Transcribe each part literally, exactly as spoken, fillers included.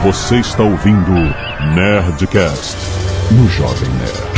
Você está ouvindo Nerdcast no Jovem Nerd.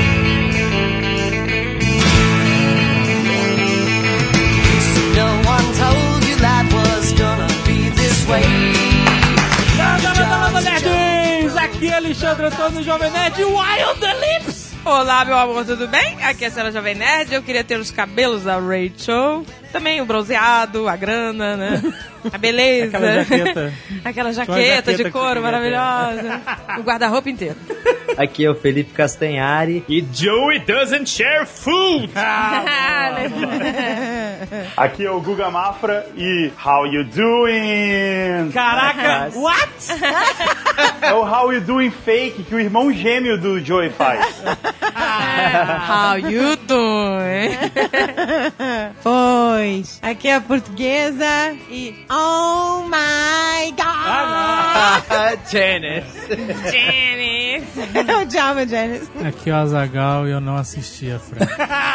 Aqui é Alexandre Antônio, Jovem Nerd, Wild the Lips! Olá, meu amor, tudo bem? Aqui é a Senhora Jovem Nerd, eu queria ter os cabelos da Rachel, também o bronzeado, a grana, né? A beleza. Aquela jaqueta. Aquela jaqueta, jaqueta de couro maravilhosa. O guarda-roupa inteiro. Aqui é o Felipe Castanhari. E Joey doesn't share food! Ah, aqui é o Guga Mafra e How you doing? Caraca, what? É o How you doing fake que o irmão gêmeo do Joey faz. How you doing? Pois, aqui é a portuguesa e oh my god! Ah, Janice. Janice. Eu te amo, Janice. Aqui é o Azaghal e eu não assisti a Friends.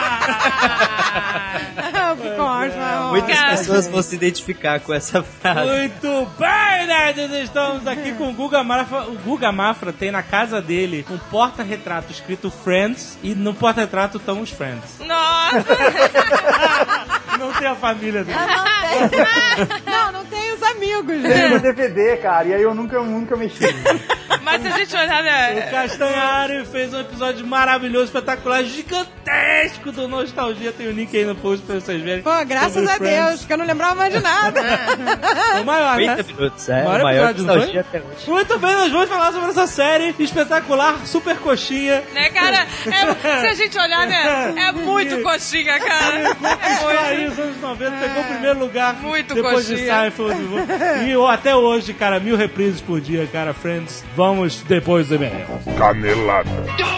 Ficou ótimo. Muitas pessoas vão se identificar com essa frase. Muito bem, nerds! Estamos aqui com o Guga Mafra. O Guga Mafra tem na casa dele um porta-retrato escrito Friends e no porta-retrato estão os Friends. Nossa! Não tem a família dele. Não, tem. não, não tem os amigos. Tem no D V D, cara, e aí eu nunca, nunca mexi. Mas se a gente olhar... Né? O Castanhari fez um episódio maravilhoso, espetacular, gigantesco do Nostalgia. Tem o link aí no post pra vocês verem. Pô, graças a Deus, que eu não lembrava mais de nada. O maior, né? trinta minutos, é. O maior, o maior episódio, Nostalgia até hoje. Muito bem, nós vamos falar sobre essa série espetacular, super coxinha. Né, cara? É, se a gente olhar, né? É muito coxinha, cara. É muito. Os anos noventa pegou o primeiro lugar. Muito depois coxinha. de Seinfeld. E oh, até hoje, cara, mil reprises por dia, cara, Friends. Vamos depois do e-mail. Canelada.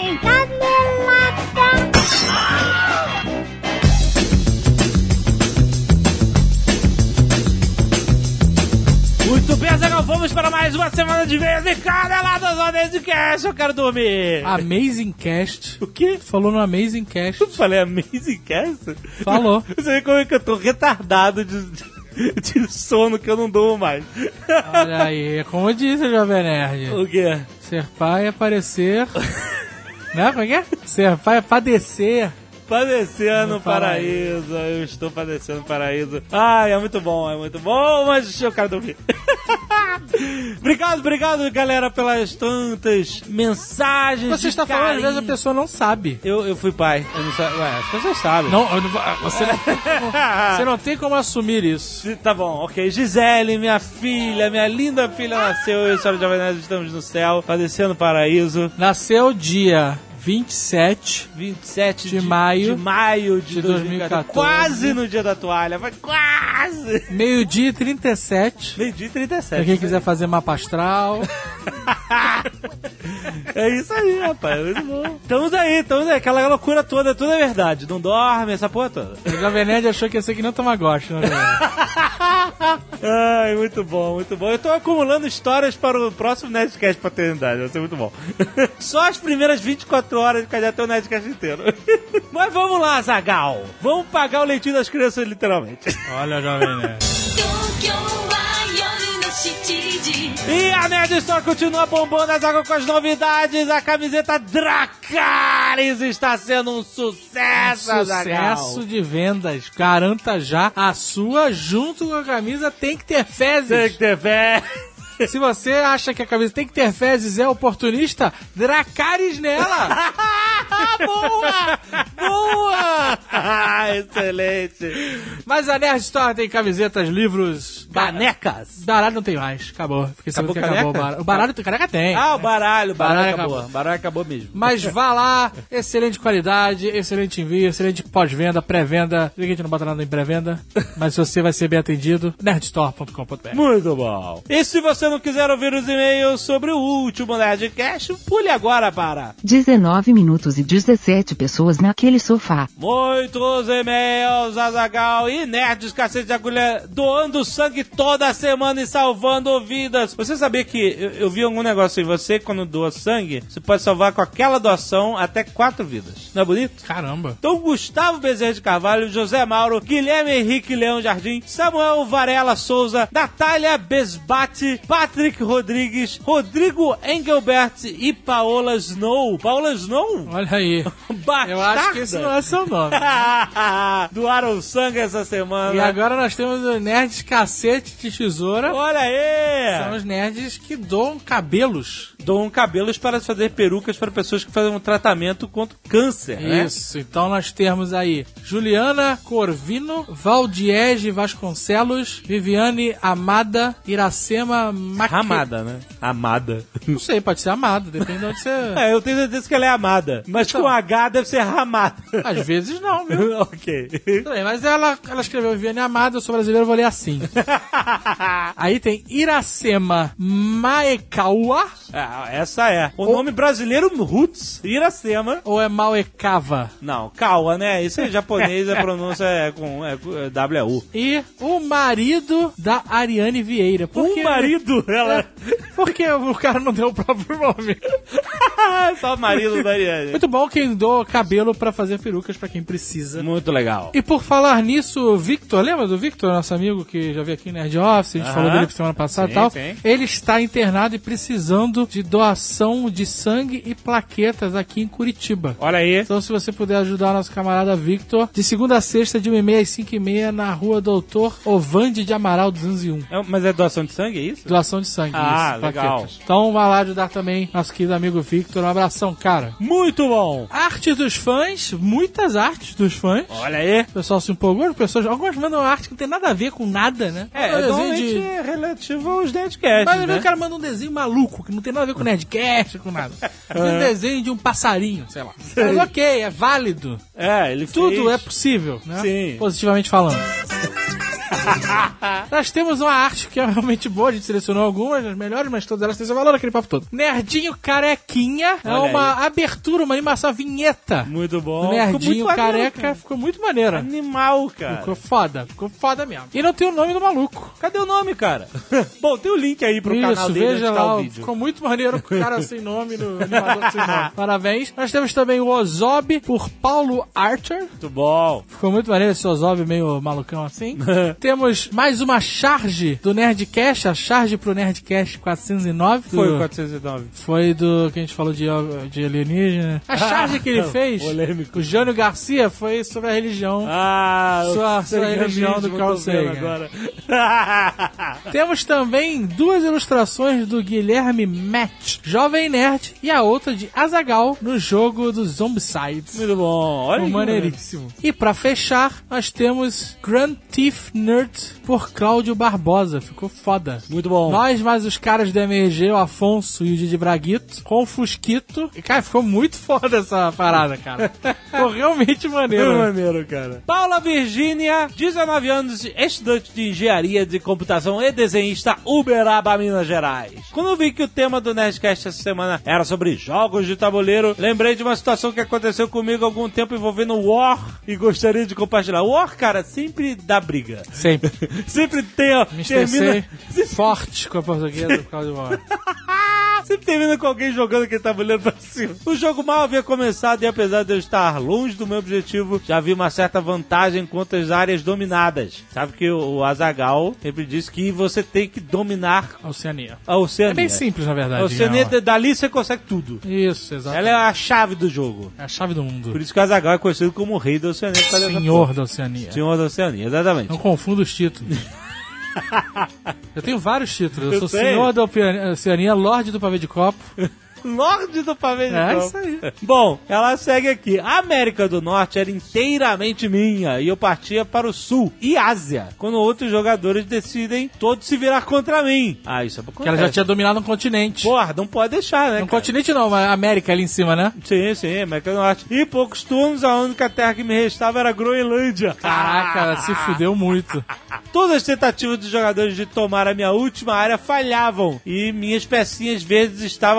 Muito bem, Zagal, vamos para mais uma semana de vez e caneladas ao Nerdcast, eu quero dormir. Amazing Cast. O quê? Falou no Amazing Cast. Eu falei Amazing Cast? Falou. Você vê como é que eu tô retardado de, de sono que eu não durmo mais. Olha aí, como disse o Jovem Nerd. O quê? Ser pai é parecer... Né? Como é que é? Ser pai é padecer. Padecendo no paraíso. paraíso, eu estou padecendo paraíso. Ai, é muito bom, é muito bom, mas eu quero dormir. Obrigado, obrigado, galera, pelas tantas mensagens. Você está carinho. falando, às vezes a pessoa não sabe. Eu, eu fui pai, eu não sa- Ué, as pessoas sabem. Não, eu não- você, não tem como, você não tem como assumir isso. Tá bom, ok. Gisele, minha filha, minha linda filha nasceu. Eu e a senhora Jovem Nerd estamos no céu, padecendo paraíso. Nasceu dia vinte e sete vinte e sete de maio de, maio de, de dois mil e quatorze. Quase no dia da toalha, vai quase! meio-dia e trinta e sete. Meio-dia e trinta e sete. Pra quem quiser fazer mapa astral. É isso aí, rapaz, muito bom. Estamos aí, estamos aí, aquela loucura toda, tudo é verdade. Não dorme, essa porra toda. O Jovem Nerd achou que ia ser que não Tamagotchi, né? Ai, muito bom, muito bom. Eu tô acumulando histórias para o próximo Nerdcast Paternidade, vai ser muito bom. Só as primeiras vinte e quatro horas de cada até o Nerdcast inteiro. Mas vamos lá, Zagal. Vamos pagar o leitinho das crianças, literalmente. Olha, Jovem Nerd. E a Nerd Store continua bombando as águas com as novidades. A camiseta Dracarys está sendo um sucesso, Um Azaghal. sucesso de vendas. Garanta já a sua junto com a camisa. Tem que ter fezes. Tem que ter fé. Se você acha que a camisa tem que ter fezes, é oportunista, Dracarys nela. Boa! Boa! Excelente. Mas a Nerd Store tem camisetas, livros... Canecas. Baralho não tem mais. Acabou. Fiquei sabendo Acabou que acabou o caneca? baralho. O baralho tem, caneca tem. Ah, o baralho. O baralho, Baralho acabou. acabou. O baralho acabou mesmo. Mas vá lá, excelente qualidade, excelente envio, excelente pós-venda, pré-venda. A gente não bota nada em pré-venda, mas você vai ser bem atendido. nerdstore ponto com ponto b r. Muito bom. E se você não quiser ouvir os e-mails sobre o último Nerdcast, pule agora para dezenove minutos e dezessete pessoas naquele sofá. muitos e-mails, Azaghal e nerds, cacete de agulha, doando sangue sangue toda semana e salvando vidas. Você sabia que, eu, eu vi algum negócio aí, você quando doa sangue, você pode salvar com aquela doação até quatro vidas. Não é bonito? Caramba. Então, Gustavo Bezerra de Carvalho, José Mauro, Guilherme Henrique Leão Jardim, Samuel Varela Souza, Natália Besbate, Patrick Rodrigues, Rodrigo Engelbert e Paola Snow. Paola Snow? Olha aí. Bastarda. Eu acho que esse não é seu nome. Doaram sangue essa semana. E agora nós temos os nerds cacete de tesoura. Olha aí! São os nerds que doam cabelos. Doam cabelos para fazer perucas para pessoas que fazem um tratamento contra o câncer, né? Isso. Então nós temos aí Juliana Corvino, Valdiege Vasconcelos, Viviane Amada, Iracema Maque... Amada, né? Amada. Não sei, pode ser Amada, depende de onde você... É, eu tenho certeza que ela é amada. Mas Então. com H deve ser Ramada. Às vezes não, viu? Ok. Tudo bem, mas ela, ela escreveu Viviane Amada, eu sou brasileiro, eu vou ler assim. Aí tem Iracema Maekawa, Ah, essa é. O nome brasileiro, Roots, Iracema. ou é Maekava? Não, Kawa, né? Isso é japonês, a pronúncia é com é, é W U. E o marido da Ariane Vieira. Por O que- marido, ela... Por que o cara não deu o próprio nome? Só o marido da Ariane. Muito bom quem doa cabelo pra fazer perucas pra quem precisa. Muito legal. E por falar nisso, o Victor, lembra do Victor, nosso amigo que já veio aqui no Nerd Office, a gente Aham. falou dele semana passada e Sim, tal. sim. Ele está internado e precisando de doação de sangue e plaquetas aqui em Curitiba. Olha aí. Então, se você puder ajudar o nosso camarada Victor, de segunda a sexta, de uma e meia às cinco e meia, na rua Doutor Ovande de Amaral duzentos e um. É, mas é doação de sangue, é isso? Doação de sangue. Ah, isso, legal. plaquetas. Então, vai lá ajudar também nosso querido amigo Victor. Um abração, cara. Muito bom. Arte dos fãs, muitas artes dos fãs. Olha aí. O pessoal se empolgou, pessoas, algumas mandam arte que não tem nada a ver com nada, né? É, Um desenho normalmente de- é relativo aos Nerdcasts, Mas né? o cara manda um desenho maluco, que não tem nada a ver com Nerdcast, com nada. É um desenho de um passarinho, sei lá. Mas ok, é válido. É, ele Tudo fez... é possível, né? Sim. Positivamente falando. Nós temos uma arte que é realmente boa, a gente selecionou algumas, as melhores, mas todas elas têm seu valor, aquele papo todo. Nerdinho Carequinha, é Olha uma abertura, uma animação, vinheta. Muito bom. Do Nerdinho Ficou muito maneiro, Careca, cara. ficou muito maneira. Animal, cara. Ficou foda, ficou foda mesmo. E não tem o nome do maluco. Cadê o nome, cara? Bom, tem o link aí pro canal Isso, dele onde veja tá lá, o vídeo. ficou muito maneiro com o cara sem nome, no animador sem nome. Parabéns. Nós temos também o Ozob, por Paulo Archer. Muito bom. Ficou muito maneiro esse Ozob meio malucão assim. Temos mais uma charge do Nerdcast, a charge pro Nerdcast quatrocentos e nove. Foi do- o quatrocentos e nove. Foi do que a gente falou de, de alienígena. A charge que ele fez, Polêmico. o Jânio Garcia, foi sobre a religião. Ah, Sua- o sua religião do Saganismo, Carl tô vendo Sagan. agora. Temos também duas ilustrações do Guilherme Matt, Jovem Nerd, e a outra de Azaghal no jogo do Zombicide. Muito bom. Olha Ficou que maneiríssimo. E pra fechar, nós temos Grand Theft Nerd por Cláudio Barbosa. Ficou foda. Muito bom. Nós, mais os caras do M R G, o Afonso e o Didi Braguito, com o Fusquito. E, cara, ficou muito foda essa parada, cara. Ficou realmente maneiro. Muito maneiro, cara. Paula Virgínia, dezenove anos, estudante de engenharia de computação e desenhista Uberaba, Minas Gerais. Quando eu vi que o tema do Nerdcast essa semana era sobre jogos de tabuleiro, lembrei de uma situação que aconteceu comigo há algum tempo envolvendo War e gostaria de compartilhar. War, cara, sempre dá briga. Sempre. Sempre tem, ó, Me termina... estressei forte com a portuguesa por causa do War. Sempre termina com alguém jogando aquele tabuleiro pra cima. O jogo mal havia começado e apesar de eu estar longe do meu objetivo, já vi uma certa vantagem contra as áreas dominadas. Sabe que o Azaghal sempre disse que você tem que dominar A Oceania. a Oceania. É bem simples, na verdade. A Oceania, em real. dali você consegue tudo. Isso, exato. Ela é a chave do jogo. É a chave do mundo. Por isso que o Azaghal é conhecido como o rei da Oceania. por causa dessa Senhor porra. da Oceania. Senhor da Oceania, exatamente. Não confunda os títulos. Eu tenho vários títulos. Eu, Eu sou sei. Senhor da Oceania, Oceania, Lorde do Pavê de Copo. Lorde do pavê de É copo. isso aí. Bom, ela segue aqui. A América do Norte era inteiramente minha e eu partia para o Sul e Ásia, quando outros jogadores decidem todos se virar contra mim. Ah, isso é pra Que ela já tinha dominado um continente. Porra, não pode deixar, né, Um cara? continente não, mas a América ali em cima, né? Sim, sim, América do Norte. E poucos turnos, a única terra que me restava era a Groenlândia. Caraca, ela se fudeu muito. Todas as tentativas dos jogadores de tomar a minha última área falhavam e minhas pecinhas verdes estavam lá, firmes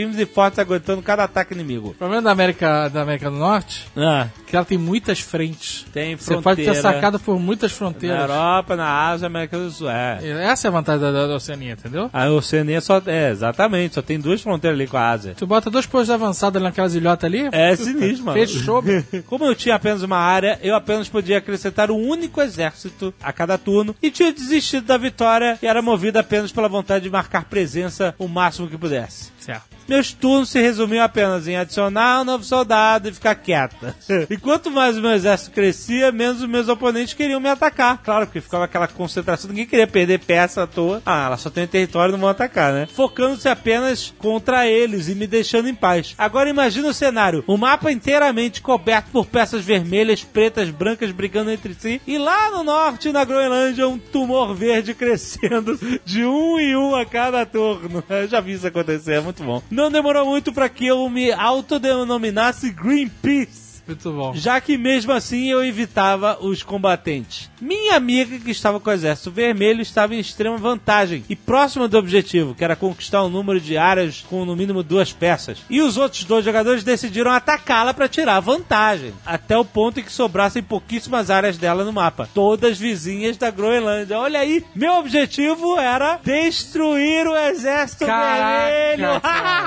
firmes e fortes aguentando cada ataque inimigo. O problema da América, da América do Norte Ah, é que ela tem muitas frentes. tem Você fronteira. pode ter sacado por muitas Na fronteiras. Europa, na Ásia, América do Sul. É. Essa é a vantagem da, da, da Oceania, entendeu? A Oceania só... É, exatamente. Só tem duas fronteiras ali com a Ásia. Tu bota dois postos avançados ali naquelas ilhotas ali. É sinistro, mano. Fechou. Como eu tinha apenas uma área, eu apenas podia acrescentar um único exército a cada turno e tinha desistido da vitória e era movido apenas pela vontade de marcar presença o máximo que pudesse. Certo. Meus turnos se resumiam apenas em adicionar um novo soldado e ficar quieta. E quanto mais o meu exército crescia, menos os meus oponentes queriam me atacar. Claro, porque ficava aquela concentração, ninguém queria perder peça à toa. Ah, ela só tem território, não vão atacar, né? Focando-se apenas contra eles e me deixando em paz. Agora imagina o cenário, o mapa inteiramente coberto por peças vermelhas, pretas, brancas brigando entre si, e lá no norte, na Groenlândia, um tumor verde crescendo de um em um a cada turno. Eu já vi isso acontecer, é muito bom. Não demorou muito pra que eu me autodenominasse Greenpeace. Muito bom. Já que mesmo assim eu evitava os combatentes. Minha amiga, que estava com o exército vermelho, estava em extrema vantagem e próxima do objetivo, que era conquistar um número de áreas com no mínimo duas peças. E os outros dois jogadores decidiram atacá-la para tirar vantagem, até o ponto em que sobrassem pouquíssimas áreas dela no mapa, todas vizinhas da Groenlândia. Olha aí, meu objetivo era destruir o exército Caraca, vermelho.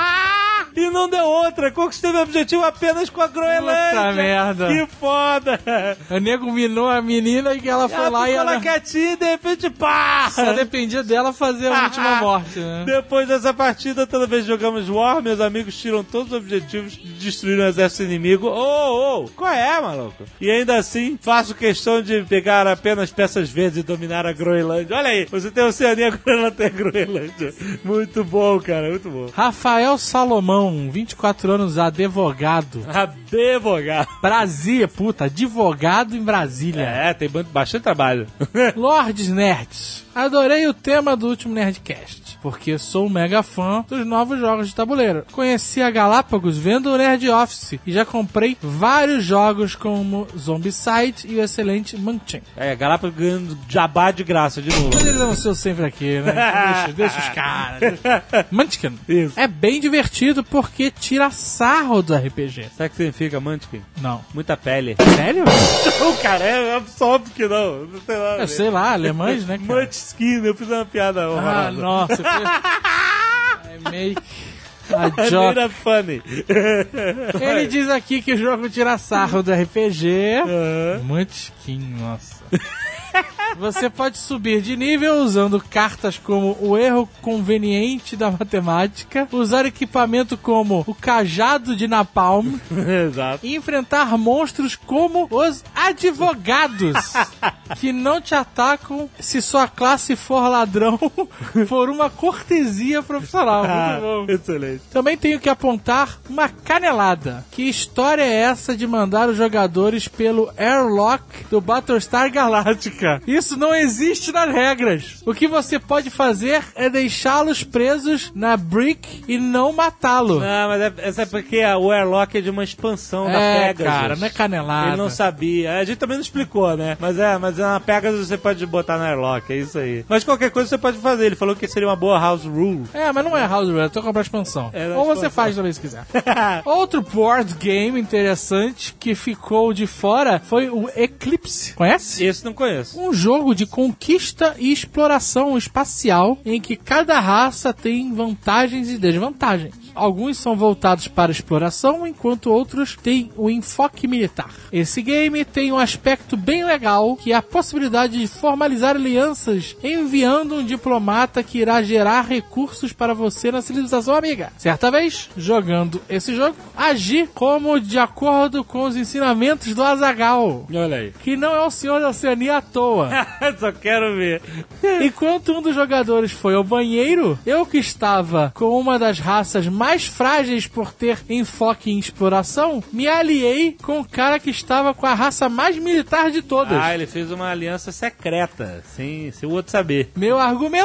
E não deu outra, conquistei meu objetivo apenas com a Groenlândia. Puta merda. Que foda! O nego minou a menina e que ela foi Ela lá e ficou ela lá quietinha e de repente, pá! só dependia dela fazer a última morte, né? Depois dessa partida, toda vez que jogamos War, meus amigos tiram todos os objetivos de destruir o exército inimigo. Ô, ô, oh, qual é, maluco? E ainda assim, faço questão de pegar apenas peças verdes e dominar a Groenlândia. Olha aí, você tem a Oceania, agora ela tem a Groenlândia. Muito bom, cara, muito bom. Rafael Salomão, vinte e quatro anos, advogado. Advogado. Brasília, puta, advogado em Brasília. É, tem bastante trabalho. Lords Nerds. Adorei o tema do último Nerdcast, porque sou um mega fã dos novos jogos de tabuleiro. Conheci a Galápagos vendo o Nerd Office e já comprei vários jogos como Zombicide e o excelente Munchkin. É, Galápagos ganhando jabá de graça de novo. Mas eles anunciam sempre aqui, né? Deixa, deixa os caras. Munchkin. Isso. É bem divertido porque tira sarro do R P G. Sabe o que significa Munchkin? Não. Muita pele. Sério? Não, cara, é óbvio que não. Não sei lá. Eu sei lá, alemães, né, cara? Munchkin, eu fiz uma piada Ah, horrorosa. nossa. I make a I joke. made a funny. Ele diz aqui que o jogo tira sarro do R P G. Uhum. Munchkin, nossa. Você pode subir de nível usando cartas como o erro conveniente da matemática, usar equipamento como o cajado de Napalm Exato. e enfrentar monstros como os advogados, que não te atacam se sua classe for ladrão por uma cortesia profissional. Ah, Muito bom. excelente. Também tenho que apontar uma canelada. Que história é essa de mandar os jogadores pelo airlock do Battlestar Galactica? Isso não existe nas regras. O que você pode fazer é deixá-los presos na brick e não matá-lo. Não, mas é, essa é porque o airlock é de uma expansão da É, Pegasus. cara, não é canelada. Ele não sabia. A gente também não explicou, né? Mas é, mas na Pegasus você pode botar no airlock, é isso aí. Mas qualquer coisa você pode fazer. Ele falou que seria uma boa house rule. É, mas não é house rule, é só comprar expansão. É da Ou você expansão. faz também se quiser. Outro board game interessante que ficou de fora foi o Eclipse. Conhece? Esse não conheço. Um jogo de conquista e exploração espacial em que cada raça tem vantagens e desvantagens. Alguns são voltados para exploração, enquanto outros têm o enfoque militar. Esse game tem um aspecto bem legal, que é a possibilidade de formalizar alianças enviando um diplomata que irá gerar recursos para você na civilização amiga. Certa vez, jogando esse jogo, agi como de acordo com os ensinamentos do Azaghal, Olha aí. que não é o senhor da Oceania à toa. Só quero ver. Enquanto um dos jogadores foi ao banheiro, eu que estava com uma das raças mais frágeis por ter enfoque em exploração, me aliei com o cara que estava com a raça mais militar de todas. Ah, ele fez uma aliança secreta, sem, sem o outro saber. Meu argumento: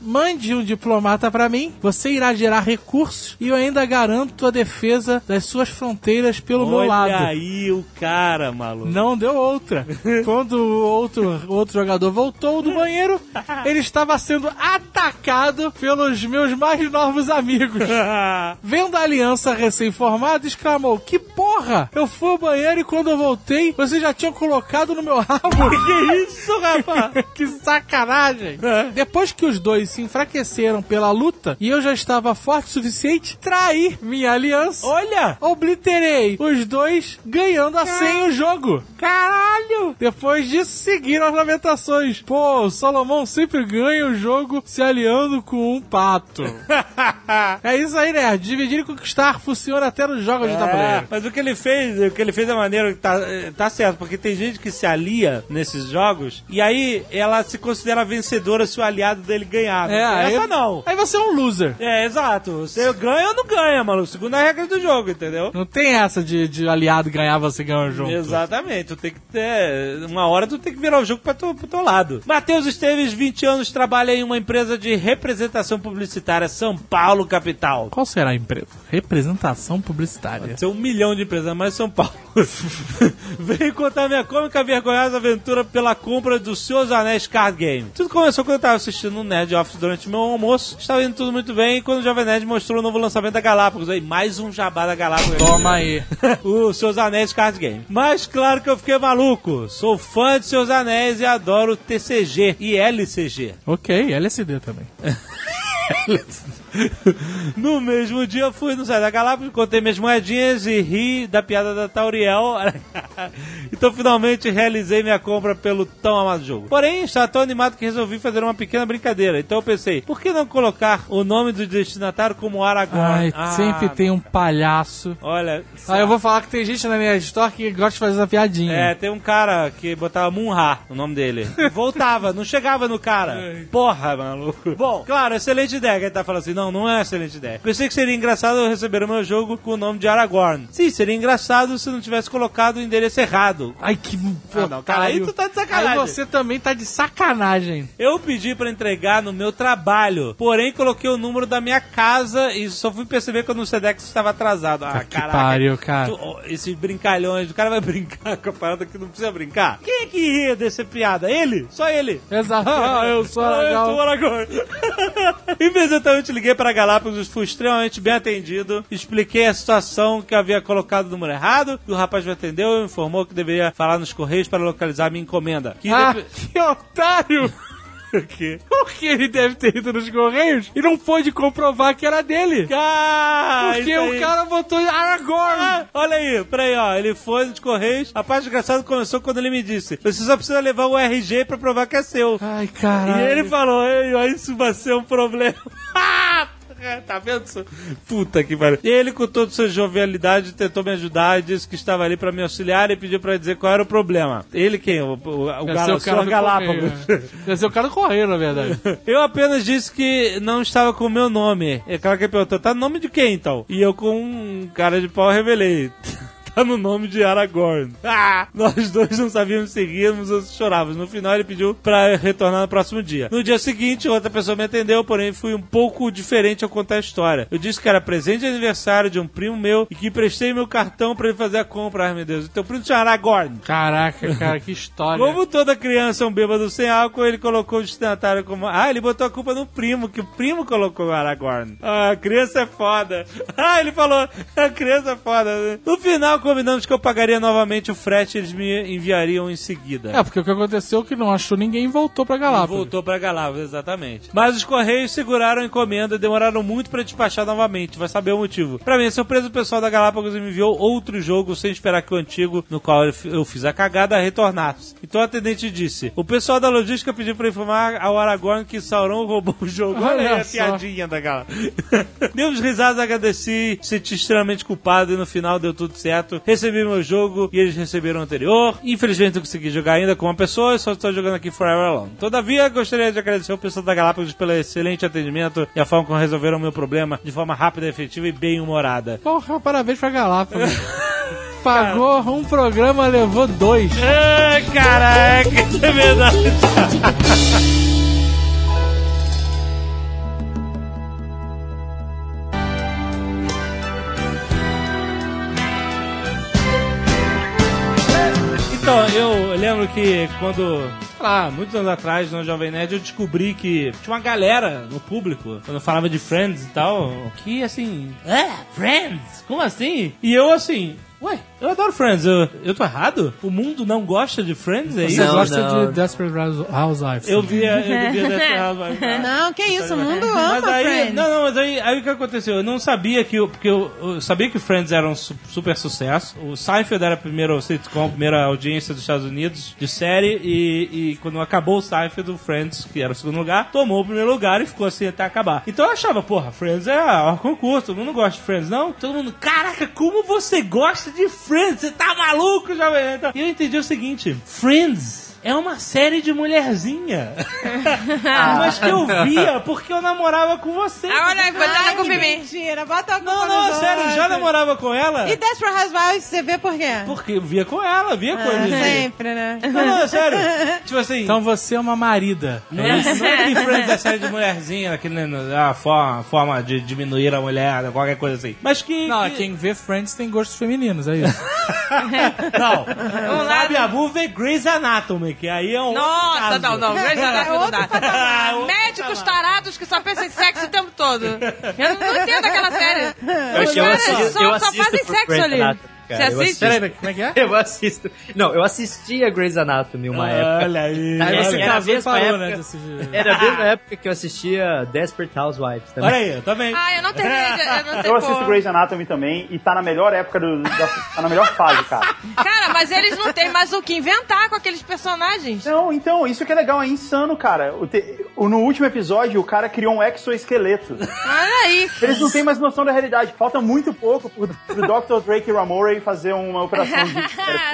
mande um diplomata pra mim, você irá gerar recursos e eu ainda garanto a defesa das suas fronteiras pelo meu lado. Olha aí o cara, maluco. Não deu outra. Quando o outro, o outro jogador voltou do banheiro, ele estava sendo atacado pelos meus mais novos amigos. Vendo a aliança recém-formada, exclamou: que porra! Eu fui ao banheiro e quando eu voltei, você já tinha colocado no meu rabo. Que isso, rapaz? Que sacanagem! É. Depois que os dois se enfraqueceram pela luta e eu já estava forte o suficiente, traí minha aliança. Olha! Obliterei os dois, ganhando assim o jogo. Caralho! Depois disso, seguiram as lamentações. Pô, o Salomão sempre ganha o jogo se aliando com um pato. É isso aí, né? Dividir e conquistar funciona até nos jogos é, de tabuleiro. Mas o que ele fez, o que ele fez é maneiro, tá, tá certo, porque tem gente que se alia nesses jogos e aí ela se considera vencedora se o aliado dele ganhar. É, essa aí, não. Aí você é um loser. É, exato. Você ganha ou não ganha, maluco. Segundo a regra do jogo, entendeu? Não tem essa de, de aliado ganhar, você ganhar o jogo. Exatamente. Tu tem que ter... Uma hora tu tem que virar o jogo pra tu, pro teu lado. Matheus Esteves, vinte anos, trabalha em uma empresa de representação publicitária, São Paulo, capital. Qual será a empresa? Representação publicitária. Pode ser um milhão de empresas, mas São Paulo. Veio contar minha cômica vergonhosa aventura pela compra do Senhor dos Anéis Card Game. Tudo começou quando eu tava assistindo um Nerd Office durante meu almoço. Estava indo tudo muito bem quando o Jovem Nerd mostrou o novo lançamento da Galápagos. Aí, mais um jabá da Galápagos. Toma aí. O Senhor dos Anéis Card Game. Mas claro que eu fiquei maluco. Sou fã de Senhor dos Anéis e adoro T C G e L C G. Ok, L S D também. No mesmo dia fui no site da Galápagos, contei minhas moedinhas e ri da piada da Tauriel. Então finalmente realizei minha compra pelo tão amado jogo. Porém, estava tão animado que resolvi fazer uma pequena brincadeira. Então eu pensei, por que não colocar o nome do destinatário como Aragorn? Ai, ah, sempre tem um palhaço. Olha... Aí eu vou falar que tem gente na minha store que gosta de fazer essa piadinha. É, tem um cara que botava Munra, o nome dele. Voltava, não chegava no cara. Porra, maluco. Bom, claro, excelente ideia. Que ele tá falando assim, não, não é excelente ideia. Pensei que seria engraçado eu receber o meu jogo com o nome de Aragorn. Sim, seria engraçado se não tivesse colocado o endereço errado. Ai, que... Ah, não, cara, aí tu tá de sacanagem. Aí você também tá de sacanagem. Eu pedi pra entregar no meu trabalho, porém coloquei o número da minha casa e só fui perceber quando o Sedex estava atrasado. Ah, que caraca. pariu, cara. Tu, oh, esses brincalhões, o cara vai brincar com a parada que não precisa brincar. Quem é que ria dessa piada? Ele? Só ele. Exato. Ah, eu sou Aragorn. Eu sou Aragorn. Imediatamente liguei para Galápagos, fui extremamente bem atendido, expliquei a situação que eu havia colocado o número errado, e o rapaz me atendeu e informou que deveria falar nos Correios para localizar a minha encomenda. Que ah, dep... que otário! O quê? Porque ele deve ter ido nos Correios e não pôde comprovar que era dele. Ah, porque o cara botou Aragorn. Ah, olha aí, peraí, ó. Ele foi nos Correios. A parte engraçada começou quando ele me disse: você só precisa levar o R G pra provar que é seu. Ai, caralho. E ele falou: ei, isso vai ser um problema. Tá vendo isso? Puta que pariu. E ele, com toda sua jovialidade, tentou me ajudar e disse que estava ali pra me auxiliar e pediu pra dizer qual era o problema. Ele quem? O, o, o, Gala, o cara Galápagos. Deve ser o cara do correio, na verdade. Eu apenas disse que não estava com o meu nome. É claro que ele perguntou: tá no nome de quem, então? E eu, com um cara de pau, revelei: tá no nome de Aragorn. Ah! Nós dois não sabíamos se ríamos ou se chorávamos. No final ele pediu pra retornar no próximo dia. No dia seguinte, outra pessoa me atendeu, porém fui um pouco diferente ao contar a história. Eu disse que era presente de aniversário de um primo meu e que emprestei meu cartão pra ele fazer a compra. Ai, meu Deus. O teu primo tinha Aragorn. Caraca, cara, que história. Como toda criança é um bêbado sem álcool, ele colocou o destinatário como... Ah, ele botou a culpa no primo, que o primo colocou o Aragorn. Ah, a criança é foda. Ah, ele falou, a criança é foda. No final, combinamos que eu pagaria novamente o frete e eles me enviariam em seguida. É, porque o que aconteceu é que não achou ninguém e voltou pra Galápagos. Voltou pra Galápagos, exatamente. Mas os Correios seguraram a encomenda e demoraram muito pra despachar novamente. Vai saber o motivo. Pra minha surpresa, o pessoal da Galápagos me enviou outro jogo sem esperar que o antigo, no qual eu fiz a cagada, retornasse. Então o atendente disse: o pessoal da logística pediu pra informar ao Aragorn que Sauron roubou o jogo. Olha, Olha aí a piadinha da Galápagos. Dei uns risadas, agradeci, senti extremamente culpado e no final deu tudo certo. Recebi meu jogo e eles receberam o anterior. Infelizmente não consegui jogar ainda com uma pessoa e só estou jogando aqui Forever Alone. Todavia, gostaria de agradecer ao pessoal da Galápagos pelo excelente atendimento e a forma como resolveram o meu problema de forma rápida, efetiva e bem humorada. Porra, parabéns pra Galápagos. Pagou um programa, levou dois. É, caraca, é verdade. Então, eu lembro que quando, sei lá, muitos anos atrás, no Jovem Nerd, eu descobri que tinha uma galera no público, quando eu falava de Friends e tal, que assim, é, Friends? Como assim? E eu assim... Ué, eu adoro Friends, eu, eu tô errado? O mundo não gosta de Friends, é Você isso? gosta não. de Desperate Housewives? Eu via, eu via Desperate Housewives. Não, que isso, o mundo ama Mas aí, Friends. não, não, mas aí, aí o que aconteceu? Eu não sabia que, eu- porque eu, eu sabia que Friends era um su- super sucesso. O Seinfeld era a primeira sitcom, a primeira audiência dos Estados Unidos de série, e, e quando acabou o Seinfeld, o Friends, que era o segundo lugar, tomou o primeiro lugar e ficou assim até acabar. Então eu achava, porra, Friends é o concurso, todo mundo gosta de Friends, não? Todo mundo, caraca, como você gosta de Friends? Você tá maluco, jovem? Então, e eu entendi o seguinte, Friends é uma série de mulherzinha. Mas que eu via porque eu namorava com você. Ah, olha aí, botando a Ai, culpa que em mim. mentira, bota a culpa Não, não, nos sério, eu já outros. namorava com ela. E Desperate Housewives, você vê por quê? Porque eu via com ela, via coisas. Ah, assim. sempre, né? Não, não, é sério. Tipo assim, Então você é uma marida. não, é, não é que Friends é série de mulherzinha, aquele, a forma, forma de diminuir a mulher, qualquer coisa assim. Mas que... Não, que... quem vê Friends tem gostos femininos, é isso. Não, Um sabe, lado- a Bu vê Grey's Anatomy, que aí é um Nossa, caso. não, não. Grey's Anatomy não dá. Ah, outro Médicos tarados que só pensam em sexo o tempo todo. Eu não, não entendo aquela série. Eu, Os eu caras assisto, só, eu só assisto fazem por sexo Grey's ali. Anatomy, cara. Você Eu assiste? Peraí, como é que é? Eu assisto. Não, eu assistia Grey's Anatomy uma época. Olha aí. Aí você Era a casou e mesma parou, época- né? de assistir. Era a mesma época que eu assistia Desperate Housewives também. Olha aí, eu também. Ah, eu não terminei, de- eu não sei Eu assisto pôr. Grey's Anatomy também e tá na melhor época do. Da, tá na melhor fase, cara. Cara, mas eles não têm mais o que inventar com aqueles personagens. Não, então, isso que é legal, é insano, cara. O te- o- no último episódio, o cara criou um exoesqueleto. Olha aí. Eles não têm mais noção da realidade. Falta muito pouco pro, pro doutor Drake Ramore fazer uma operação de.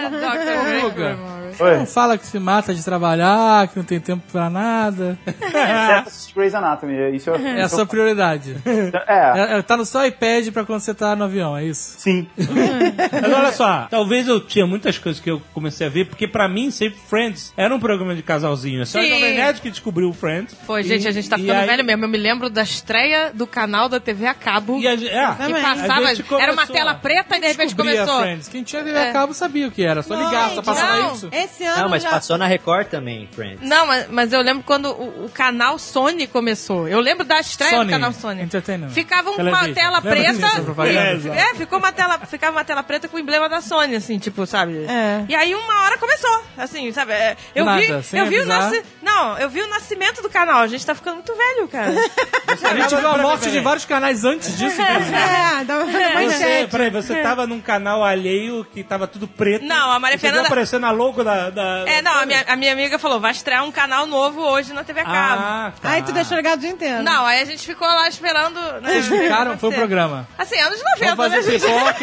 doutor Guga, Oi. não fala que se mata de trabalhar, que não tem tempo pra nada. Certo, assistir Grey's Anatomy. Isso eu, É a sua prioridade. É, É, é, tá no seu iPad pra quando você tá no avião, é isso? sim. Mas olha só, talvez eu tinha muitas coisas que eu comecei a ver, porque pra mim sempre Friends era um programa de casalzinho. É só o Sim. Jovem Nerd que descobriu o Friends. Foi, gente, a gente tá E- ficando e aí- velho mesmo. Eu me lembro da estreia do canal da T V a cabo. E a, gente- é, que Também. passava, a gente era uma começou- tela preta e de repente Descobria começou. Friends. Quem tinha T V a cabo sabia o que era, só ligar, só Gente, passava não. isso. Esse ano Não, mas já... passou na Record também, Friends. Não, mas, mas eu lembro quando o, o canal Sony começou. Eu lembro da estreia Sony do canal Sony. Entertainment. Ficava uma Television. tela Lembra disso, essa preta. propaganda? e- é, ficou uma tela, ficava uma tela preta com o emblema da Sony, assim, tipo, sabe? É. E aí uma hora começou, assim, sabe? É, eu Do vi, nada, sem eu vi o avisar. nasci... Não, eu vi o nascimento do canal. A gente tá ficando muito velho, cara. A gente viu a morte de vários canais antes disso, inclusive. É, dá uma Você, manchete. peraí, você tava num canal alheio que tava tudo preto. Não, a Maria e você viu Fernanda- aparecendo a logo da... da É, não, a minha, a minha amiga falou, vai estrear um canal novo hoje na T V a cabo. Ah, tá. Aí tu deixou ligado o dia inteiro. Não, aí a gente ficou lá esperando. Né, Vocês ver o que ficaram, foi o acontecer. programa. Assim, anos noventa, Vamos né, fazer gente? pipoca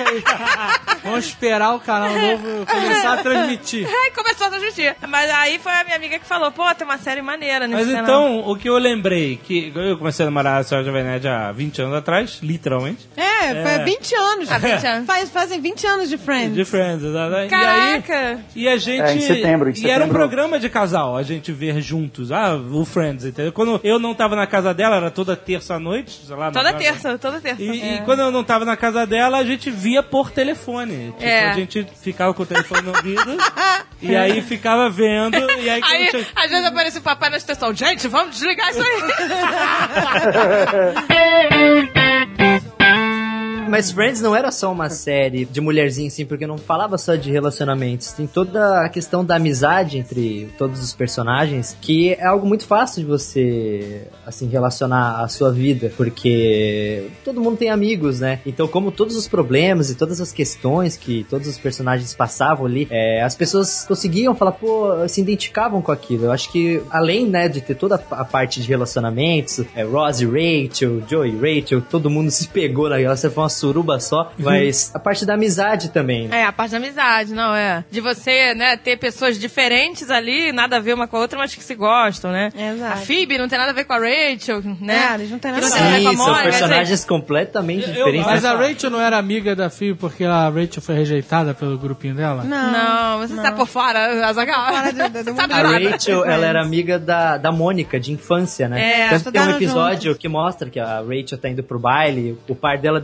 e vamos esperar o canal novo começar a transmitir. Aí começou a transmitir. Mas aí foi a minha amiga que falou, pô, tem uma série maneira nesse Mas canal. então, o que eu lembrei, que eu comecei a namorar a senhora Jovem Nerd há vinte anos atrás, literalmente, É, faz vinte anos. Ah, vinte anos. Faz, fazem vinte anos de Friends. de Friends. exatamente. Caraca! E aí, e a gente... É, em setembro, em E era um setembro. programa de casal, a gente ver juntos, ah, o Friends, entendeu? Quando eu não tava na casa dela, era toda terça-noite, sei lá. na Toda casa- terça, toda terça. E, É. e quando eu não tava na casa dela, a gente via por telefone. Tipo, É. a gente ficava com o telefone no ouvido e aí ficava vendo. E aí, quando Aí, tinha- às vezes aparece o papai na estação. Gente, vamos desligar isso aí. Mas Friends não era só uma série de mulherzinha, assim, porque não falava só de relacionamentos. Tem toda a questão da amizade entre todos os personagens, que é algo muito fácil de você, assim, relacionar a sua vida, porque todo mundo tem amigos, né? Então, como todos os problemas e todas as questões que todos os personagens passavam ali, é, as pessoas conseguiam falar, pô, se identificavam com aquilo. Eu acho que, além, né, de ter toda a parte de relacionamentos, é, Ross e Rachel, Joey e Rachel, todo mundo se pegou naquela, você foi uma suruba só, mas a parte da amizade também. É, a parte da amizade, não é? De você, né, ter pessoas diferentes ali, nada a ver uma com a outra, mas que se gostam, né? Exato. A Phoebe não tem nada a ver com a Rachel, né? É, eles não têm Que nada não a tem nada a ver Sim, com a são Mônica, personagens completamente Eu- diferentes. Mas a Rachel não era amiga da Phoebe porque a Rachel foi rejeitada pelo grupinho dela? Não. Não, você tá por fora, Azaghal. Fora do- do Você mundo sabe A nada. Rachel, ela era amiga da, da Mônica, de infância, né? É, Tanto que tem um estudaram episódio que mostra que a Rachel tá indo pro baile, o pai dela demora pra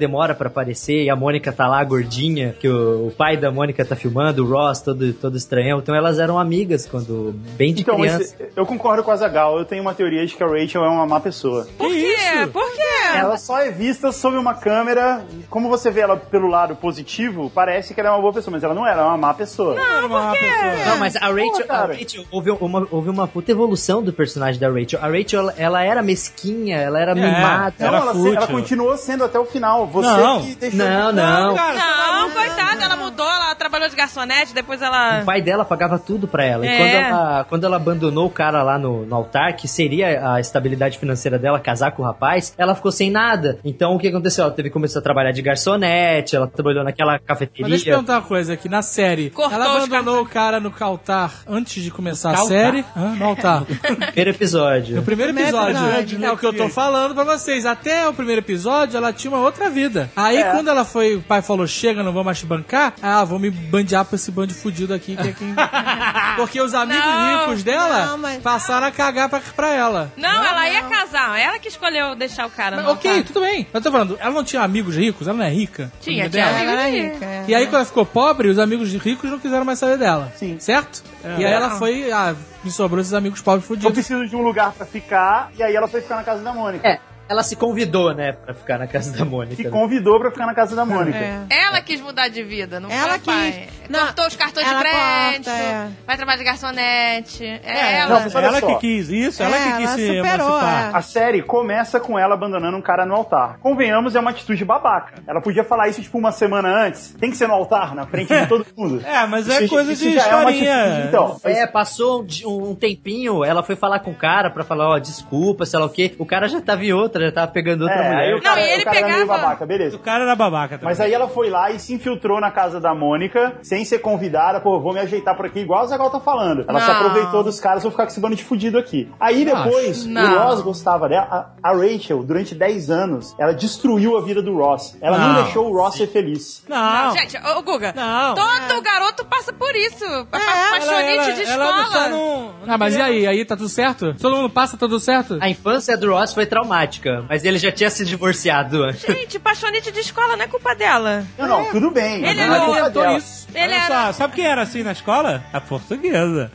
pra aparecer, e a Mônica tá lá, gordinha, que o, o pai da Mônica tá filmando, o Ross todo, todo estranhão. Então elas eram amigas quando bem de então, criança. Esse, eu concordo com a Zagal. Eu tenho uma teoria de que a Rachel é uma má pessoa. Por quê? Por quê? Ela só é vista sob uma câmera. Como você vê ela pelo lado positivo, parece que ela é uma boa pessoa, mas ela não é, ela é uma má pessoa. Não, Era uma má por quê? pessoa. Não, mas a Rachel, Pô, a cara. Rachel houve, uma, houve uma puta evolução do personagem da Rachel. A Rachel, ela, ela era mesquinha, ela era mimada. Não, Era ela, se- fútil. ela continuou sendo até o final. Você Não. que deixou... Não, não. cara, Não, coitada, ela mudou, ela trabalhou de garçonete, depois ela... O pai dela pagava tudo pra ela. É. E quando ela, quando ela abandonou o cara lá no, no altar, que seria a estabilidade financeira dela, casar com o rapaz, ela ficou sem nada. Então o que aconteceu? Ela teve que começar a trabalhar de garçonete, ela trabalhou naquela Mas cafeteria. deixa eu perguntar uma coisa aqui, na série, Cortou ela os abandonou o cara no altar antes de começar a Altar? série? Hã? No altar. Primeiro episódio. No primeiro Primeiro episódio. episódio. É o que eu tô falando pra vocês. Até o primeiro episódio, ela tinha uma outra vida. Aí, É. quando ela foi, o pai falou, chega, não vou mais te bancar. Ah, vou me bandear pra esse bando fudido aqui, que é quem... Porque os amigos Não, ricos dela não, mas- passaram a cagar pra, pra ela. Não, ela ia casar, ela que escolheu deixar o cara Mas, no ok, altar. tudo bem. Eu tô falando, ela não tinha amigos ricos, ela não é rica. Tinha, Família tinha dela. amigo Ela era de- rica, é. E aí, quando ela ficou pobre, os amigos ricos não quiseram mais saber dela. Sim. Certo? E aí ela foi, ah, me sobrou esses amigos pobres Eu fudidos. preciso de um lugar pra ficar, e aí ela foi ficar na casa da Mônica. É, ela se convidou, né, pra ficar na casa da Mônica. Se né? convidou pra ficar na casa da Mônica. É. Ela quis mudar de vida, não Ela foi o pai. quis. Não, Cortou os cartões de ela crédito, corta, é. vai trabalhar de garçonete. É, É, ela. Não, mas olha ela só. que quis, isso, ela É, que quis ela se superou, emancipar. é. A série começa com ela abandonando um cara no altar. Convenhamos, é uma atitude babaca. Ela podia falar isso, tipo, uma semana antes. Tem que ser no altar, na frente de todo mundo. É, mas é Isso- coisa isso de já é uma historinha. atitude, então. É, passou um, di- um tempinho, ela foi falar com o cara pra falar, ó, desculpa, sei lá o quê. O cara já tava em outra, já tava pegando outra É, mulher. aí o cara, Não, e ele o cara era meio pegava- babaca, beleza. O cara era babaca também. Mas aí ela foi lá e se infiltrou na casa da Mônica, sem ser convidada, pô, vou me ajeitar por aqui, igual o Zagal tá falando. Ela se Não. aproveitou dos caras, vou ficar com esse bando de fudido aqui. Aí depois, Não. o Ross gostava dela. A, a Rachel, durante dez anos, ela destruiu a vida do Ross. Ela não, Não. deixou o Ross ser feliz. Não. Gente, ô Guga, Não. todo garoto passa por isso. Pa- É, Paixonite ela, de ela escola. só não... Ah, mas e aí? Aí tá tudo certo? Todo mundo passa, tá tudo certo? A infância do Ross foi traumática, mas ele já tinha se divorciado antes. Gente, paixonite de escola não é culpa dela. Não, não, tudo bem. mas Ele não é não culpa inventou dela. isso. Ele Olha era... só, sabe quem era assim na escola? A portuguesa.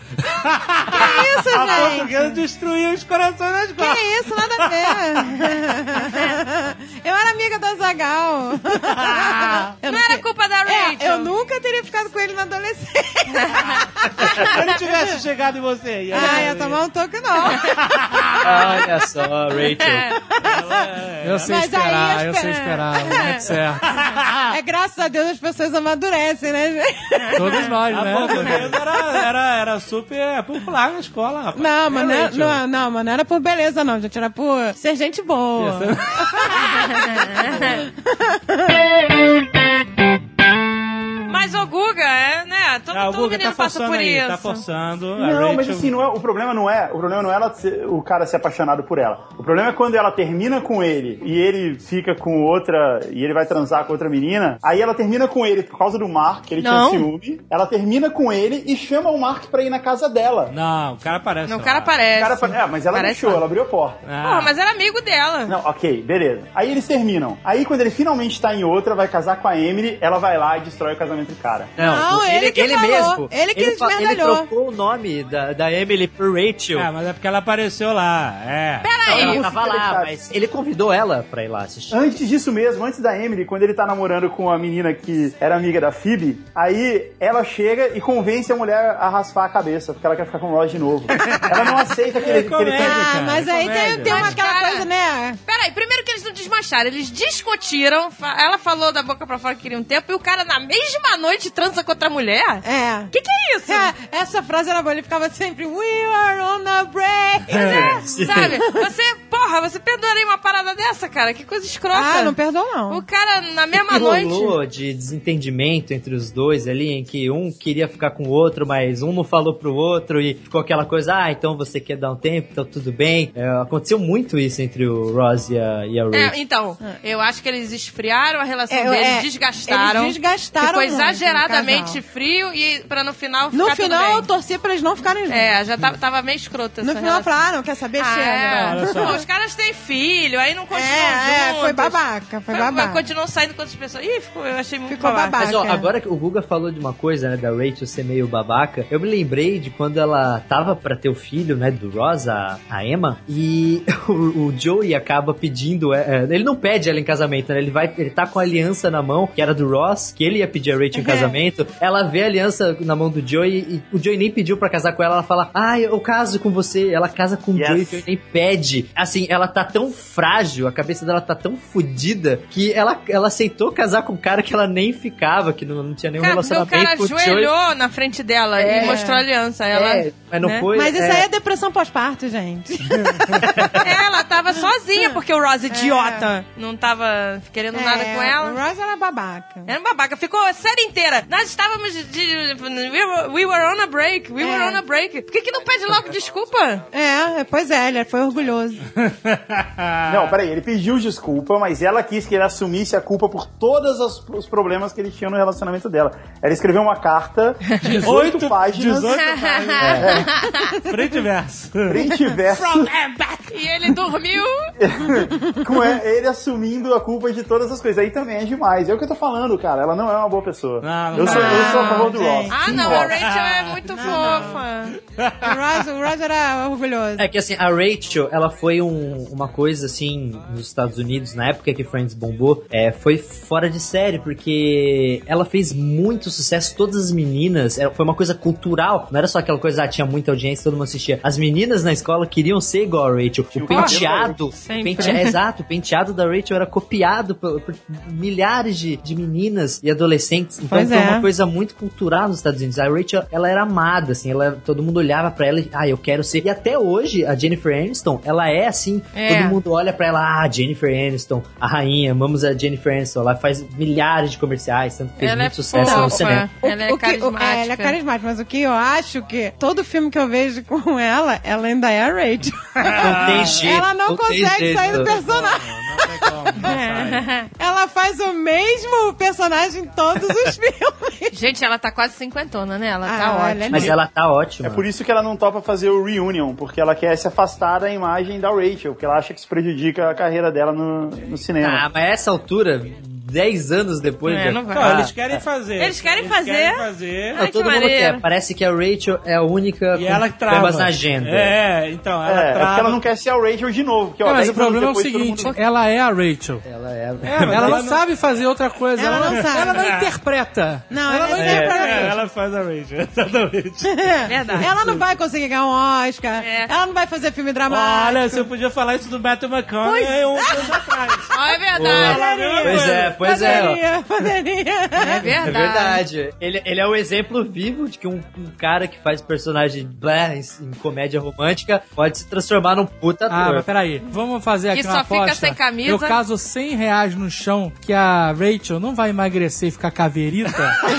Que isso, A gente? portuguesa destruiu os corações na escola. Que isso, nada a ver. Eu era amiga da Zagal. Eu Não era sei- culpa da É, Rachel. eu nunca teria ficado com ele na adolescência. Se ele tivesse chegado em você. E aí, Ah, ia tomar um toque, não. Olha só, Rachel. Eu sei Mas esperar, aí eu as sei pe- esperar. O momento certo. É graças a Deus as pessoas amadurecem, né, gente? Todos nós, A né? portuguesa era, era, era super popular na escola, rapaz. Não, mas não, Era é- Rachel. não, não, mas não era por beleza, não, gente. Era por ser gente boa. Mas o Guga, é, né? Todo, Ah, o todo Guga menino tá passa forçando por aí, isso. tá forçando. A Não, mas Rachel- assim, não é, o problema não é, o problema não é ela ser- o cara ser apaixonado por ela. O problema é quando ela termina com ele e ele fica com outra, e ele vai transar com outra menina, aí ela termina com ele por causa do Mark, que ele Não. tinha ciúme, ela termina com ele e chama o Mark pra ir na casa dela. Não, o cara aparece. Não, o lá. cara O aparece. cara, fa- é, mas ela Parece deixou, lá. ela abriu a porta. Ah. Porra, mas era amigo dela. Não, ok, beleza. Aí eles terminam. Aí quando ele finalmente tá em outra, vai casar com a Emily, ela vai lá e destrói o casamento do cara. Não, ele que falou. mesmo. Ele que fa- ele esmerdalhou. trocou o nome da, da Emily por Rachel. É, mas é porque ela apareceu lá. É. Peraí. Ela não tava conseguia lá, deixar. mas ele convidou ela pra ir lá assistir. Antes disso mesmo, antes da Emily, quando ele tá namorando com a menina que era amiga da Phoebe, aí ela chega e convence a mulher a raspar a cabeça, porque ela quer ficar com o Ross de novo. Ela não aceita que ele, que ele comédia, tem... Ah, cara, mas é aí tem, comédia. tem uma, Mas, aquela cara, coisa, né? Peraí, primeiro que eles não desmancharam, eles discutiram, fa- ela falou da boca pra fora que queria um tempo, e o cara na mesma noite transa com outra mulher? É. Que que é isso? É, essa frase era boa, ele ficava sempre We are on a break. É, sabe? Você, porra, você perdoaria uma parada dessa, cara? Que coisa escrota. Ah, não perdoa não. O cara na mesma que noite... rolou de desentendimento entre os dois ali, em que um queria ficar com o outro, mas um não falou pro outro e ficou aquela coisa, ah, então você quer dar um tempo, então tudo bem. É, aconteceu muito isso entre o Ross e a, e a Rachel. É, então, eu acho que eles esfriaram a relação É, deles, é, desgastaram. eles desgastaram Ficou muito, exageradamente o frio e pra no final No ficar final tudo eu bem. torci pra eles não ficarem juntos. É, já tava, tava meio escroto essa No final eu relação. falei, ah, não quer saber? Ah, Chega. é. Olha só. Pô, os caras caras têm filho, aí não continuam É, juntos. é, foi babaca, foi babaca. Mas continuam saindo com outras pessoas. Ih, ficou, eu achei muito Ficou babaca. babaca. Mas ó, agora que o Guga falou de uma coisa, né, da Rachel ser meio babaca, eu me lembrei de quando ela tava pra ter o filho, né, do Ross, a, a Emma, e o, o Joey acaba pedindo, é, ele não pede ela em casamento, né, ele vai, ele tá com a aliança na mão, que era do Ross, que ele ia pedir a Rachel em casamento, ela vê a aliança na mão do Joey, e o Joey nem pediu pra casar com ela, ela fala, ah, eu caso com você, ela casa com o Yes. Joey, o Joey nem pede. Assim, ela tá tão frágil, a cabeça dela tá tão fodida, que ela, ela aceitou casar com um cara que ela nem ficava, que não, não tinha nenhum Cara, porque o relacionamento cara com o ajoelhou Joey. na frente dela É. e mostrou a aliança. Ela, É, mas não né? foi... Mas isso é, aí é depressão pós-parto, gente. É, ela tava sozinha, porque o Ross, idiota, não tava querendo nada É, com ela. O Ross era babaca. Era um babaca. Ficou a série inteira. Nós estávamos de... de- we, were, we were on a break. We É. were on a break. Por que que não pede logo desculpa? É, pois é, ele foi orgulhoso. Não, peraí, ele pediu desculpa, mas ela quis que ele assumisse a culpa por todos os, os problemas que ele tinha no relacionamento dela. Ela escreveu uma carta, dezoito Oito- páginas, dezoito páginas. Frente e verso. frente e verso, E ele dormiu. com ele assumindo a culpa de todas as coisas. Aí também é demais. É o que eu tô falando, cara. Ela não é uma boa pessoa. Não, não eu, sou, eu sou a favor do gente. Ross. Ah, Sim, não. A Ross. Rachel é muito fofa. O Ross, o Ross era orgulhoso. É que assim, a Rachel, ela foi um- uma coisa assim, nos Estados Unidos, na época que Friends bombou, é, foi fora de série, porque ela fez muito sucesso, todas as meninas, é, foi uma coisa cultural, não era só aquela coisa, ah, tinha muita audiência, todo mundo assistia. As meninas na escola queriam ser igual a Rachel. O penteado, Sempre. o pente- é, exato, o penteado da Rachel era copiado por, por milhares de, de meninas e adolescentes, então Pois foi é. uma coisa muito cultural nos Estados Unidos. A Rachel, ela era amada, assim, ela, todo mundo olhava pra ela e, ah, eu quero ser. E até hoje, a Jennifer Aniston, ela é assim, É. todo mundo olha pra ela, ah, Jennifer Aniston, a rainha, amamos a Jennifer Aniston, ela faz milhares de comerciais, tanto que fez Ela é muito sucesso no fofa. cinema. Ela é O que- o- carismática. é, ela é carismática, mas o que eu acho que todo filme que eu vejo com ela, ela ainda é a Rachel. Não tem jeito. Ela não, tem consegue jeito. sair do personagem. Não tem como, não sai. Ela faz o mesmo personagem em todos os filmes. Gente, ela tá quase cinquentona, né? Ela Ah, tá ela ótima. é Mas ela tá ótima. É por isso que ela não topa fazer o reunion, porque ela quer se afastar da imagem da Rachel, porque ela acha que isso prejudica a carreira dela no, no cinema. Ah, mas a essa altura, dez anos depois... É, já- não vai. Não, Ah, eles querem fazer. Eles querem fazer? Eles querem fazer. não, Ai, que todo mundo maneiro. quer. Parece que a Rachel é a única E ela com que trava. temas na agenda. É, então, ela É, é trava. porque ela não quer ser a Rachel de novo. Porque, ó, É, mas dez o problema é o anos depois, todo seguinte, mundo- ela é a Rachel. Ela é... É, mas Ela, ela não não- sabe fazer outra coisa. Ela não sabe. Ela não interpreta. Não, ela ela não é interpreta. É, ela faz a Rachel, exatamente. Verdade. Ela não vai conseguir ganhar um Oscar. É. Ela não vai fazer filme dramático. Olha, você podia falar isso do Matthew McConaughey uns anos atrás. Ah, é verdade. Ela Pois é, pois é. ó. Poderia, poderia. É É verdade. verdade. Ele, ele é o exemplo vivo de que um, um cara que faz personagem blá, em, em comédia romântica pode se transformar num puta Ah, ator. mas peraí. Vamos fazer aqui Que uma só fica aposta. sem camisa. Eu caso cem reais no chão que a Rachel não vai emagrecer e ficar caveirita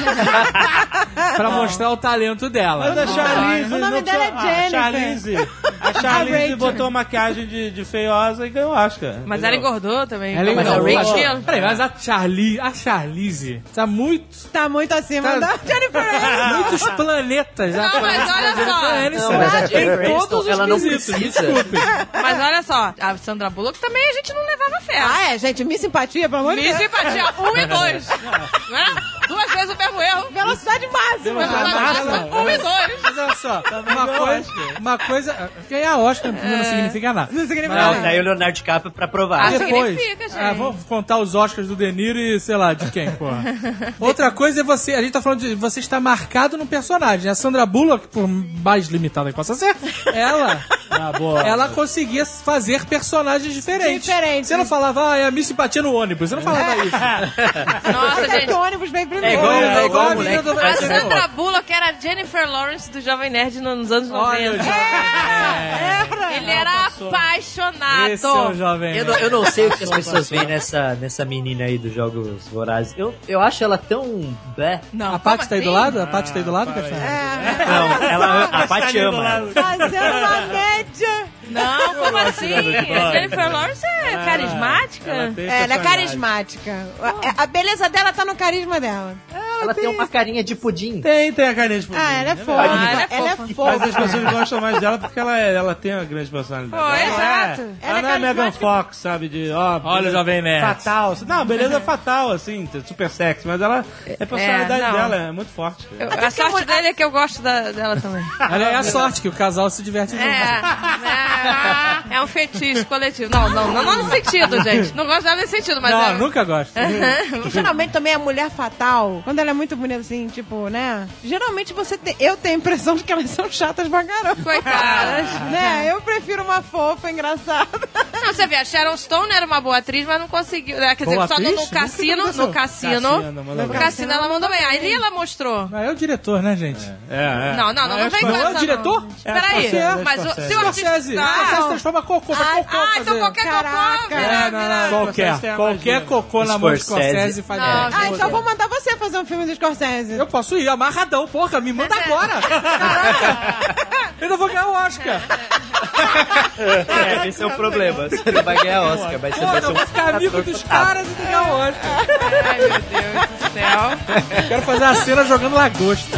pra mostrar o talento dela. Mas a Charlize... O nome não dela é precisa- Jennifer. A Charlize, a Charlize Rachel. botou maquiagem de, de feiosa e ganhou Oscar. Mas ela entendeu? engordou também. Ela Mas a engordou. Rachel... Peraí, mas a Charlize, a Charlize tá muito... Tá muito acima Tá- da Jennifer Aniston. Muitos planetas já. Não, mas olha só. Não, mas a Jennifer Em Aniston, todos os ela não quesitos, precisa. desculpe. Mas olha só, a Sandra Bullock também a gente não levava fé. Ah, é, gente, Miss Simpatia, pelo amor de Me Deus. simpatia um e dois. Né? Duas vezes o mesmo erro. Velocidade máxima. Velocidade máxima. Um e dois. Mas olha só, uma coisa, uma coisa... Ganhar Oscar não significa nada. Não significa Mas- nada. Daí o Leonardo DiCaprio pra provar. Ah, Depois, significa, gente. ah, vamos contar os Oscars do De Niro e sei lá, de quem, porra. Outra coisa é você, a gente tá falando de você estar marcado no personagem. A Sandra Bullock, por mais limitada que possa ser, ela, Ah, boa. ela conseguia fazer personagens diferentes. Diferentes. Você não falava, ah, é a Miss Simpatia no ônibus. Você não falava isso. Nossa, Até que gente. o ônibus vem primeiro. É igual, É, é igual igual a o moleque menina do que A faz Brasil. Sandra Bullock era a Jennifer Lawrence do Jovem Nerd nos anos Olha, o noventa. jovem. Ele era apaixonado. Esse é o jovem. Eu não, eu não sei o que as pessoas veem nessa, nessa menina aí dos Jogos Vorazes. Eu, eu acho ela tão... Bé. Não, A Paty como tá aí do assim? lado? A Paty tá aí do lado, para Cachorro? É, Não, ela, a Paty ama ela. fazendo uma média. Não, como assim? A Jennifer Lawrence é carismática? Ela tem É, ela é personagem. carismática. A, a beleza dela tá no carisma dela. É, Ela tem uma carinha de pudim. Tem, tem a carinha de pudim. Ah, ela é né? fofa. ela é Ela é fofa. fofa. Mas as pessoas gostam mais dela porque ela, é- ela tem uma grande personalidade. Pô, ela exato. Não é, Ela ela é não é Megan carismática. Fox, sabe? De, ó, Olha o Jovem Nerd. fatal. Não, beleza fatal, assim, super sexy. Mas ela, a personalidade É, não. dela é muito forte. Eu- a sorte dele é que eu gosto da- dela também. Olha aí a sorte, que o casal se diverte junto. É, é, é um fetiche coletivo. Não, não, não, não nesse sentido, gente. Não gosto dela nesse sentido, mas Não, é... nunca gosto. Geralmente também a mulher fatal, quando ela é muito bonita assim, tipo, né? Geralmente você tem. Eu tenho a impressão de que elas são chatas pra caramba. Coitadas. Né? Eu prefiro uma fofa, engraçada. Não, você vê, a Sharon Stone era uma boa atriz, mas não conseguiu. né? Quer dizer, Boa só no, atriz? no cassino, Nunca no cassino. Cassino, mandou No bem. cassino ela mandou bem. Ali ela mostrou. Ah, é o diretor, né, gente? É, é. Não, não, não, não, é vem com Não é essa. o diretor? não. Peraí, É, é, mas o, Scorsese. se o artista... Scorsese. Não. Scorsese transforma cocô, vai Ah, cocô ah, fazer. então qualquer Caraca. cocô vira, É, não, vira- não, Qualquer, Scorsese tem a qualquer magia. cocô na mão de Scorsese. Scorsese faz Não, merda. Ah, gente, então vou mandar você fazer um filme do Scorsese. Eu posso ir, amarradão, porra, me manda agora. Caraca. Eu ainda vou ganhar o Oscar. É, esse é o problema. Você não vai ganhar Oscar, mas você Pô, vai eu ser um vou ficar amigo dos caras e ganhar o Oscar. Ai, meu Deus do céu. Quero fazer a cena jogando lagosta.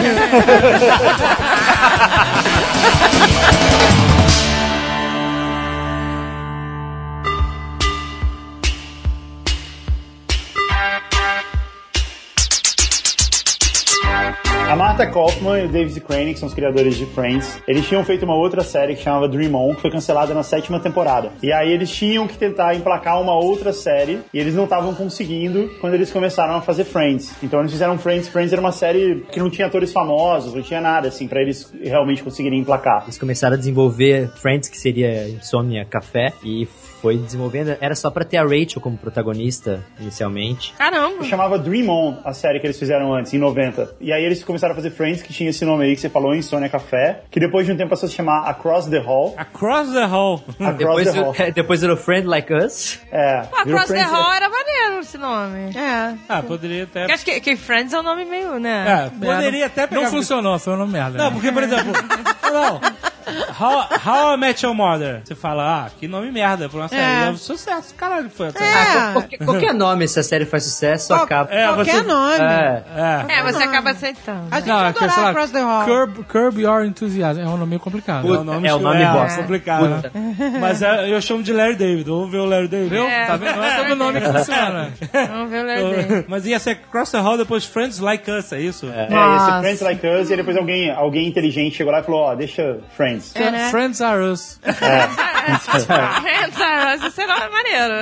A Martha Kaufman e o David Crane, que são os criadores de Friends, eles tinham feito uma outra série que chamava Dream On, que foi cancelada na sétima temporada. E aí eles tinham que tentar emplacar uma outra série, e eles não estavam conseguindo quando eles começaram a fazer Friends. Então eles fizeram Friends. Friends era uma série que não tinha atores famosos, não tinha nada, assim, pra eles realmente conseguirem emplacar. Eles começaram a desenvolver Friends, que seria Insomnia Café, e foi desenvolvendo. Era só pra ter a Rachel como protagonista, inicialmente. Caramba. Chamava Dream On, a série que eles fizeram antes, em noventa. E aí eles começaram a fazer Friends, que tinha esse nome aí que você falou, Insomnia Café, que depois de um tempo passou a se chamar Across the Hall. Across the Hall. Across Depois, the Hall. eu- depois era o Friend Like Us. É. Pô, virou Across the Friends- Hall era maneiro esse nome. É. Ah, poderia até... Porque acho que, que Friends é um nome meio, né? É, poderia até pegar... Não funcionou, foi uma merda. Não, né? porque, por exemplo... não, How, How I Met Your Mother. Você fala, ah, que nome merda pra uma série. É. É. Sucesso, caralho, foi até... É. Qualquer, qualquer nome, se a série faz sucesso, Qual- acaba. É, Qualquer você- nome. É. É. É, você acaba aceitando. A gente Não, ia é que, sei adorar lá, Across the Hall. Curb, Curb Your Enthusiasm. É um nome meio complicado. Puta, É o nome, é o nome é, bosta. complicado, né? Mas é, eu chamo de Larry David. Vamos ver o Larry David. Viu? É. Tá vendo? Não é todo nome que funciona. Vamos ver o Lerday. Mas ia ser Cross the Hall, depois Friends Like Us, é isso? É, Nossa. esse Friends Like Us, e depois alguém, alguém inteligente chegou lá e falou, ó, deixa Friends. É, né? Friends Are Us. Friends are Us, isso era maneiro.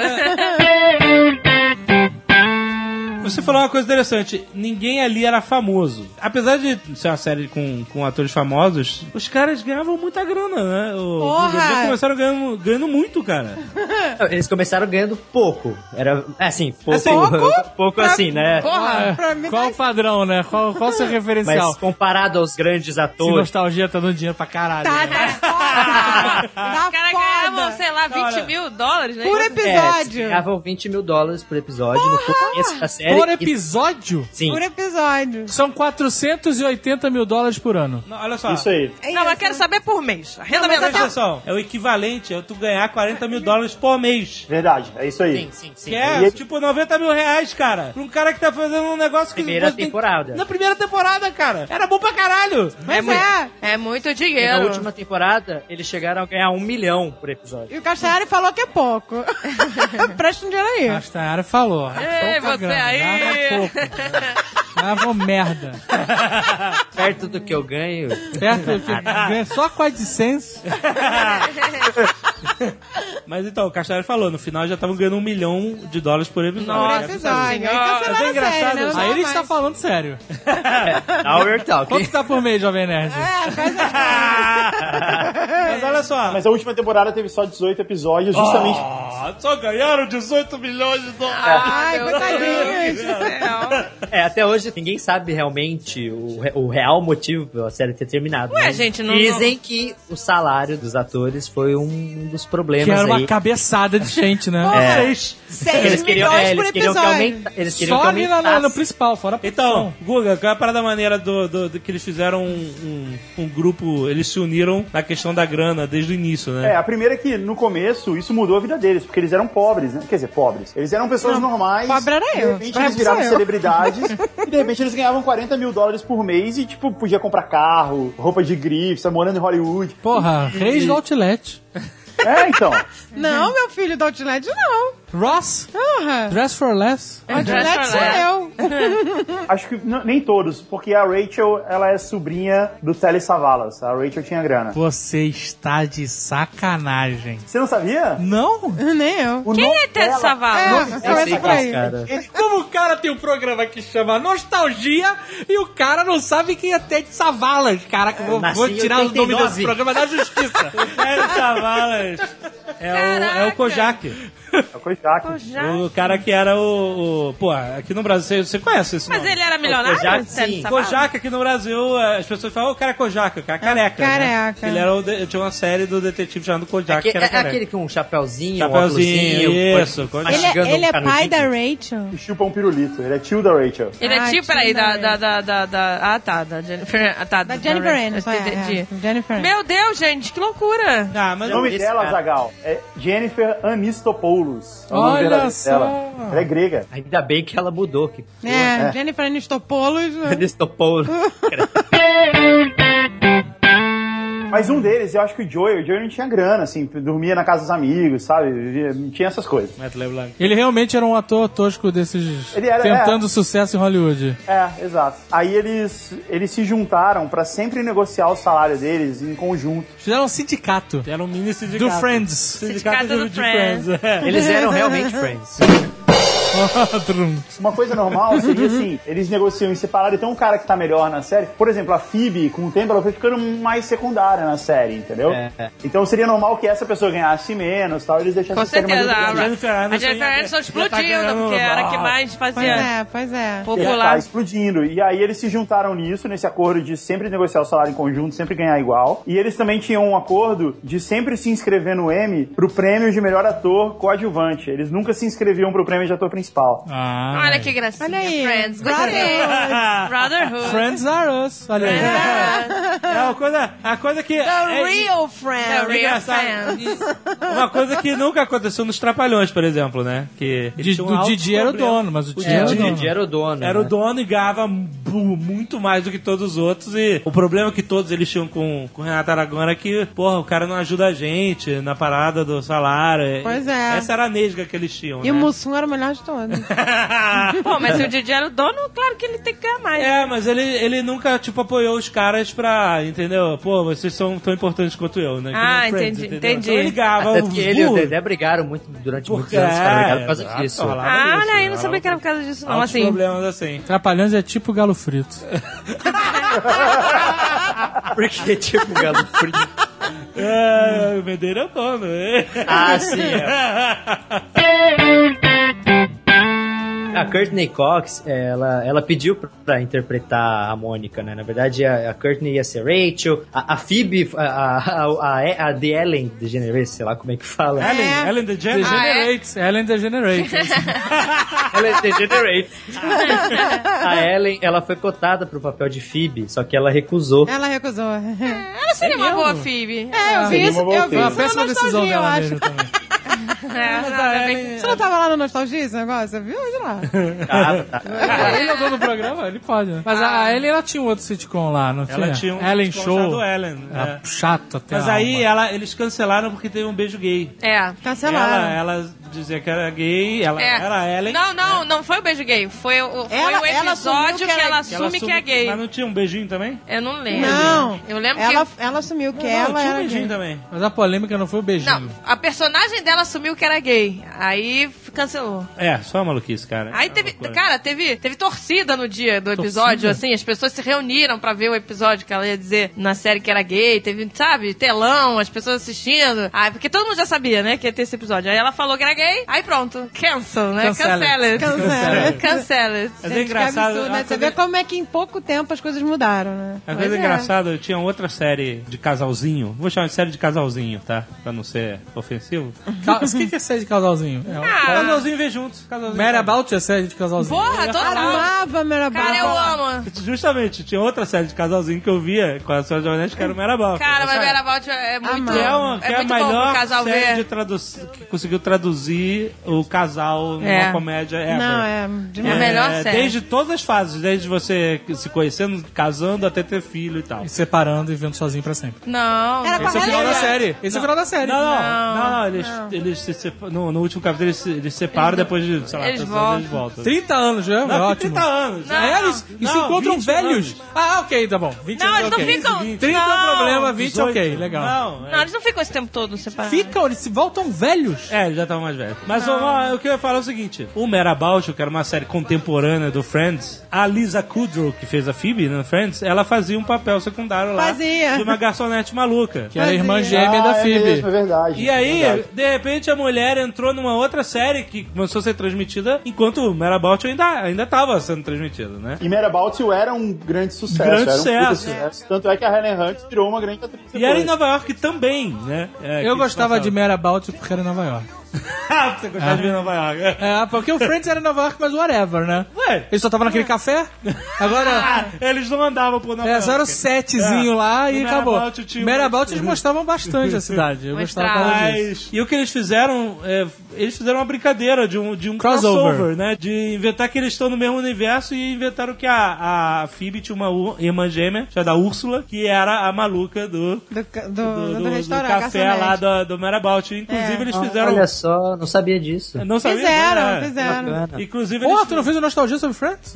Você falou uma coisa interessante. Ninguém ali era famoso. Apesar de ser uma série com, com atores famosos, os caras ganhavam muita grana, né? O, Porra! eles começaram ganhando, ganhando muito, cara. Eles começaram ganhando pouco. Era, é assim, pouco, Assim, pouco, pouco assim, né? Porra. Pra mim Qual tá o padrão, né? Qual, qual o seu referencial? Mas comparado aos grandes Se atores, nostalgia tá dando dinheiro pra caralho. Tá, né? tá foda. Os Tá caras ganhavam, foda. sei lá, vinte Olha, mil dólares, né? Por é, episódio. ganhavam vinte mil dólares por episódio no começo da série. Por e- episódio? Sim. Por episódio. São quatrocentos e oitenta mil dólares por ano. Não, olha só. Isso aí. Não, mas quero saber por mês. A renda Não, mas mensal. presta atenção. É o equivalente a tu ganhar quarenta mil dólares por mês. Verdade, é isso aí. Sim, sim, sim. Que é, tipo, noventa mil reais, cara. Pra um cara que tá fazendo um negócio que... Primeira você tem- temporada. Na primeira temporada, cara. Era bom pra caralho. Mas É muito, é. é muito E na dinheiro. última temporada, eles chegaram a ganhar um milhão por episódio. E o Castanhari falou que é pouco. Presta um dinheiro aí. A Stayara falou. Ei, Pouca você grana, aí. dava pouco. Dava merda. Perto do que eu ganho. Perto do que ganha só com a AdSense. Mas então, o Castanheira falou, no final já estavam ganhando um milhão de dólares por episódio. Nossa Por episódio. Aí Senhora. cancelaram Mas é a engraçado, série, né? Não Aí ele mais. está falando sério. Now we're talking. Quanto tá por mês, Jovem Nerd? É, faz as Mas olha só. Mas a última temporada teve só dezoito episódios, justamente... Ah, só ganharam dezoito milhões de dólares. Ai, Meu coitadinhos. Deus do céu. É, até hoje ninguém sabe realmente o, re- o real motivo pela série ter terminado. Ué, mas gente, não- Dizem que o salário dos atores foi um dos problemas Que era uma aí. cabeçada de gente, né? É. Seis. seis Eles queriam, milhões é, por eles queriam que episódio. aumenta, eles queriam Só que ali na- no, aumentasse. no principal, fora a Então, Guga, qual é a parada maneira do, do, do que eles fizeram um, um, um grupo, eles se uniram na questão da grana grana desde o início, né? É, a primeira é que, no começo, isso mudou a vida deles, porque eles eram pobres, né? Quer dizer, pobres. Eles eram pessoas Não, normais. pobre era de eu. repente Pobre eles viraram sou eu. celebridades e de repente eles ganhavam quarenta mil dólares por mês e, tipo, podia comprar carro, roupa de grife, sabe, morando em Hollywood. Porra, reis do Outlet. É, então. Não, meu filho do Outlet, não. Ross, Porra. Dress for Less. Outlet sou eu. Acho que n- nem todos, porque a Rachel, ela é sobrinha do Telly Savalas. A Rachel tinha grana. Você está de sacanagem. Você não sabia? Não? Nem eu. O Quem nome é Ted dela- Savalas? É, Eu começa sei por que é esse aí. cara. Como o cara tem um programa que chama Nostalgia e o cara não sabe quem é Ted Savalas. Caraca, vou, nasci vou em tirar o nome oitenta e nove. desse programa da justiça. Sério, Savalas. É o, é o Kojak. É o Kojak. O cara que era o, o... Pô, aqui no Brasil, você, você conhece esse Mas nome? ele era milionário? Kojak, Ted sim. Savalas? Kojak aqui no Brasil, as pessoas falam, o cara é Kojak, o cara é careca. Né? careca. Ele era o de, tinha uma série do detetive chamado Kojak, Aque- que era é careca. aquele com um chapéuzinho, Chapeuzinho, um isso, óculosinho, Ele Ele, mastigando é, ele um é pai da canudinho. Rachel. E chupa um pirulito. Ele é tio da Rachel. Ele é Ah, tipo, peraí, da, Tina da, da, da, da... Ah, tá, da Jennifer... Ah, tá, Da Jennifer Aniston, é, Entendi. é. Jennifer. Meu Deus, gente, que loucura. Ah, mas O nome esse dela, cara. Zagal, é Jennifer Anistopoulos. É o nome Olha verdadeiro só. dela. Ela é grega. Ainda bem que ela mudou. Que É, É. Jennifer Anistopoulos. Destopou. Mas um deles, eu acho que o Joey, o Joey não tinha grana, assim, dormia na casa dos amigos, sabe? Vivia- Tinha essas coisas. Matt LeBlanc. Ele realmente era um ator tosco desses Ele era- tentando é. sucesso em Hollywood. É, exato. Aí eles, eles se juntaram pra sempre negociar o salário deles em conjunto. Fizeram um sindicato Era um mini sindicato. do Friends. Sindicato, Sindicato de, do de Friends. Friends. é. Eles eram realmente friends. Uma coisa normal seria assim, eles negociam em separado, então o cara que tá melhor na série, por exemplo, a Phoebe, com o tempo, ela foi ficando mais secundária na série, entendeu? É, é. Então seria normal que essa pessoa ganhasse menos, tal, eles deixassem Com a série mais certeza. A, interessante. Jennifer a Aniston Jennifer ia- Aniston ia tá explodindo, ganhando- porque era a que mais Pois fazia é, pois é. E tá popular. explodindo. E aí eles se juntaram nisso, nesse acordo de sempre negociar o salário em conjunto, sempre ganhar igual. E eles também tinham um acordo de sempre se inscrever no Emmy pro prêmio de melhor ator coadjuvante. Eles nunca se inscreviam pro prêmio de ator principal. Ah, Olha que gracinha. Olha aí. Friends. Gostei. Brotherhood. Friends are us. Olha aí. É uma coisa, a coisa que... The é, real The friend. real engraçado. Friends. Uma coisa que nunca aconteceu nos Trapalhões, por exemplo, né? Que eles Di- tinham do altos Didi era o problemas. dono, mas o Didi É, era o o dono. Didi era o dono. Era o né? dono e ganhava bu- muito mais do que todos os outros. E o problema que todos eles tinham com, com o Renato Aragão era que, porra, o cara não ajuda a gente na parada do salário. Pois é. Essa era a nesga que eles tinham, E o né? Mussum era o melhor de todos. Pô, mas se o Didi era o dono, claro que ele tem que ganhar mais. É, mas ele, ele nunca, tipo, apoiou os caras pra, entendeu? Pô, vocês são tão importantes quanto eu, né? Que Ah, nem o Friends, entendi, entendeu? entendi. Então ele ganhava Até os porque ele e o burros. Dedé brigaram muito durante Porque, muitos anos, cara, brigaram é, por causa exato, disso. rolava Ah, isso, olha aí, não rolava sabia que era por causa disso, não. altos Assim, problemas assim. Trapalhões é tipo galo frito. Porque, tipo, galo frio. É, o Medeiro é o dono. é. Ah, sim, A Courtney Cox, ela, ela pediu pra, pra interpretar a Mônica, né? Na verdade, a, a Courtney ia ser Rachel, a, a Phoebe, a, a, a, a The Ellen DeGeneres, sei lá como é que fala. Ellen, É. Ellen DeGeneres. Degenerates. Ellen Degenerates. Ela é DeGeneres. A Ellen, ela foi cotada pro papel de Phoebe, só que ela recusou. Ela recusou. ela seria uma boa Phoebe. É, eu vi Seria isso, uma boa eu vi filha. Foi uma isso na péssima decisão nostalgia, eu dela acho. mesmo também. É, não, é bem- Você não tava lá no Nostalgia, esse negócio? Você viu? Olha lá. Ah, tá. Ele é o dono do programa, ele pode. Né? Mas a, a Ellen, ela tinha um outro sitcom lá, não tinha? Ela tinha um Ellen sitcom Show. chamado Ellen, Era é. chato até Mas a aí alma. ela, eles cancelaram porque teve um beijo gay. É. Cancelaram. Ela, ela dizia que era gay, ela É. era Ellen. Não, não, não foi o beijo gay. Foi o, foi Ela- o ela assumiu episódio que que, era- ela Que ela assume que é assume- gay. Mas não tinha um beijinho também? Eu não lembro. Não. Eu lembro Ela, que... ela assumiu que não, ela tinha um era beijinho gay. também. Mas a polêmica não foi o beijinho. Não, a personagem dela assumiu que era gay. Aí cancelou. É, só maluquice, cara. Aí É uma teve, loucura. cara, teve, teve torcida no dia do episódio, Torcida? assim, as pessoas se reuniram pra ver o episódio que ela ia dizer na série que era gay, teve, sabe, telão, as pessoas assistindo. Ah, porque todo mundo já sabia, né, que ia ter esse episódio. Aí ela falou que era gay, aí pronto, cancel, né, Cancela. cancela. Cancela. Cancela. Mas é Gente, que engraçado. absurdo, a né? Você coisa- vê como é que em pouco tempo as coisas mudaram, né? A Pois coisa é. engraçada, eu tinha outra série de casalzinho. Vou chamar de série de casalzinho, tá? Pra não ser ofensivo. Cal- Você que, que é série de casalzinho? É, Ah, Casalzinho vê juntos. Casalzinho. Mad About é série de casalzinho. porra, total. Amava Merabout. Cara, eu amo. Justamente, tinha outra série de casalzinho que eu via com a senhora Joanete, que era o Merabout. Cara, mas Merabout é muito, Amava. Que é, uma, que é, é a muito bom pro melhor casal série ver. de tradu- que conseguiu traduzir o casal numa É. comédia ever. Não, é É a demais. melhor série. Desde todas as fases, desde você se conhecendo, casando, até ter filho e tal. E separando e vivendo sozinho pra sempre. Não, Era não. Esse é o final da Helen. série. Esse é o final da série. Não, não, Não. não, não, eles, eles se sepa- no, no último capítulo eles se, eles se separam depois de, sei lá, Eles tantos anos voltam. eles voltam. trinta anos, já é Não, ótimo. trinta anos. Não. É, eles, e se Não, encontram vinte velhos. anos. Ah, ok, tá bom. vinte Não, anos, eles não ok. ficam- trinta é Não. o problema, vinte dezoito. ok, legal. Não, Não, eles não ficam esse tempo todo separados. Ficam, eles se voltam velhos. É, eles já estavam mais velhos. Mas ó, o que eu ia falar é o seguinte: o Merabout, que era uma série contemporânea do Friends, a Lisa Kudrow, que fez a Phoebe no Friends, ela fazia um papel secundário lá Fazia. de uma garçonete maluca. Que era a irmã Fazia. gêmea Ah, da é Phoebe. mesmo, é verdade. E aí, é verdade. de repente, a mulher entrou numa outra série que começou a ser transmitida enquanto o Merabout ainda, ainda tava sendo transmitido, né? E Merabout era um grande sucesso. Grande era um puta sucesso. sucesso. Tanto é que a Helen Hunt virou uma grande atriz. E era em depois. Nova York também, né? É, Eu que gostava de passava. Merabout porque era em Nova York. Ah, você gostava de ver Nova York. É, porque o Friends era em Nova York, mas whatever, né? Ué? Eles só estavam naquele café. Agora, Ah, eles não andavam por Nova é, York. só era o setzinho É. lá e No acabou. Merabout tinha um- Merabout eles mostravam bastante a cidade. Eu gostava por causa disso. Mas, e o que eles fizeram, é, eles fizeram uma brincadeira de um, de um Crossover. crossover, né? De inventar que eles estão no mesmo universo e inventaram que a, a Phoebe tinha uma u- irmã gêmea, chamada Úrsula, que era a maluca do, Do, ca- do, do, do, do- do restaurante. café garçonete. lá do, do Merabout. Inclusive, É. eles Ah, fizeram... olha só, não sabia disso. Não sabia, Fizeram, né? fizeram. Bacana. Inclusive, Porra, eles... tu não fez o Nostalgia sobre Friends?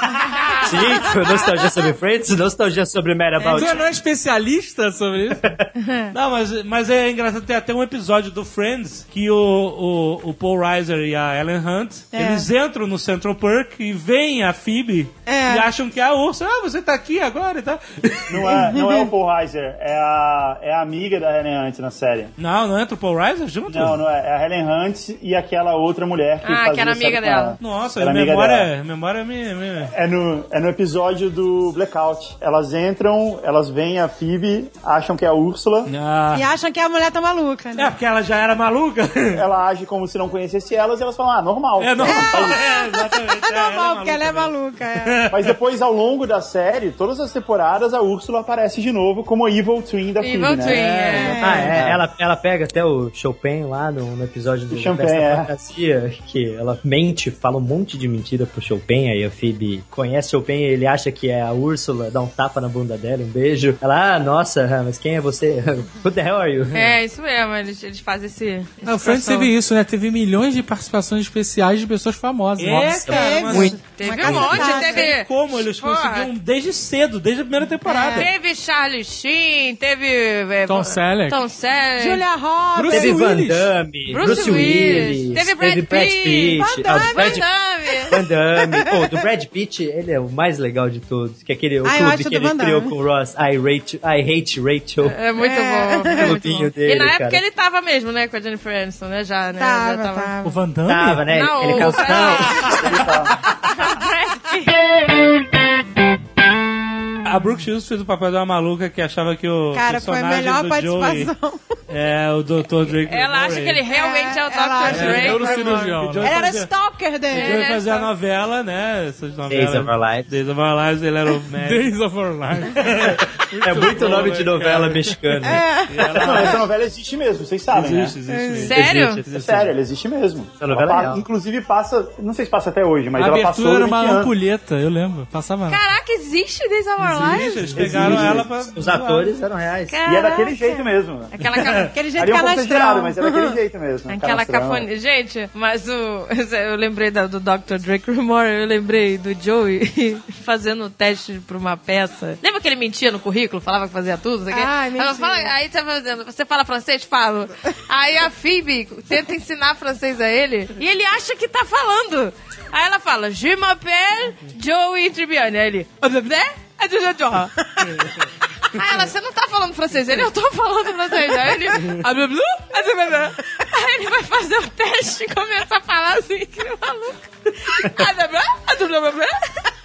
Sim, foi nostalgia sobre Friends, nostalgia sobre Merabout. Tu não é especialista sobre isso? Não, mas, mas é engraçado, tem até um episódio do Friends que o, o, o Paul Reiser e a Ellen Hunt, É. eles entram no Central Park e veem a Phoebe É. e acham que é a Úrsula. Ah, você tá aqui agora e tal. Não é, não é o Paul Reiser, é a, é a amiga da Helen Hunt na série. Não, não entra o Paul Reiser junto? Não, não é. É a Helen Hunt e aquela outra mulher que Ah, fazia que era série amiga com dela. ela. Nossa, Era a amiga memória, dela. memória é minha, minha. É no, é no episódio do Blackout. Elas entram, elas veem a Phoebe, acham que é a Úrsula. Ah. E acham que a mulher tá maluca, né? É, porque ela já era maluca. Ela age como se não conhecesse elas e elas falam, ah, normal. É normal, é, exatamente. É normal, porque ela é mesmo. maluca. É. Mas depois, ao longo da série, todas as temporadas, a Úrsula aparece de novo como a Evil Twin da Evil Phoebe, né? Twin, é. Ah, é, ela, ela pega até o Chopin lá no, no episódio do Chopin, Festa é. Fantasia, que ela mente, fala um monte de mentira pro Chopin, aí a Phoebe conhece Chopin, ele acha que é a Úrsula, dá um tapa na bunda dela, um beijo. Ela, ah, nossa, mas quem é você? Who the hell are you? É, isso mesmo, eles, eles fazem esse. esse Ah, o Friends crossover. teve isso, né? Teve milhões de participações especiais de pessoas famosas. É, Nossa. cara, mas muito. Teve Uma um monte, cacetada. teve. como eles Porra. conseguiam desde cedo, desde a primeira temporada. Teve Charlie Sheen, teve. é, Tom Selleck. Tom Selleck. Julia Roberts. Bruce Teve Van Willis. Damme, Bruce Bruce, Willis, Willis, teve Brad Pitt, Van ah, Damme, do Brad, Van Damme. Van Damme. Oh, do Brad Pitt, ele é o mais legal de todos, que é aquele o Ah, eu clube acho que do ele Van criou Damme. com o Ross, I, rate, I Hate Rachel. É muito É. bom. É muito Clubinho bom. dele, e na época cara. ele tava mesmo, né, com a Jennifer Aniston, né? Já, né? Tava, já tava. O Van Damme? Tava, né? Não, ele o casou. A Brooke Shields fez o papel de uma maluca que achava que o Cara, foi a personagem melhor do Joey participação. é o doutor Drake. Ela acha que ele realmente é, o É, ela doutor acha. É, Drake. neurocirurgião, né? Ela era fazia- stalker O dele. Joey é fazia a só- novela, né? Essas novelas. Days of Our Lives. Days of Our Lives, ele era o médico. Days of Our Life. É muito nome de né, novela cara? mexicana. E ela- Não, essa novela existe mesmo, vocês sabem, Existe, né? existe. mesmo. Sério? Existe, É sério, ela existe mesmo. Essa novela Ela é pa- real. inclusive passa, não sei se passa até hoje, mas A ela abertura passou era uma vinte anos. ampulheta, eu lembro. Passava. Caraca, existe Days of Our Existe, Lives? eles pegaram Existe. ela pra... Os atores eram reais. E é daquele jeito mesmo. Aquela ca- Aquele jeito Ali é um pouco exagerado, canastrão. mas é daquele jeito mesmo. Aquela Canastrão. cafonia. Gente, mas o. Eu lembrei da- do doutor Drake Rumor, eu lembrei do Joey fazendo o teste pra uma peça. Lembra que ele mentia no currículo, falava que fazia tudo? Não sei o quê? Ai, Ela mentira. fala, aí você, fazendo, você fala francês? Falo. Aí a Phoebe tenta ensinar francês a ele e ele acha que tá falando. Aí ela fala, Je m'appelle Joey Tribbiani. Aí ele, né? Aí ela, você não tá falando francês. Ele, eu tô falando francês. Aí ele, aí ele vai fazer o teste e começa a falar assim, que maluco.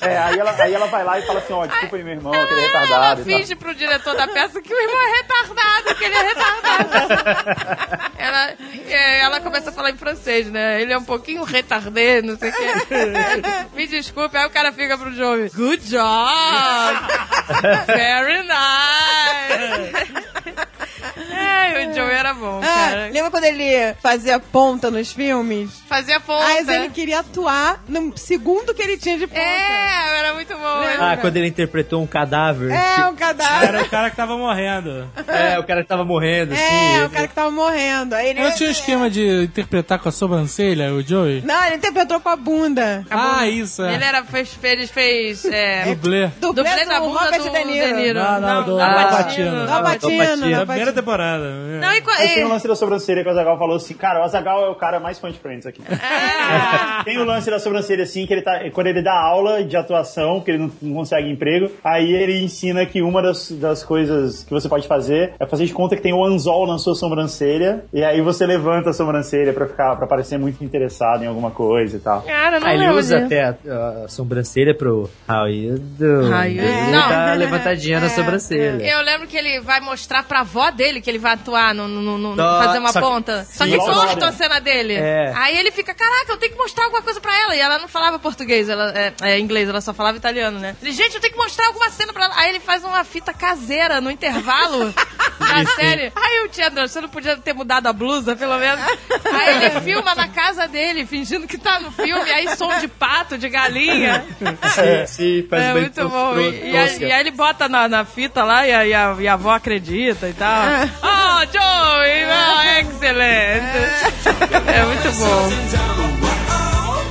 É, aí ela, aí ela vai lá e fala assim, ó, desculpa aí, meu irmão, aquele é Ela retardado. e tal. finge pro diretor da peça que o irmão é retardado, que ele é retardado. ela, é, ela começa a falar em francês, né? Ele é um pouquinho retardé, não sei o que. Me desculpe, aí o cara fica pro Joey. Good job! Very nice! É, o Joey era bom, Ah, cara. lembra quando ele fazia ponta nos filmes? Fazia ponta. Mas ele queria atuar no segundo que ele tinha de ponta. É, era muito bom. Ah, quando ele interpretou um cadáver. É, um cadáver. Era o cara que tava morrendo. É, o cara que tava morrendo, assim. É, ele- o cara que tava morrendo. Aí ele... Não tinha um esquema de interpretar com a sobrancelha, o Joey? Não, ele interpretou com a bunda. Ah, isso, é. Ele era, fez, fez, fez é, Dublê. Dublê dublê do da bunda Robert do De Niro. Não, não, do Al Al Pacino. Pacino. Da Batino, Al Pacino. da Na primeira Batino. temporada. Não, e, co- Aí tem o e, lance da sobrancelha que o Azaghal falou assim, cara, o Azaghal é o cara mais fã de Friends aqui. é, Tem o lance da sobrancelha assim, que ele tá, quando ele dá aula de atuação, que ele não, não consegue emprego, aí ele ensina que uma das, das coisas que você pode fazer é fazer de conta que tem um anzol na sua sobrancelha, e aí você levanta a sobrancelha pra ficar, pra parecer muito interessado em alguma coisa e tal. cara, não Ah, ele lembro usa disso. até a, a sobrancelha pro How you do. How you Ele do. dá Não. levantadinha na É, sobrancelha. Eu lembro que ele vai mostrar pra avó dele que ele vai atuar, no, no, no- Tó- fazer uma só que- ponta. Só sim. que Logo corta na a hora. cena dele. É. Aí ele fica, caraca, eu tenho que mostrar alguma coisa pra ela. E ela não falava português, ela é, é inglês, ela só falava italiano, né? Ele, gente, eu tenho que mostrar alguma cena pra ela. Aí ele faz uma fita caseira no intervalo da série. Aí o Chandler, você não podia ter mudado a blusa, pelo menos. Aí ele filma na casa dele, fingindo que tá no filme. Aí som de pato, de galinha. Sim, sim, faz É bem muito bom. E, tosco, e aí, tosca. e aí ele bota na, na fita lá e a, e, a, e a avó acredita e tal. Oh, Joey, oh, excelente. É muito bom.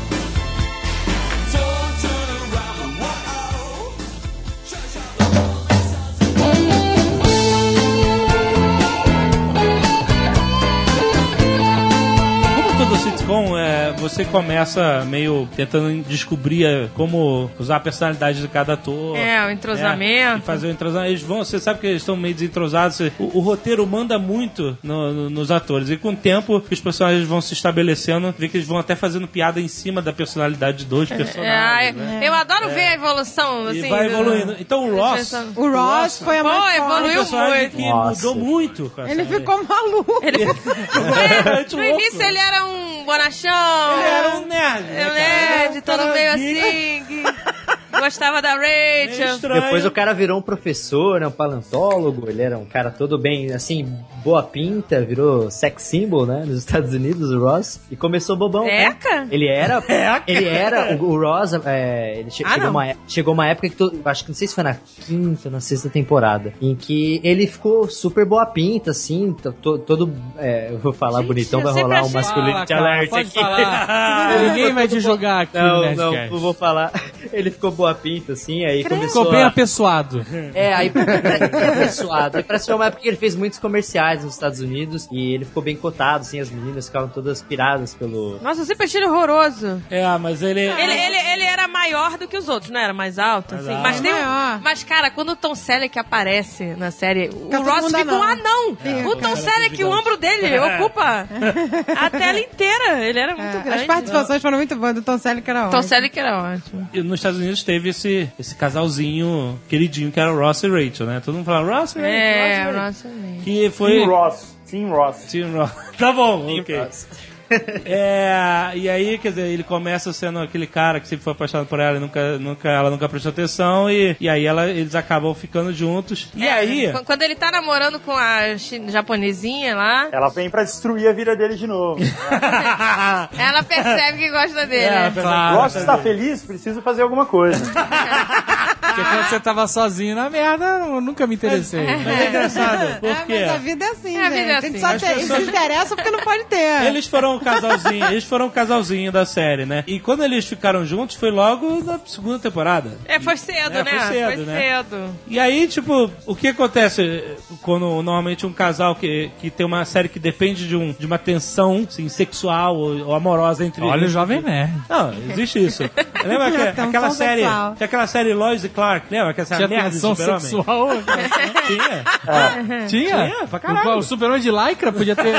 Como todo sitcom, é, você começa meio tentando descobrir é, como usar a personalidade de cada ator. É, o entrosamento. É, e fazer o entrosamento. Eles vão, você sabe que eles estão meio desentrosados. você- O, o roteiro manda muito no- no- nos atores. E com o tempo, os personagens vão se estabelecendo, vê que eles vão até fazendo piada em cima da personalidade de dois É, personagens. né? eu adoro ver a evolução. E Assim, vai do- evoluindo. Então o Ross. O Ross foi a Pô, mais É um evoluiu personagem muito. que Nossa. mudou muito. com a Ele série. ficou maluco. Ele, É, muito no louco. início ele era um bonachão. Ele era um nerd. né, É um cara? Ele era nerd, um todo cara meio geek, assim. que gostava da meio Rachel. estranho. Depois o cara virou um professor, né, um paleontólogo, ele era um cara todo bem, assim, boa pinta, virou sex symbol, né, nos Estados Unidos, o Ross, e começou bobão. né? Eca? Ele era, ele era, o, o Ross, é, ele che- Ah, chegou, não. uma, é- chegou uma época que, to- acho que não sei se foi na quinta, na sexta temporada, em que ele ficou super boa pinta, assim, to- to- todo, é, eu vou falar Gente, bonitão, eu vai sempre rolar um achei- masculinity Fala, cara, alert pode aqui. falar. Ninguém vai te julgar aqui no Não, não, Nerdcast. não vou falar. Ele ficou boa pinta, assim, aí começou Ficou bem a... apessoado. É, aí bem apessoado. Aí parece que foi uma época que ele fez muitos comerciais nos Estados Unidos e ele ficou bem cotado, assim, as meninas ficavam todas piradas pelo... Nossa, eu sempre achei ele horroroso. É, mas ele. Ele, ele, ele era maior do que os outros, não era mais alto, assim. alto. Mas, tem um- Maior. mas, cara, quando o Tom Selleck aparece na série, o todo Ross mundo fica um anão. anão. O Tom Selleck, o ombro dele, ocupa a tela inteira. Ele era muito É, grande. as participações foram muito boas do Tom Selleck, era Tom ótimo. Selleck era ótimo. E nos Estados Unidos teve esse, esse casalzinho queridinho que era o Ross e Rachel, né? Todo mundo falava Ross e Rachel. É, Ross e o Rachel. Ross também. Que foi. Team Ross. Team Ross. Team Ross. Tá bom, ok. É, e aí, quer dizer, ele começa sendo aquele cara que sempre foi apaixonado por ela e nunca, nunca, ela nunca prestou atenção, e, e aí ela, eles acabam ficando juntos. E É, aí. qu- Quando ele tá namorando com a chi- japonesinha lá, Ela vem pra destruir a vida dele de novo. ela percebe que gosta dele. É, ela né? pensa, Claro. Ross está feliz? Preciso fazer alguma coisa. Porque quando você tava sozinho na merda, eu nunca me interessei. Mas é engraçado, por É, quê? mas a vida é assim, É, a gente. vida é Tem que assim. só As ter, pessoas- se interessa porque não pode ter. Eles foram um casalzinho, eles foram um casalzinho da série, né? E quando eles ficaram juntos foi logo na segunda temporada. É, foi cedo, É, né? foi cedo, né? cedo. E aí, tipo, o que acontece quando normalmente um casal que, que tem uma série que depende de, um, de uma tensão assim, sexual ou, ou amorosa entre Olha o eles? Jovem Nerd. Não, existe isso. Lembra que, Tensão aquela série, sexual. que aquela série Lois e Clark, lembra? Que essa Tinha merda de tensão super-homem? sexual? Tinha. Tinha? Tinha, pra caralho. O, o Superman de Lycra podia ter...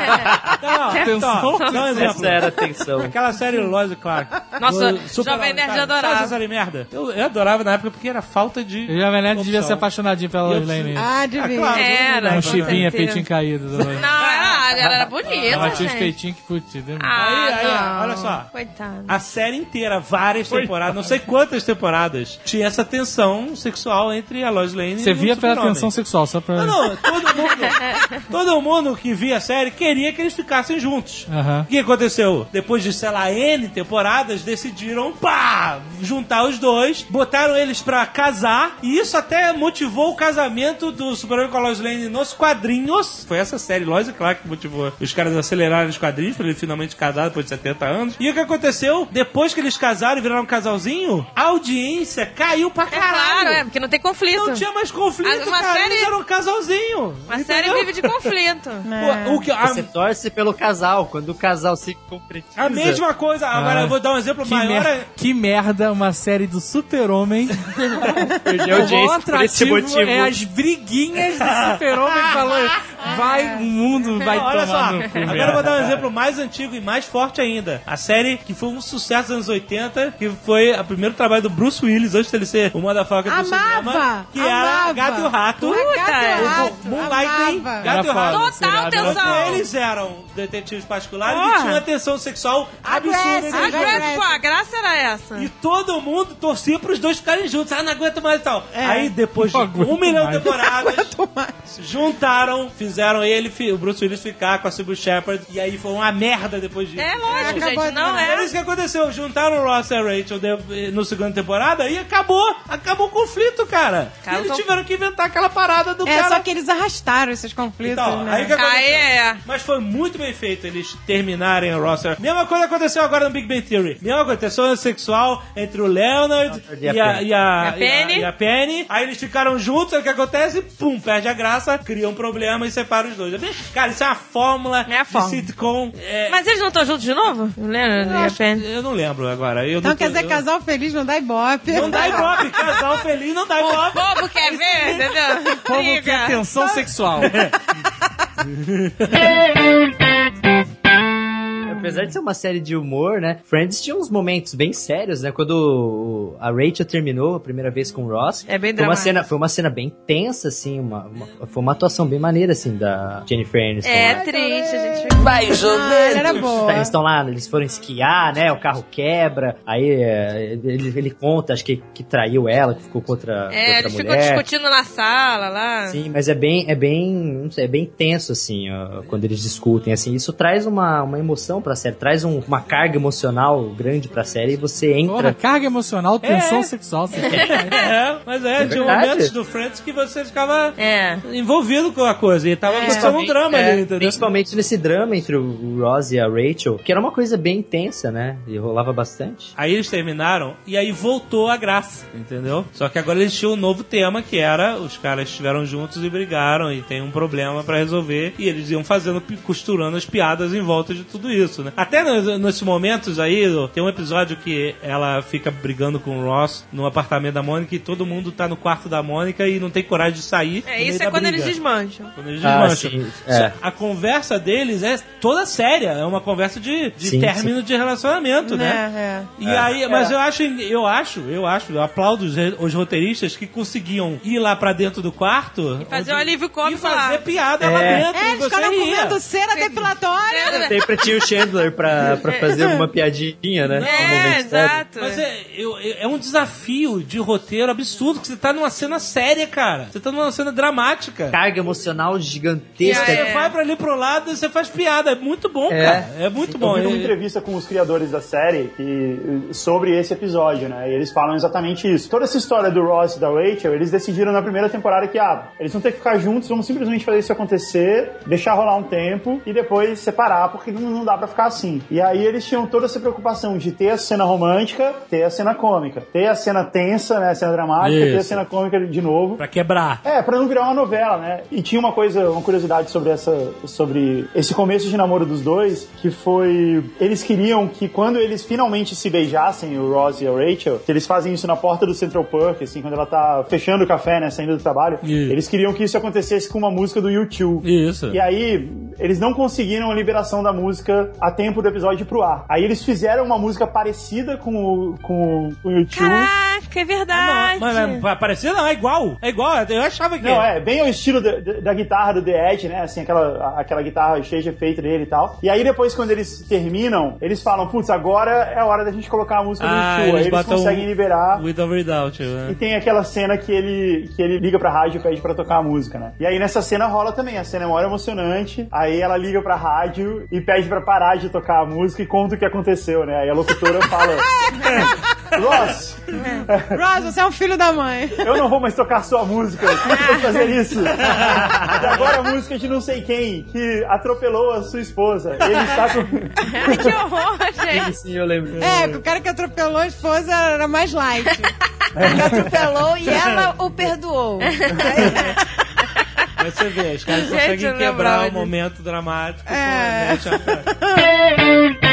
Não, Tensão? então, dá um exemplo. Essa era a tensão. Aquela série Lois e Clark. Nossa, Do Super- Jovem Nerd cara, adorava. Sabe essa série merda? Eu, eu adorava na época porque era falta de... O Jovem Nerd devia opção. ser apaixonadinho pela Lois Lane. Ah, devia. claro. Era, Um com chivinha, certeza. peitinho caído. da Lois. Não, ela, ela era bonita, Ela tinha os gente. peitinhos que curtiam. Ah, Aí, aí, não. olha só. Coitado. A série inteira, várias temporadas, não sei quantas temporadas, tinha essa tensão sexual entre a Lois Lane Você e via o pela Super-Homem. tensão sexual, só pra... Não, não, todo mundo, todo mundo que via a série queria que eles ficassem juntos. Aham. O que aconteceu? Depois de, sei lá, N temporadas, decidiram, pá, juntar os dois, botaram eles pra casar, e isso até motivou o casamento do Superman com a Lois Lane nos quadrinhos. Foi essa série, Lois e Clark, que motivou os caras a acelerarem os quadrinhos pra ele finalmente casar depois de setenta anos. E o que aconteceu? Depois que eles casaram e viraram um casalzinho, a audiência caiu pra É caralho. claro, é, porque não tem conflito. Não tinha mais conflito, Uma cara. série- Eles eram um casalzinho. Uma entendeu? série vive de conflito. O, o que, a, Você torce pelo casal, quando o casal se concretiza. a mesma coisa. Agora Ah. eu vou dar um exemplo Que, maior. mer- que merda uma série do Super-Homem. Perdeu O audiência maior por esse atrativo motivo. é as briguinhas do Super-Homem que falou vai, o mundo vai Não, olha tomar só, no cu. agora eu vou dar um exemplo mais antigo e mais forte ainda. A série que foi um sucesso nos anos oitenta, que foi o primeiro trabalho do Bruce Willis, antes dele ser o motherfucker do Amava, cinema, que amava. era Gato e o Rato. Gato e o Rato, Moonlighting, amava. Gato e o Era Rato. foda. Total seriado era tensão. foda. Eles eram detetives particulares Porra. e tinham uma tensão sexual absurda. Aggressive, A entre eles. graça, pô, a graça era essa. E todo mundo torcia pros dois ficarem juntos. Ah, não aguento mais e tal. Aí, depois de Não aguento um milhão de mais. temporadas, se juntaram, fizeram ele, fi- o Bruce Willis ficar com a Sybil Shepherd. E aí foi uma merda depois disso. É lógico, Acabou gente, não de- É é. isso que aconteceu. Juntaram o Ross e a Rachel de, no segunda temporada e acabou. Acabou o conflito, cara. Cara, e eles eu tô- tiveram que inventar aquela parada do É, cara. só que eles arrastaram esses conflitos, Então, né? aí que aconteceu. Aí é. Mas foi muito bem feito eles terminarem o roster. Mesma coisa aconteceu agora no Big Bang Theory. Mesma coisa, tensão sexual entre o Leonard e a e a, Penny. e a, A Penny. e a- e a Penny. Aí eles ficaram juntos, aí o que acontece? Pum, perde a graça, cria um problema e separa os dois. É bem- Cara, isso é uma fórmula É a de fórmula. sitcom. É, Mas eles não estão juntos de novo? Não lembro, eu, de acho- repente. eu não lembro agora. Eu Então não quer tô- dizer, eu- casal feliz não dá ibope. Não dá ibope, casal feliz não dá O ibope. povo quer ver, entendeu? Como que é Briga. tensão sexual? Apesar de ser uma série de humor, né? Friends tinha uns momentos bem sérios, né? Quando o- a Rachel terminou a primeira vez com o Ross. É bem foi uma dramático. cena Foi uma cena bem tensa, assim. Uma, uma- foi uma atuação bem maneira, assim, da Jennifer Aniston. É lá. triste, a gente. Ah, ela era boa. Eles estão lá, eles foram esquiar, né? O carro quebra. Aí é, ele, ele conta, acho que, que traiu ela, que ficou contra, É, contra eles a ficam mulher. discutindo na sala lá. Sim, mas é bem, é bem, não sei, é bem tenso, assim, ó, quando eles discutem, assim. Isso traz uma, uma emoção pra série, traz um- uma carga emocional grande pra série e você entra... Porra, carga emocional, tensão É. sexual. Você É, mas é, É tinha verdade. momentos do Friends que você ficava É. envolvido com a coisa. E tava acontecendo um drama É, ali, entendeu? principalmente nesse drama entre o Ross e a Rachel, que era uma coisa bem intensa, né? E rolava bastante. Aí eles terminaram e aí voltou a graça, entendeu? Só que agora eles tinham um novo tema que era os caras estiveram juntos e brigaram e tem um problema pra resolver e eles iam fazendo, pi- costurando as piadas em volta de tudo isso, né? Até nos, nesses momentos aí, tem um episódio que ela fica brigando com o Ross no apartamento da Mônica e todo mundo tá no quarto da Mônica e não tem coragem de sair. É, no meio isso é da quando briga. eles desmancham. Quando eles Ah, desmancham. sim, é. A conversa deles é toda séria, é uma conversa de, de Sim, término de relacionamento, né? É, é. E aí, mas eu acho, eu acho, eu acho, eu aplaudo os, re- os roteiristas que conseguiam ir lá pra dentro do quarto E fazer o onde- alívio e cômico fazer lá. piada lá É. dentro. É, e eles você ficaram ria. comendo cera depilatória. Sempre tinha o Chandler pra, pra fazer uma piadinha, né? No É, momento sério. exato. Mas é, eu- eu- é um desafio de roteiro absurdo, que você tá numa cena séria, cara. Você tá numa cena dramática. Carga emocional gigantesca. Você É. vai pra ali pro lado e você faz piada. É muito bom, É. cara. É muito Eu bom. vi uma E- entrevista com os criadores da série que, sobre esse episódio, né? E eles falam exatamente isso. Toda essa história do Ross e da Rachel, eles decidiram na primeira temporada que, ah, eles vão ter que ficar juntos, vamos simplesmente fazer isso acontecer, deixar rolar um tempo e depois separar, porque não, não dá pra ficar assim. E aí eles tinham toda essa preocupação de ter a cena romântica, ter a cena cena cômica. Tem a cena tensa, né? A cena dramática, Isso. tem a cena cômica de novo. Pra quebrar. É, pra não virar uma novela, né? E tinha uma coisa, uma curiosidade sobre essa, sobre esse começo de namoro dos dois, que foi... Eles queriam que quando eles finalmente se beijassem, o Ross e a Rachel, que eles fazem isso na porta do Central Park, assim, quando ela tá fechando o café, né? Saindo do trabalho. Isso. Eles queriam que isso acontecesse com uma música do U dois. Isso. E aí, eles não conseguiram a liberação da música a tempo do episódio ir pro ar. Aí eles fizeram uma música parecida com o, com, com o U dois. Caraca, é verdade. Não, mas é parecido não, é igual. É igual, eu achava que Não, é, bem o estilo da, da, da guitarra do The Edge, né? Assim, aquela, aquela guitarra cheia de efeito dele e tal. E aí depois, quando eles terminam, eles falam, putz, agora é a hora da gente colocar a música do Ah, U dois. Aí eles botam conseguem liberar. With or Without, né? E tem aquela cena que ele, que ele liga pra rádio e pede pra tocar a música, né? E aí nessa cena rola também, a cena é maior emocionante. Aí ela liga pra rádio e pede pra parar de tocar a música e conta o que aconteceu, né? Aí a locutora fala: Ross, Ross, você é um filho da mãe. eu não vou mais tocar sua música. Como você vai fazer isso? E agora a música de não sei quem que atropelou a sua esposa. Ele está com... Ai, que horror, gente. Sim, eu lembro. É, o cara que atropelou a esposa era mais light. Ele atropelou e ela o perdoou. Mas você vê, os caras Gente, conseguem eu quebrar lembrava o disso. momento dramático. É. Pô, né?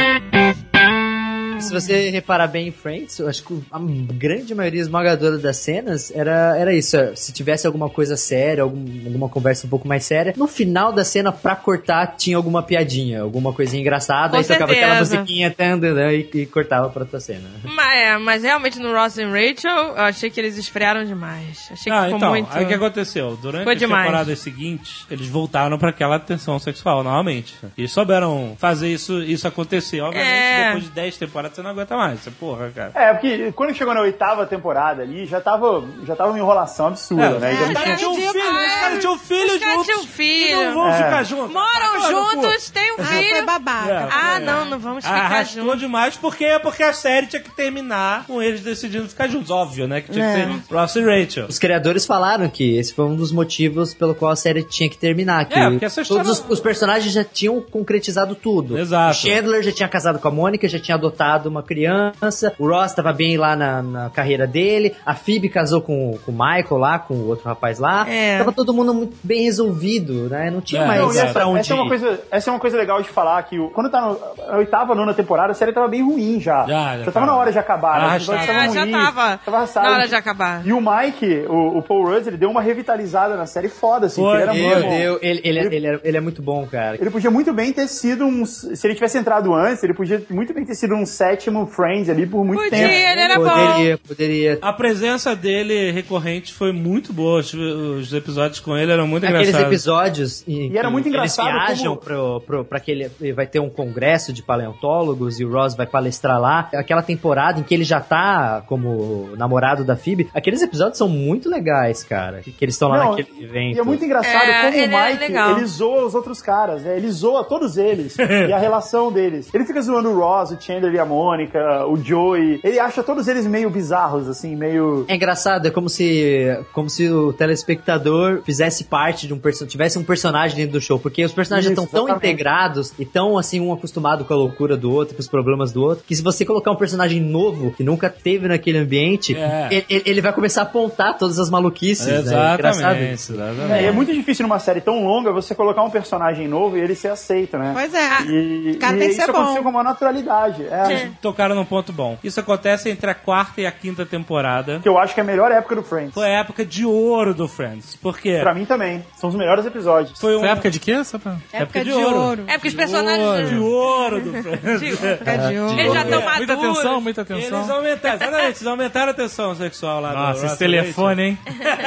Se você reparar bem em Friends, eu acho que a grande maioria esmagadora das cenas era, era isso. Se tivesse alguma coisa séria, algum, alguma conversa um pouco mais séria, no final da cena, pra cortar, tinha alguma piadinha, alguma coisinha engraçada, Com aí tocava aquela certeza. musiquinha tandã, e, e cortava pra outra cena. Mas, é, mas realmente no Ross e Rachel, eu achei que eles esfriaram demais. Achei que Ah, ficou então, muito... aí o que aconteceu? Durante Foi as demais. temporadas seguintes, eles voltaram pra aquela tensão sexual, novamente. E souberam fazer isso, isso acontecer. Obviamente, É. depois de dez temporadas, você não aguenta mais. Você, porra, cara. É, porque quando chegou na oitava temporada ali, já tava, já tava uma enrolação absurda, né? os Então, caras tinham um ridículo, filho, é. os caras tinham um filho Os caras juntos. tinham um filho. E não vão É. ficar juntos. Moram Tá cagando, juntos, tem um Ah, foi filho. babaca. É. Ah, não, não vamos ficar Arrastou juntos. demais, porque é porque a série tinha que terminar com eles decidindo ficar juntos. Óbvio, né? Que tinha É. que ser Ross e Rachel. Os criadores falaram que esse foi um dos motivos pelo qual a série tinha que terminar. Que É, porque essa história- todos os, os personagens já tinham concretizado tudo. Exato. O Chandler já tinha casado com a Mônica, já tinha adotado uma criança. O Ross tava bem lá na, na carreira dele. A Phoebe casou com, com o Michael lá, com o outro rapaz lá. É. Tava todo mundo muito bem resolvido, né? Não tinha É, mais Não, e exato. essa, pra onde essa é uma ir. coisa, essa é uma coisa legal de falar, que o- quando tá no, na oitava, nona temporada, a série tava bem ruim já. Já, já tava tava. na hora de acabar. né? Os Arrastado. episódios É, estavam já ruins, tava. tava arrastado. Na hora de acabar. E o Mike, o, o Paul Rudd, ele deu uma revitalizada na série foda, assim, Foi, que ele era Meu muito bom. Deus, ele, ele, é- ele, é, ele é muito bom, cara. Ele podia muito bem ter sido um... Se ele tivesse entrado antes, ele podia muito bem ter sido um sétimo Friends ali por muito Podia, tempo. ele era bom. Poderia, poderia. A presença dele recorrente foi muito boa. Os, os episódios com ele eram muito Aqueles engraçados. episódios em E era que muito engraçado eles viajam como- pro, pro, pra aquele... Vai ter um congresso de paleontólogos e o Ross vai palestrar lá. Aquela temporada em que ele já tá como namorado da Phoebe. Aqueles episódios são muito legais, cara. Que, que eles estão lá Não, naquele evento. E é muito engraçado É, como o ele é Mike, legal. ele zoa os outros caras, né? Ele zoa todos eles e a relação deles. Ele fica zoando o Ross, o Chandler e a Mônica, o Joey. Ele acha todos eles meio bizarros, assim, meio... É engraçado, é como se, como se o telespectador fizesse parte de um personagem, tivesse um personagem dentro do show, porque os personagens Isso, estão tão exatamente. integrados e tão, assim, um acostumado com a loucura do outro, com os problemas do outro, que se você colocar um personagem novo, que nunca teve naquele ambiente, É. ele, ele- ele vai começar a apontar todas as maluquices, né? É engraçado Exatamente. isso. exatamente. É, e é muito difícil numa série tão longa você colocar um personagem novo e ele ser aceito, né? Pois é. E, O cara e tem que isso ser bom. aconteceu com uma naturalidade. É, Tocaram num ponto bom. Isso acontece entre a quarta e a quinta temporada. que eu acho que é a melhor época do Friends. Foi a época de ouro do Friends. Por quê? Pra mim também. São os melhores episódios. Foi um... Foi época de quê? Só pra... Época de ouro. É porque os De personagens... ouro do Friends. Época de ouro. Eles já estão Muita maduros. atenção, muita Eles atenção. aumentaram, exatamente, eles aumentaram a tensão sexual lá do Nossa, Ross esse e telefone, hein?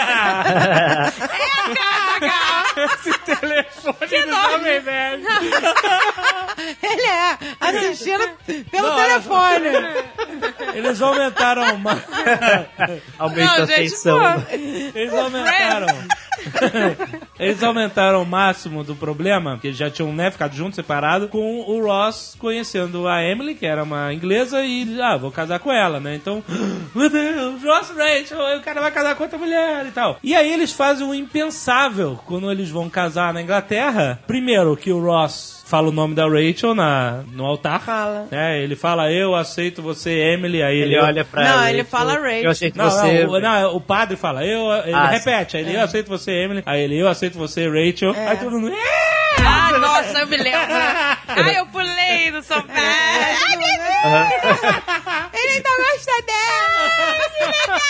Esse telefone do Jovem Nerd. Ele é assistindo pelo Não, telefone. Eles aumentaram uma... Aumenta Não, a gente, tensão. pô. Eles aumentaram. Eles aumentaram o máximo do problema, que eles já tinham, né, ficado juntos, separados, com o Ross conhecendo a Emily, que era uma inglesa, e, ah, vou casar com ela, né? Então, meu Deus, Ross e Rachel, o cara vai casar com outra mulher e tal. E aí eles fazem o impensável quando eles vão casar na Inglaterra. Primeiro, que o Ross fala o nome da Rachel na, no altar. Fala. Né? Ele fala, eu aceito você, Emily. Aí ele, Ele olha pra Não, Rachel, ele fala Rachel. Eu aceito Não, você. não, o, não, o padre fala, eu, ele Ah, repete, aí ele, eu aceito você, Emily. Aí ele, eu aceito você, Rachel. Aí todo mundo... Ah, nossa, eu me lembro. Ai, eu pulei no sofá. Ai, meu Deus. Ele ainda gosta dela!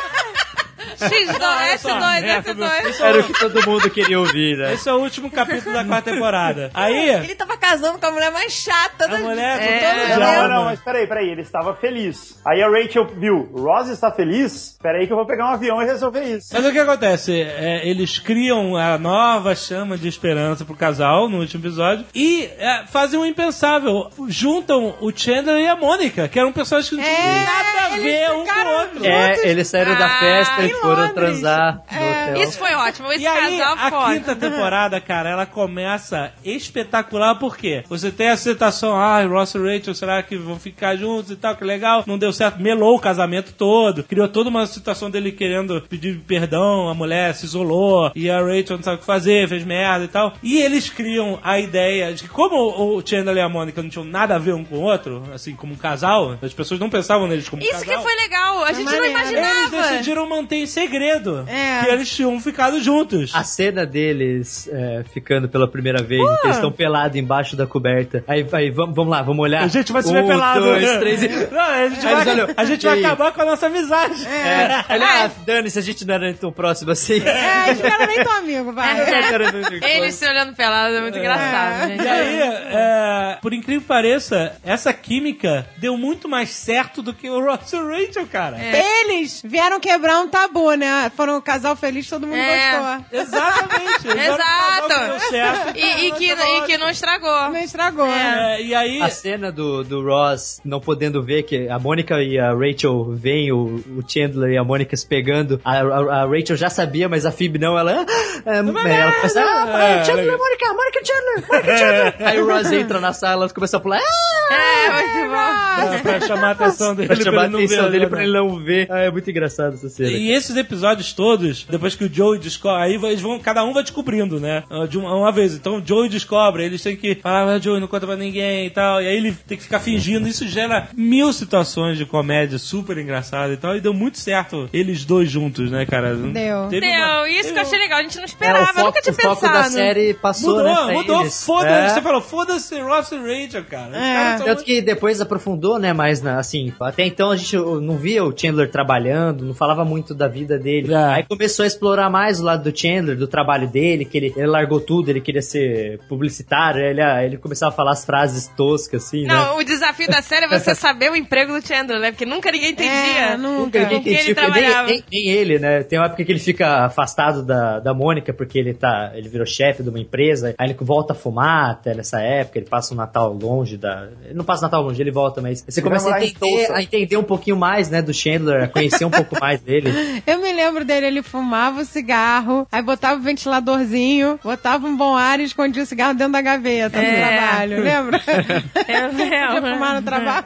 X dois, S dois, S dois. Era o que todo mundo queria ouvir, né? Esse é o último capítulo da quarta temporada. Aí... Ele tava casando com a mulher mais chata A da mulher É. com todo Não, drama. não, mas peraí, peraí, ele estava feliz. Aí a Rachel viu, o Ross está feliz? Peraí que eu vou pegar um avião e resolver isso. Mas o que acontece? É, eles criam a nova chama de esperança pro casal no último episódio e é, fazem o impensável. Juntam o Chandler e a Mônica, que eram personagens que não tinham É, nada a eles ver um com o ficaram outro. É, eles saíram da Ah, festa e em foram Londres. transar no É. hotel. Isso foi ótimo. Esse E aí, casal a foda. quinta temporada, cara, ela começa espetacular, por quê? Você tem a citação, ah, Ross e Rachel, será que vão ficar juntos e tal, que legal, não deu certo, melou o casamento todo, criou toda uma situação dele querendo pedir perdão, a mulher se isolou, e a Rachel não sabe o que fazer, fez merda e tal, e eles criam a ideia de que como o Chandler e a Mônica não tinham nada a ver um com o outro, assim, como um casal, as pessoas não pensavam neles como um Isso casal. que foi legal. A gente não maneiro. Eles imaginava. decidiram manter em segredo É. que eles tinham ficado juntos. A cena deles é, ficando pela primeira vez, que eles estão pelados embaixo da coberta. Aí, aí vamos, vamos lá, vamos olhar. A gente vai se um, ver pelado. dois, três e... Não, a gente Aí vai, eles olham, a gente e vai aí? acabar com a nossa amizade. É. Aí, ah, dane-se, a gente não era tão próximo assim. É, eles não eram nem tão amigos, vai. Eles se olhando pelados é muito engraçado, gente. E aí, é, por incrível que pareça, essa química deu muito mais certo do que o Ross e o Rachel, cara. Eles vieram quebrar um tabu, né? Foram um casal feliz, todo mundo É. gostou. Exatamente. Eles eram um casal que deu certo. E, e, que, e que não estragou. Não estragou. É, e aí... A cena do, do Ross não podendo ver que a Mônica e a Rachel veem o, o Chandler e a Mônica se pegando. A, a, a Rachel já sabia, mas a Phoebe não. Ela, ah, é, ela começa, ah, É, Chandler, legal. Mônica, Mônica, Chandler, Mônica, Chandler. Aí o Ross entra na sala, ela começa a pular. Ah! É, muito bom. É, pra chamar a atenção dele, Pra chamar a ele não atenção ver, dele né? pra ele não ver. Ah, é muito engraçado essa cena. E esses episódios todos, depois que o Joey descobre, aí eles vão, cada um vai descobrindo, né? De uma, uma vez. Então o Joey descobre, eles têm que falar, ah, Joey, não conta pra ninguém e tal. E aí ele tem que ficar fingindo. Isso gera mil situações de comédia super engraçadas e tal. E deu muito certo eles dois juntos, né, cara? Deu. Teve Deu, uma- isso que eu achei legal. A gente não É, esperava, o foco, eu nunca tinha o foco pensado. da série passou, Mudou, né, pra mudou, eles. foda-se. É. Você falou, foda-se Ross e Rachel, cara. Os É. caras são Tanto muito- que depois aprofundou, né, mais na, assim, até então a gente não via o Chandler trabalhando, não falava muito da vida dele. É. Aí começou a explorar mais o lado do Chandler, do trabalho dele, que ele, ele largou tudo, ele queria ser publicitário, ele, ele começava a falar as frases toscas, assim, né? Não, o desafio da série é você saber o emprego do Chandler, né? Porque nunca ninguém entendia. É, nunca. Ninguém com quem ele entendia, porque nem, trabalhava. nem, nem ele, né? Tem uma época que ele fica afastado da, da Mônica, porque ele tá. Ele virou chefe de uma empresa, aí ele volta a fumar até nessa época, ele passa o Natal longe da. Ele não passa o Natal longe, ele volta, mas você Ele começa vai a morar em entender, Tulsa. a entender um pouquinho mais, né, do Chandler, a conhecer um pouco mais dele. Eu me lembro dele, ele fumava o cigarro, aí botava o ventiladorzinho, botava um bom ar e escondia o cigarro dentro da gaveta no É. trabalho, lembra? Eu Podia lembro. fumar no trabalho.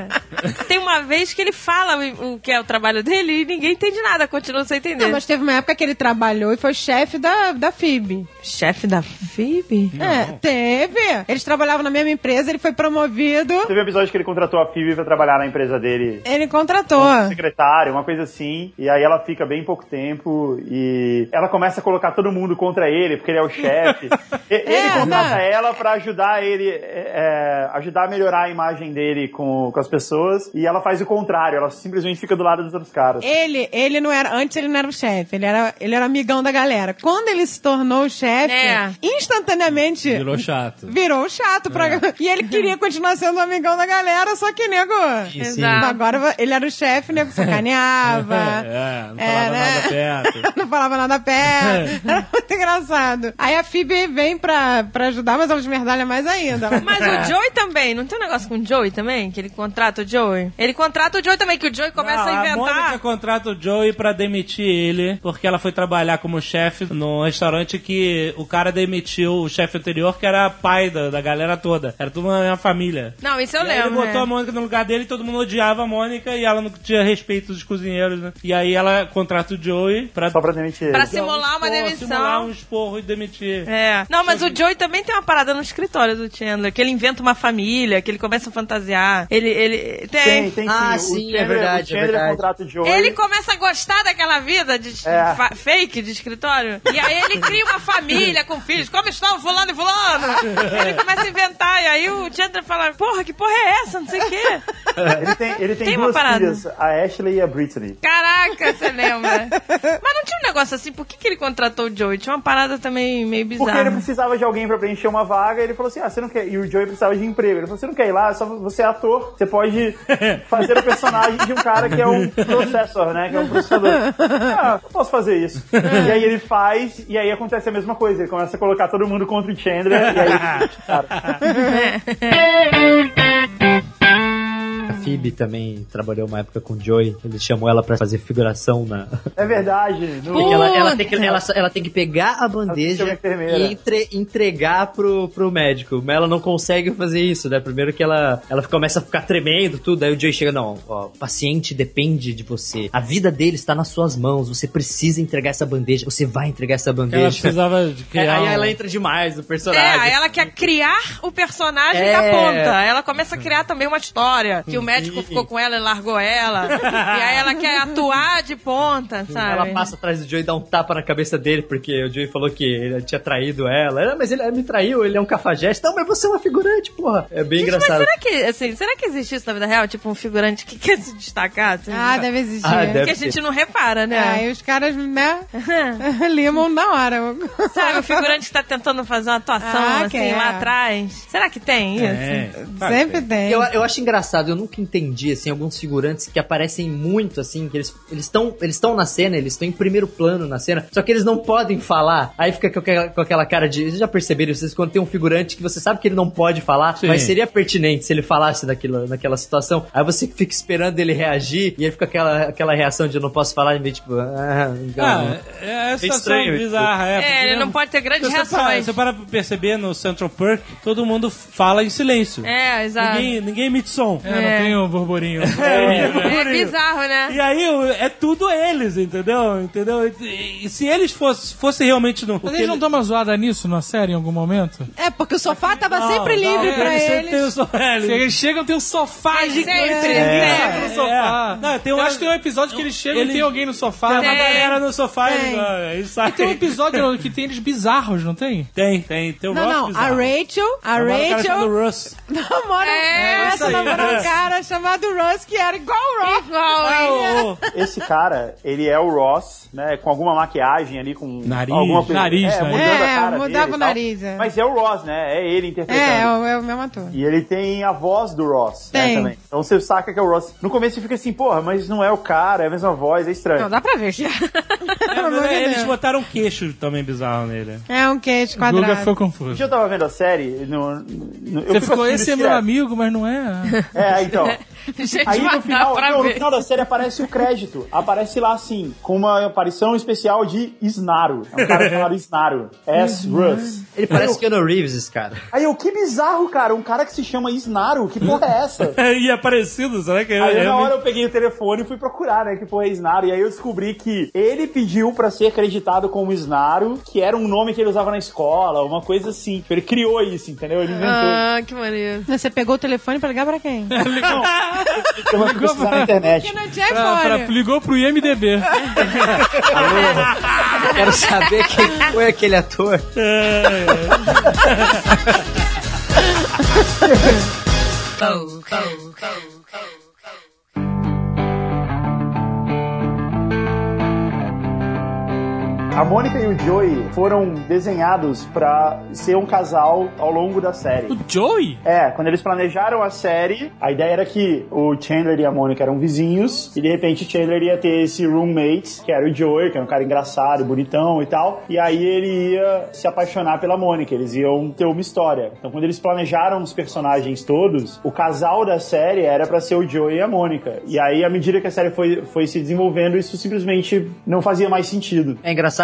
Tem uma vez que ele fala o, o que é o trabalho dele e ninguém entende nada, continua sem entender. Não, mas teve uma época que ele trabalhou e foi chefe da, da Phoebe. Chefe da Phoebe? É, teve. Eles trabalhavam na mesma empresa, ele foi promovido, Teve um episódio que ele contratou a Phoebe pra trabalhar na empresa dele. ele contratou. Como secretário, uma coisa assim. E aí ela fica bem pouco tempo e ela começa a colocar todo mundo contra ele, porque ele é o chefe. E- ele É, contrata né? ela pra ajudar ele, é, é, ajudar a melhorar a imagem dele com, com as pessoas. E ela faz o contrário, ela simplesmente fica do lado dos outros caras. Ele, ele não era, antes ele não era o chefe, ele era, ele era amigão da galera. Quando ele se tornou o chefe, É. instantaneamente Virou chato. virou chato pra... E ele queria continuar sendo um amigão da galera, só que, nego... Sim, sim. Exato. Agora ele era o chefe, nego sacaneava. É, não É, falava né? nada perto. Não falava nada perto. Era muito engraçado. Aí a Phoebe vem pra, pra ajudar, mas ela esmerdalha mais ainda. Mas o Joey também, não tem um negócio com o Joey também? Que ele contrata o Joey? Ele contrata o Joey também, que o Joey começa Não, a a Mônica inventar. contrata o Joey pra demitir ele, porque ela foi trabalhar como chefe num restaurante que o cara demitiu o chefe anterior, que era pai da, da galera toda. Era tudo uma mesma família. Não, isso eu E aí ele lembro. botou a né? Mônica no lugar dele e todo mundo odiava a Mônica e ela não tinha respeito dos cozinheiros, né? E aí ela contrata o Joey pra... Só pra demitir ele. Pra simular uma Pô, demissão. simular um esporro e demitir. É. Não, mas o Joey também tem uma parada no escritório do Chandler, que ele inventa uma família, que ele começa a fantasiar. Ele, ele tem... Tem, tem sim. Ah, o sim, Chandler, é verdade, o Chandler é verdade. contrata o Joey. Ele começa a gostar daquela vida de É. fa- fake de escritório. E aí ele cria uma família com filhos. Como estão fulano e fulano? Ele começa a inventar. E aí o Chandler fala, porra, que porra é essa? Não sei o quê. Ele tem, ele tem, Tem uma duas parada. filhas, a Ashley e a Brittany. Caraca, você lembra? Mas não tinha um negócio assim, por que, que ele contratou o Joey? Tinha uma parada também meio bizarra. Porque ele precisava de alguém pra preencher uma vaga, e ele falou assim, ah, você não quer... E o Joey precisava de emprego. Ele falou, você não quer ir lá? Só você é ator, você pode fazer o personagem de um cara que é um processor, né? Que é um processador. Ah, eu posso fazer isso. E aí ele faz, e aí acontece a mesma coisa. Ele começa a colocar todo mundo contra o Chandler, e aí ele... Cara. A Phoebe também trabalhou uma época com o Joey. Ele chamou ela pra fazer figuração na... É verdade. No... Porque ela, ela, tem que, ela, ela tem que pegar a Ela bandeja tem que ser uma enfermeira. e entre- entregar pro, pro médico. Mas ela não consegue fazer isso, né? Primeiro que ela, ela começa a ficar tremendo, tudo. Aí o Joey chega, não, ó, o paciente depende de você. A vida dele está nas suas mãos. Você precisa entregar essa bandeja. Você vai entregar essa bandeja. Ela precisava de É, criar aí um- ela entra demais no É, personagem. aí ela quer criar o personagem É. da ponta. Ela começa a criar também uma história. Que o médico ficou com ela e largou ela. E aí ela quer atuar de ponta, sabe? Ela passa atrás do Joey e dá um tapa na cabeça dele, porque o Joey falou que ele tinha traído ela. ela mas ele me traiu, ele é um cafajeste. Não, mas você é uma figurante, porra. É bem Gente, engraçado. mas será que, assim, será que existe isso na vida real? Tipo, um figurante que quer se destacar? Assim, Ah, deve existir. Ah, deve que a gente não repara, É, né? e os caras, né, limam na hora. Sabe, o figurante que tá tentando fazer uma atuação, Ah, assim, quer. lá atrás. Será que tem isso? É, Sempre tem. Eu, eu acho engraçado, eu nunca entendi, assim, alguns figurantes que aparecem muito, assim, que eles estão eles estão na cena, eles estão em primeiro plano na cena, só que eles não podem falar. Aí fica com aquela, com aquela cara de... Vocês já perceberam, vocês, quando tem um figurante que você sabe que ele não pode falar, Sim. mas seria pertinente se ele falasse naquela, naquela situação. Aí você fica esperando ele reagir, e aí fica aquela, aquela reação de eu não posso falar, e meio tipo... Ah, Ah, é, é situação estranho isso. bizarra, é. É, porque ele não mesmo- pode ter grandes Você para, reações. você para pra perceber no Central Perk, todo mundo fala em silêncio. É, exato. Ninguém, ninguém emite som. É, não tem um burburinho. É bizarro, né? E aí é tudo eles, entendeu? Entendeu? E, e se eles fossem fosse realmente no. Mas eles não dão uma zoada nisso na série em algum momento? É, porque o sofá tava Não, sempre não, livre pra eles. eles. Sempre tem o som- é, eles- Se eles chegam, tem um sofá É, gigante. sempre, Eles é. sentam no sofá. É. Não, tem Eu uma- acho que tem um episódio que eles chegam Eles- e tem alguém no sofá. Tem uma Tem. galera no sofá Tem. e ah, eles saem. E tem um episódio que tem eles bizarros, não tem? Tem, tem. Tem o Não, Ross não, a bizarro. Rachel, a Namora um cara chamado Rachel Russ. namora, É, essa isso aí, namorou um Russ. cara chamado Ross, que era igual o Ross. Igual, Ah, hein? o- o- Esse cara, ele é o Ross, né? Com alguma maquiagem ali, com Nariz, alguma coisa. nariz, é, né? mudando É, a cara mudava dele e o tal. nariz, é. Mas é o Ross, né? É ele interpretando. É, é o, é o mesmo ator. E ele tem a voz do Ross, né, Tem. também. Então você saca que é o Ross. No começo você fica assim, porra, mas não é o cara, é a mesma voz, é estranho. Não, dá pra ver já. É, amor de eles Deus. botaram um queixo também bizarro nele. É um queixo O Guga quadrado. ficou Um confuso. dia eu tava vendo a série, no, no, eu Você fico ficou, assistindo esse é meu direto. amigo, mas não é. É, então. Gente, Aí mas no dá final, pra não, no ver. final da série aparece o crédito. Aparece lá assim, com uma aparição especial de Snaro. É um cara chamado Snaro. S. Russ. Ele parece Keanu Reeves, esse cara. Aí eu, que bizarro, cara. Um cara que se chama Snaro. Que porra é essa? E é parecido, será que é? Aí na realmente- hora eu peguei o telefone e fui procurar, né, que porra é Snaro. E aí eu descobri que ele pediu pra ser acreditado como Snaro, que era um nome que ele usava na escola, uma coisa assim. Ele criou isso, entendeu? Ele inventou. Ah, que maneiro. Você pegou o telefone pra ligar pra quem? Não, eu vou pesquisar na internet. Porque não tinha Pra, pra, iPhone. ligou pro I M D B. Eu quero saber quem foi aquele ator. A Mônica e o Joey foram desenhados pra ser um casal ao longo da série. O Joey? É, quando eles planejaram a série, a ideia era que o Chandler e a Mônica eram vizinhos, e de repente o Chandler ia ter esse roommate, que era o Joey, que era um cara engraçado, bonitão e tal, e aí ele ia se apaixonar pela Mônica, eles iam ter uma história. Então quando eles planejaram os personagens todos, o casal da série era pra ser o Joey e a Mônica. E aí, à medida que a série foi, foi se desenvolvendo, isso simplesmente não fazia mais sentido. É engraçado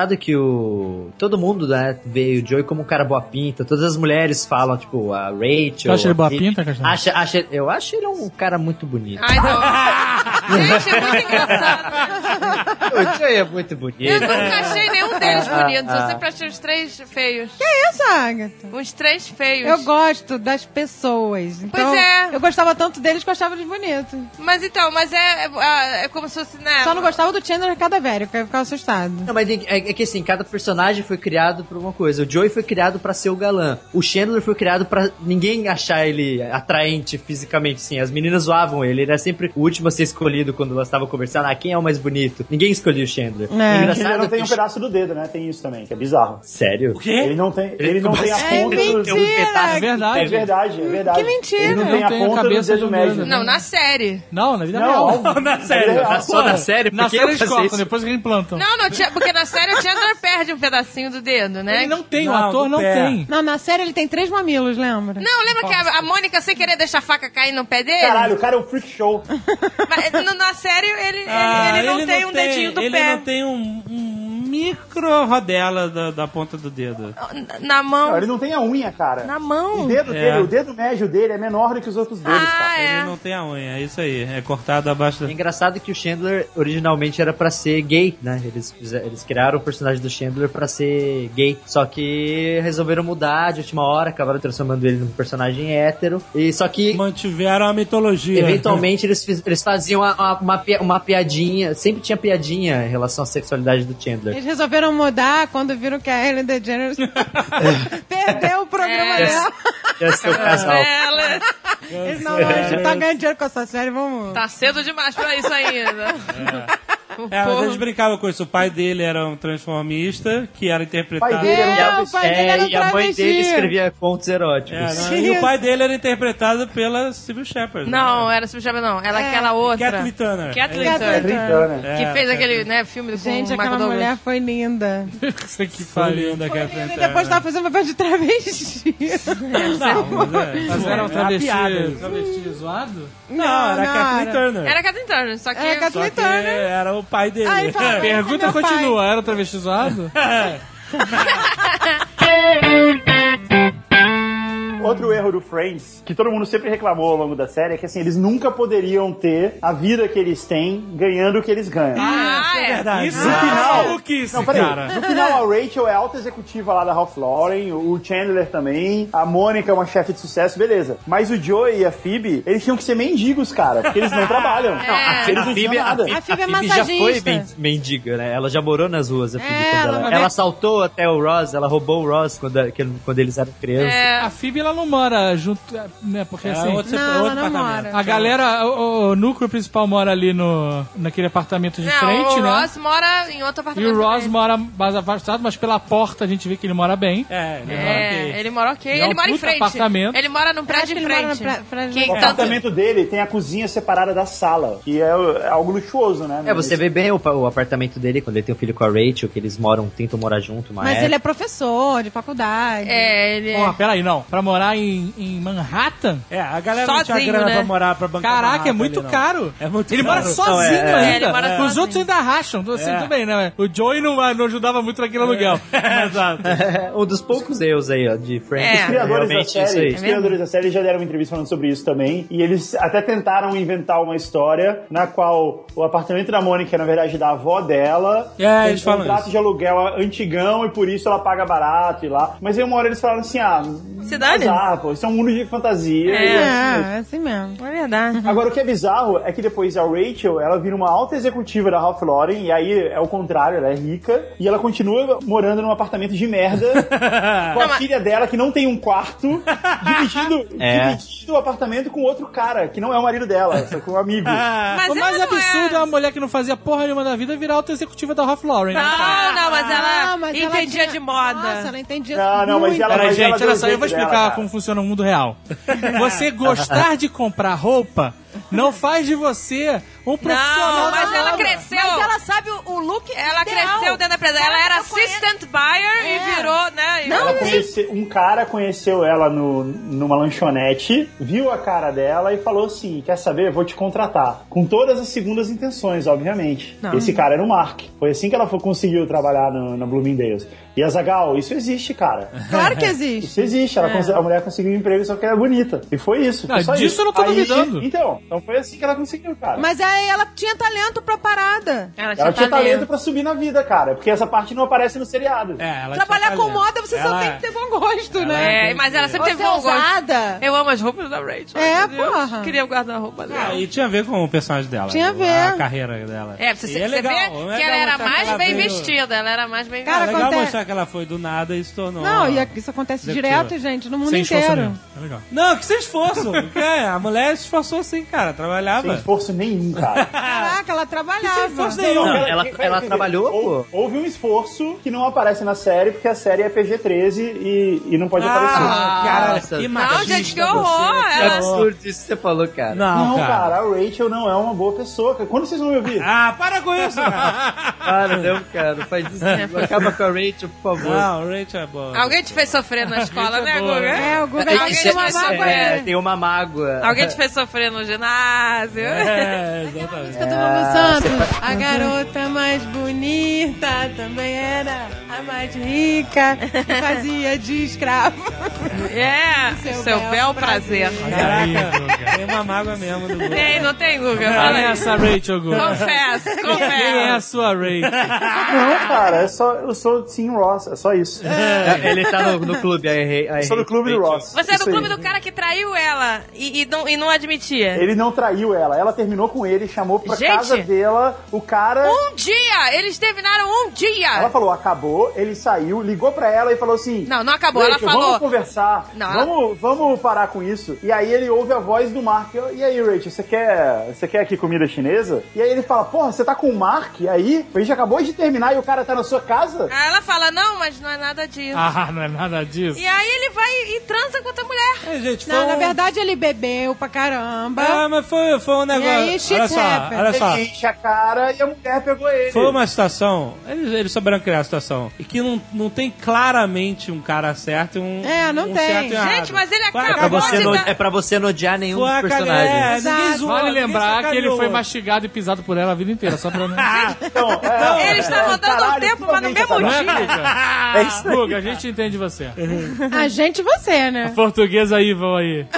engraçado que o... todo mundo, né, vê o Joey como um cara boa pinta. Todas as mulheres falam, tipo, a Rachel... Tu acha ele boa a pinta, Castelo? acha, acha, Eu acho ele um cara muito bonito. Ai, não. Gente, é muito engraçado. O Joey é muito bonito. Eu nunca achei nenhum deles Ah, bonitos. ah, Eu sempre achei os três feios. Que é isso, Agatha? Os três feios. Eu gosto das pessoas. Então, Pois é. Eu gostava tanto deles que eu achava eles bonitos. Mas então, mas é, é, é como se fosse, né? Só não gostava do Chandler cadavérico, aí eu ficava assustado. Não, mas é, é que assim, cada personagem foi criado por uma coisa. O Joey foi criado pra ser o galã. O Chandler foi criado pra ninguém achar ele atraente fisicamente, sim. As meninas zoavam ele. Ele era sempre o último a ser escolhido quando elas estavam conversando. Ah, quem é o mais bonito? Ninguém escolhia o Chandler. É. Ele não tem que um pedaço do dedo, né? Tem isso também, que é bizarro. Sério? O quê? Ele não tem, ele não tem a É ponta do... mentira! É verdade. É verdade, é verdade. Que mentira! Ele não Não tem a tem a ponta do cabeça dedo de um médio. dedo. Não, na série. Não, na vida Não, real. óbvio. Na série. É real. Só na série? Por Na que série eu eles fazer cortam, isso? depois reimplantam. Não, não, tinha- porque na série o Chandler perde um pedacinho do dedo, né? Ele não tem, o Não, ator do não pé. tem. Não, na série ele tem três mamilos, lembra? Não, lembra que a, a Mônica, sem querer, deixa a faca cair no pé dele? Caralho, o cara é um freak show. Mas, no- na série, ele, ele, Ah, ele não tem um dedinho do ele pé. não tem um, um micro rodela da, da ponta do dedo. Na mão. Não, ele não tem a unha, cara. Na mão. O dedo É. dele, o dedo médio dele é menor do que os outros dedos, Ah, cara. é. Ele não tem a unha, é isso aí. É cortado abaixo É da... engraçado que o Chandler originalmente era pra ser gay, né? Eles, fizer- eles criaram o personagem do Chandler pra ser gay. Só que resolveram mudar de última hora, acabaram transformando ele num personagem hétero. E só que Mantiveram a mitologia. eventualmente eles, fiz- eles faziam uma, uma, uma pi- uma piadinha, sempre tinha piadinha em relação à sexualidade do Chandler. Eles resolveram mudar quando viram que a Ellen DeGeneres perdeu o programa É. dela. Ia ser o casal. Ela Eles não, a gente tá ganhando dinheiro com essa série, vamos... tá cedo demais pra isso ainda. O É, mas povo- eles brincavam com isso. O pai dele era um transformista, que era interpretado... Pai dele era um É, travesti. o pai dele era um e a mãe travesti. dele escrevia contos É, eróticos. não, e o pai dele era interpretado pela Sybil Shepherd. Não, era Subchapa não. Ela é aquela outra. Kathleen Turner. Kathleen É, Turner. Brincando. É, Que fez é, aquele, né, filme do Gente, com o aquela Michael Douglas. mulher foi linda. Isso aqui Foi falha. linda, Kathleen E Turner. depois tava fazendo papel de travesti. Não, mas é, Mas era um é uma travesti, piada isso. travesti zoado? Não, era a Kathleen era. Turner. Era a Kathleen Turner, só que... É, Só Kathleen que Turner. era o pai dele. Aí fala, Pergunta meu pai. continua, era um travesti zoado? Outro erro do Friends, que todo mundo sempre reclamou ao longo da série, é que assim, eles nunca poderiam ter a vida que eles têm ganhando o que eles ganham. Ah, é. Verdade. Isso No é final- maluquice, Não, peraí. cara. No final, a Rachel é alta executiva lá da Ralph Lauren, o Chandler também, a Mônica é uma chefe de sucesso, beleza. Mas o Joey e a Phoebe, eles tinham que ser mendigos, cara, porque eles não trabalham. É. Eles não tinham nada. A Phoebe é já foi massagista. men- mendiga, né? Ela já morou nas ruas, a Phoebe, É, quando ela ela, uma ela vez- assaltou até o Ross, ela roubou o Ross quando, que- quando eles eram crianças. É. A Phoebe, ela não mora junto, né? Porque É assim... outro, Não, outro ela não apartamento. mora. A galera, o, o núcleo principal mora ali no, naquele apartamento de Não, frente, o né? Ross mora em outro E apartamento. o Ross também. mora mais afastado, mas pela porta a gente vê que ele mora bem. É, ele mora É, ok. ele mora ok. É Ele um mora em puta frente. apartamento. Ele mora num Acho prédio que em ele mora frente. no pré- prédio Que em O frente. tanto- apartamento dele tem a cozinha separada da sala, que é, é algo luxuoso, né? É, você vê bem o, pa- o apartamento dele quando ele tem um filho com a Rachel, que eles moram, tentam morar junto, uma Mas época. ele é professor de faculdade. É, ele Porra, é... peraí, não. Pra morar em, em Manhattan? É, a galera não tinha Sozinho, grana né? pra morar, pra bancar Caraca, Manhattan é muito ali, não. caro. É muito Ele caro. mora sozinho Não, é- é- ainda. É, ele mora Os sozinho. outros ainda racham. Assim, É. tudo bem, né? O Joey não, não ajudava muito naquele aluguel. Exato. um dos poucos erros aí, ó, de Friends. É. Os criadores da Realmente isso série, aí. os criadores da série já deram uma entrevista falando sobre isso também, e eles até tentaram inventar uma história na qual o apartamento da Mônica é, na verdade, da avó dela, É, tem eles um falam contrato isso. de aluguel antigão e por isso ela paga barato e lá. Mas aí uma hora eles falaram assim, ah, Se dane. azar, pô, isso é um mundo de fantasia. É. e É, assim, é assim mesmo. É verdade. Agora, o que é bizarro é que depois a Rachel, ela vira uma alta executiva da Ralph Lauren, e aí é o contrário, ela é rica, e ela continua morando num apartamento de merda, com a Não, mas- filha dela, que não tem um quarto, dividindo, É. dividindo o apartamento com outro cara, que não é o marido dela, só com um amigo. Mas o mais ela não absurdo é é... uma mulher que não fazia porra nenhuma da vida virar alta executiva da Ralph Lauren. né? Não, não, mas ela Ah, mas ela entendia tinha- de moda. Nossa, ela entendia Não, não, mas muito. ela- Peraí, mas gente, deu olha o só, eu vou jeito explicar dela, cara. como funciona o mundo real. Você gostar de comprar roupa não faz de você um profissional. Não, mas da ela obra. cresceu. Mas ela sabe o, o look Ela ideal. cresceu dentro da empresa. Ela era eu conheço- assistant buyer É. e virou, né? e- Ela conhece- um cara conheceu ela no, numa lanchonete, viu a cara dela e falou assim, quer saber, vou te contratar. Com todas as segundas intenções, obviamente. Não. Esse cara era o Mark. Foi assim que ela foi, conseguiu trabalhar no, na Bloomingdale's. E a Zagal, isso existe, cara. Claro que existe. Isso existe. Ela cons- a mulher conseguiu um emprego só que ela é bonita. E foi isso. Foi Não, só disso isso. eu não tô Aí- duvidando. Então, então foi assim que ela conseguiu, cara. Mas aí ela tinha talento pra parada. Ela tinha, Ela tinha talento. talento pra subir na vida, cara. Porque essa parte não aparece no seriado. É, ela Trabalhar tinha com talento. moda, você só Ela- tem que ter bom gosto, né? É, mas ela sempre Você teve bom gosto. ousada. Eu amo as roupas da Rachel. É, Ai, meu Deus. porra. Queria o guarda-roupa dela. Ah, e tinha a ver com o personagem dela. Tinha a né? ver. A carreira dela. É, você, E você é legal, vê é que legal ela era mostrar mais que ela bem veio- vestida. Ela era mais bem Cara, É legal acontece- mostrar que ela foi do nada e se tornou. Não, e isso acontece executiva. direto, gente, no mundo Sem esforço inteiro. nenhum. É legal. Não, que se esforço. Que é, a mulher se esforçou sim, cara. Sem Trabalhava. esforço nenhum, cara. Caraca, ela trabalhava. esforço nenhum. Não, Quero- ela- quero ela dizer, trabalhou, houve, houve um esforço que não aparece na série, porque a série é P G treze e, e não pode aparecer. Ah, cara, Nossa. que Não, machista gente, que você, horror! né? Que Ela... absurdo isso que você falou, cara. Não, Não, cara. cara, a Rachel não é uma boa pessoa. cara. Quando vocês vão me ouvir? Ah, para com isso, cara. Para, não, cara. Não faz isso. Acaba com a Rachel, por favor. Não, o Rachel é boa. Alguém te fez sofrer na escola, né, boa. Guga? É, o Guga É, Alguém tem te uma fez mágoa sofrer. é, aí. tem uma mágoa. Alguém te fez sofrer no ginásio. É, exatamente. Música do Lulu Santos. A garota mais bonita também era a mais rica e fazia de escravo. É, Seu seu, bel bel prazer. Caraca, tem uma mágoa mesmo do Guga. Tem, não tem, Guga? Quem Fala é aí. essa Rachel, Gu? Confesso, Quem é a confesso. sua Rachel? Não, cara, é só, eu sou Team Ross, é só isso. É, Ele tá no, no clube, aí. Eu sou do clube do Ross. Você é do Isso aí. clube do cara que traiu ela e, e não, e não admitia. Ele não traiu ela, ela terminou com ele, chamou pra Gente! casa dela, o cara... Um dia! Eles terminaram um dia! Ela falou, acabou, ele saiu, ligou pra ela e falou assim... Não, não acabou, ela Rachel, falou. vamos conversar, Não, ela- vamos, vamos parar com isso. E aí ele ouve a voz do Mark, e aí, Rachel, você quer, você quer aqui comida chinesa? E aí ele fala, porra, você tá com o Mark aí? A gente acabou de terminar e o cara tá na sua casa? Aí ela fala, não, mas não é nada disso. Ah, não é nada disso. E aí ele vai e transa com outra mulher. É, gente, foi Não, na um- verdade ele bebeu pra caramba. Ah, mas foi, foi um negócio. aí, shit olha só, happens. olha só. Ele enche a cara e a mulher pegou ele. Foi uma situação. Eles, eles souberam criar a situação. E que não, não tem claramente um cara certo e um. É, não um tem. certo e um errado. Gente, mas ele Foi acabou É pra, acabar- você de não, dar- é pra você não odiar nenhum Foi dos a caga- personagens. É, Exato. ninguém zoou, Vale ninguém lembrar que ele sacaneou. foi mastigado e pisado por ela a vida inteira, só pra não... Então, é, Eles estavam é, dando caralho, tempo, mas no finalmente mesmo essa- Não é, dia. Guga? É isso aí. Guga, a gente entende você. A gente e você, né? Portuguesa aí, vão aí.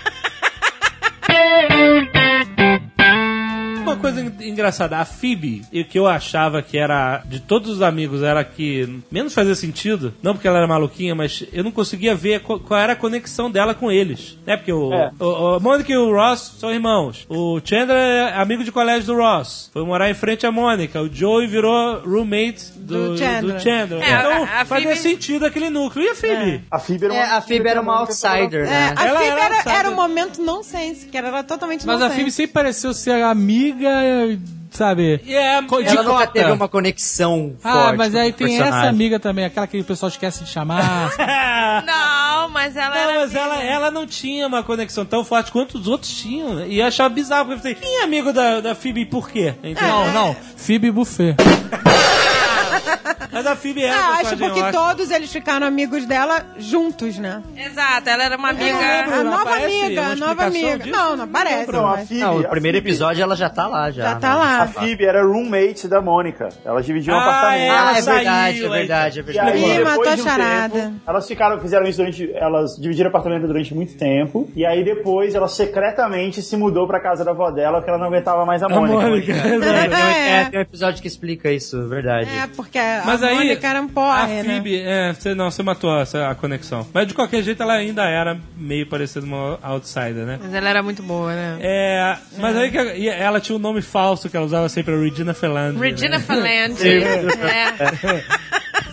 Uma coisa en- engraçada, a Phoebe, e que eu achava que era, de todos os amigos, era a que menos fazia sentido, não porque ela era maluquinha, mas eu não conseguia ver qual, qual era a conexão dela com eles, né? Porque o, É. o, o Mônica e o Ross são irmãos, o Chandler é amigo de colégio do Ross, foi morar em frente à Mônica, o Joey virou roommate do, Do Chandler. do Chandler. É, Então a- a fazia Phoebe- senido aquele núcleo. E a Phoebe? A Phoebe era uma, É, a Phoebe era uma outsider, É, né? a Ela Phoebe era era, outsider. era um momento nonsense, que ela era totalmente Mas a nonsense. Phoebe sempre pareceu ser amiga, sabe? E é, Co- de Ela nunca cota. teve uma conexão Ah, forte mas com aí o tem personagem. essa amiga também, aquela que o pessoal esquece de chamar. Não, mas ela Não, era mas ela, amiga. ela não tinha uma conexão tão forte quanto os outros tinham. né? E eu achava bizarro, porque eu falei, quem é amigo da, da Phoebe e por quê? Entendeu? Não, não. Phoebe Buffet. Mas a Phoebe é Ah, uma acho personagem porque ótima. todos eles ficaram amigos dela juntos, né? Exato, ela era uma Eu não amiga. lembro. A nova aparece amiga, uma a nova explicação amiga. disso? Não, não aparece. Não, a mas Phoebe, Não, a o primeiro Phoebe- episódio ela já tá lá, já. Já tá né? lá. A Phoebe era roommate da Mônica. Elas dividiam um Ah, apartamento. é, Ah, ela é verdade, saiu, é verdade, é E verdade. aí, Ih, depois matou a de um charada. tempo, elas ficaram, fizeram isso durante, elas dividiram apartamento durante muito tempo, e aí depois ela secretamente se mudou pra casa da avó dela, porque ela não aguentava mais a Mônica. Mônica. Tem um- É. é, tem um episódio que explica isso, verdade. É, porque a Mas aí, Mônica era um a porre, né? Phoebe, é, você, não, você matou essa, a conexão. Mas de qualquer jeito ela ainda era meio parecida uma outsider, né? Mas ela era muito boa, né? É, mas aí que e ela tinha um nome falso que ela usava sempre, a Regina Felandri. Regina né? Falange. É.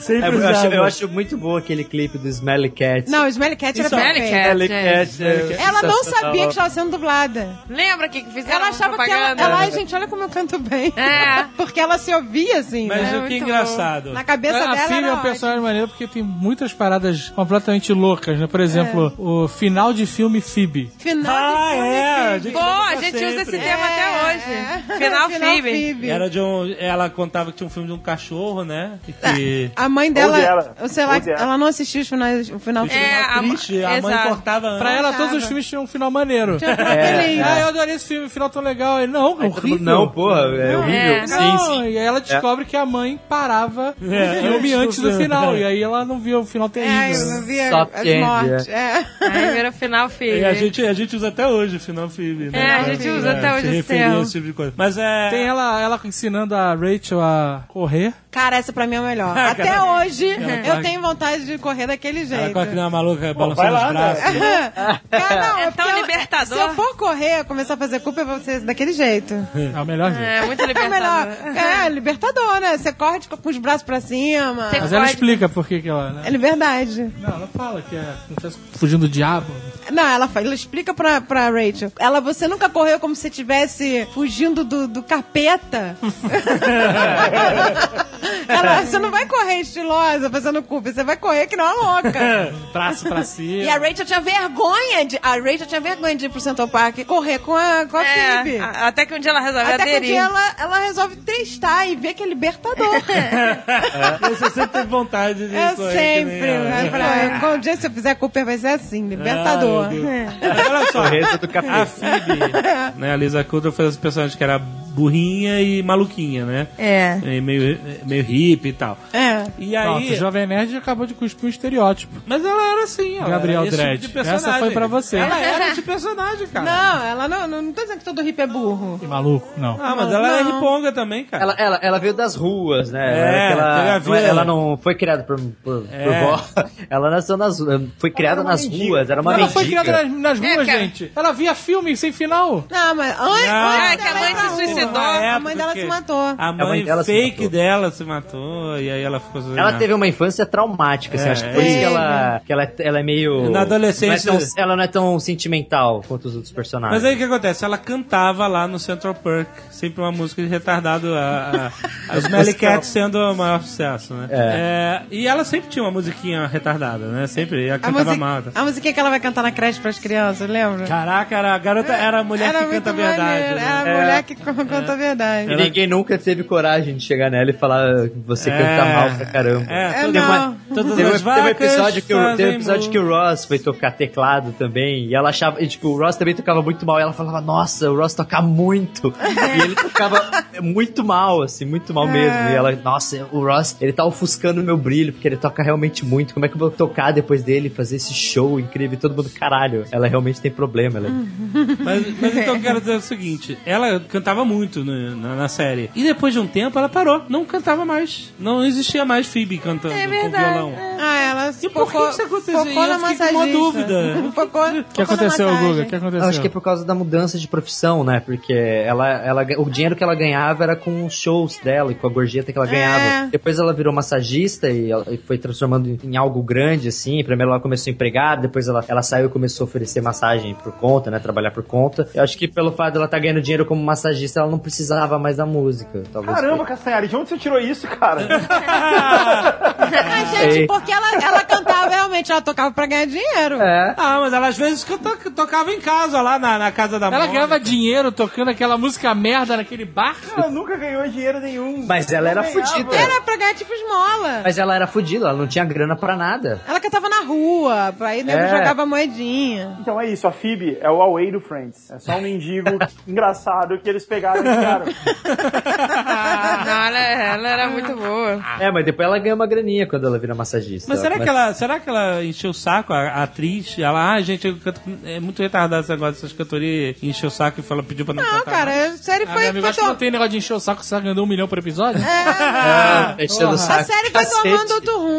Sempre É, eu, acho, usava. eu acho muito bom aquele clipe do Smelly Cat. Não, o Smelly Cat era Smelly perfeito. Cat. Smelly Cat. é Ela não sensacional. sabia que estava sendo dublada. Lembra que que fizeram Ela achava que ela, propaganda? ela... Ai, gente, olha como eu canto bem. É. Porque ela se ouvia assim, Mas né? o que é muito engraçado. Na cabeça A dela Phoebe era é um ótimo. personagem maneiro porque tem muitas paradas completamente loucas, né? Por exemplo, o final de filme Phoebe. Final Ah, de filme é, a Phoebe. gente- Pô, a Pra gente usa esse sempre. tema até hoje. É. Final Phoebe. Era de um, ela contava que tinha um filme de um cachorro, né? E que A mãe dela, Ou dela. ou sei lá, Ou dela. ela não assistiu os finais, o final tinha É, uma a- triste, a, mãe exato. cortava antes. Pra ela, Achava. todos os filmes tinham um final maneiro. Tinha um final feliz. Ah, eu adorei esse filme, o final tão legal. Ele, não, é Aí todo mundo, horrível. não, porra, é horrível. É. Sim, Não, sim. e aí ela descobre que a mãe parava o É, filme antes antes do do filme. final. E aí ela não viu o final É, terrível. eu não via Soft as end, mortes. É. Aí vira Final Phoebe. E a gente, a gente usa até hoje o final Phoebe, né? É, a Pra- gente usa pra até hoje se esse referir termo. a esse tipo de coisa. Mas é... Tem ela, ela ensinando a Rachel a correr. Cara, essa pra mim é o melhor. Ah, Até cara. hoje, Ela eu tenho vontade de correr daquele Ela jeito. corre que nem uma maluca balançando vai lá, os braços. Cara, não, É porque tão eu- libertador. Se eu for correr, começar a fazer culpa, eu vou ser daquele jeito. É o melhor jeito. É, muito É melhor. libertador. É, libertador, né? Você corre tipo, com os braços pra cima. Você- Mas ela Pode. explica por que que ela... Né? É liberdade. Não, ela fala que é como se estivesse fugindo do diabo. Não, ela, fala, ela explica pra, pra Rachel. Ela, você nunca correu como se estivesse fugindo do, do capeta. Ela, você não vai correr estilosa, fazendo culpa. Você vai correr que não é louca. Braço pra cima. E a Rachel tinha vergonha de... A Rachel tinha vergonha de ir pro Central Park correr com a, com a Phoebe. É, a- até que um dia ela resolve Até que um aderir. dia ela, ela resolve testar e ver que é libertador. Você sempre teve vontade de Eu correr que sempre. nem ela. Né? Pra- Quando um dia se eu fizer Cooper vai ser assim, libertador. Ah, meu Deus. Mas olha só, Correta do a capeta. Phoebe, né, a Lisa Kudrow fez esse personagem que era burrinha e maluquinha, né? É. E meio, meio hippie e tal. É. E Pronto, aí... o Jovem Nerd acabou de cuspir um estereótipo. Mas ela era assim, ela Gabriel era esse Dredd. tipo de personagem. Essa foi pra você. Ela era esse personagem, cara. Não, ela não, não, não tô dizendo que todo hippie é burro. Que maluco, não. Ah, mas ela é Não. riponga também, cara. Ela, ela, ela veio das ruas, né? É, Ela- teve a ela, vida- ela não foi criada por, por, É. por vó. Ela nasceu nas foi criada era uma nas mendiga. ruas, era uma Ela foi mendiga. criada nas, nas É, ruas, cara. gente. Ela via filme sem final. Não, mas antes, Não, antes é que a dela mãe ir pra se rua. suicidou. Uma A mãe dela época se que matou. A mãe, mãe dela se fake matou. dela se matou e aí ela ficou... Ela teve uma infância traumática, assim, É, acho que por isso que teve. ela, que ela, ela é meio... Na adolescência- não é tão- ela não é tão sentimental quanto os outros personagens. Mas aí o que acontece? Ela cantava lá no Central Park, sempre uma música de retardado, a, a, a Smelly Cat sendo o maior sucesso, né? É, e ela sempre tinha uma musiquinha retardada, né? Sempre, ela A, cantava music... mal. a musiquinha que ela vai cantar na creche pras crianças, lembra? Caraca, era, a garota era a mulher Era que muito canta a verdade. maneiro, né? Era a É. mulher que co- canta a verdade. E ninguém nunca teve coragem de chegar nela e falar que você É. canta mal pra caramba. É, É, tudo- não. todas Teve, um- as teve um vacas episódio, que o, teve um fazem episódio que o mu- Ross foi tocar teclado também, e ela achava, e, tipo, o Ross também tocava muito mal, e ela falava, nossa, o Ross toca muito. E ele tocava muito mal, assim, muito mal mesmo. E ela, nossa, o Ross, ele tá ofuscando o meu brilho, porque ele toca realmente muito. Como é que eu vou tocar depois dele, fazer esse show incrível? E todo mundo, caralho, ela realmente tem problema. Ela é Mas, mas então eu quero dizer o seguinte: ela cantava muito né, na, na série. E depois de um tempo ela parou, não cantava mais. Não existia mais Phoebe cantando É com verdade, violão. Ah, ela E por que focou- isso aconteceu? focou na Eu fiquei com uma massagista. dúvida. Focou, O que aconteceu, Guga? O que aconteceu? Eu acho que é por causa da mudança de profissão, né? Porque ela, ela, o dinheiro que ela ganhava era com os shows dela e com a gorjeta que ela ganhava. Depois ela virou massagista e, ela- e foi transformando em, em algo grande, assim. Primeiro ela começou empregada, depois ela, ela saiu e começou a oferecer massagem por conta, né? Trabalhar por conta. Eu acho que pelo fato dela estar ganhando dinheiro como massagista, ela não precisava mais da música. Talvez Caramba, Castanhari, de onde você tirou isso, cara? Mas, gente, Sei. porque ela, ela cantava realmente, ela tocava pra ganhar dinheiro. É. Ah, mas ela às vezes canta- tocava em casa, lá na, na casa da Ela Mônica. ganhava dinheiro tocando aquela música merda naquele bar. Ela nunca ganhou dinheiro nenhum. Mas ela era Não ganhava. fodida. Era pra ganhar tipo esmola. Mas ela era fodida, ela não tinha grana pra nada. Ela cantava na rua, aí nego É. jogava moedinha. Então é isso, a Phoebe é o Away do Friends. É só um mendigo engraçado que eles pegaram e tiraram. Não, ela, ela era muito boa. É, mas depois ela ganha uma graninha quando ela vira massagista. Mas será Ela que, ela, será que ela encheu o saco, a, a atriz? Ela, ah, gente, eu canto, é muito retardado esse negócio dessas cantorias. Encheu o saco e falou, pediu pra não, Não, cantar. cara, a série Ah, foi... meu amigo, foi acho que não to- tem negócio de encher o saco se ela ganhou um milhão por episódio. É, Tá enchendo o a saco. série foi Cacete. tomando outro rumo.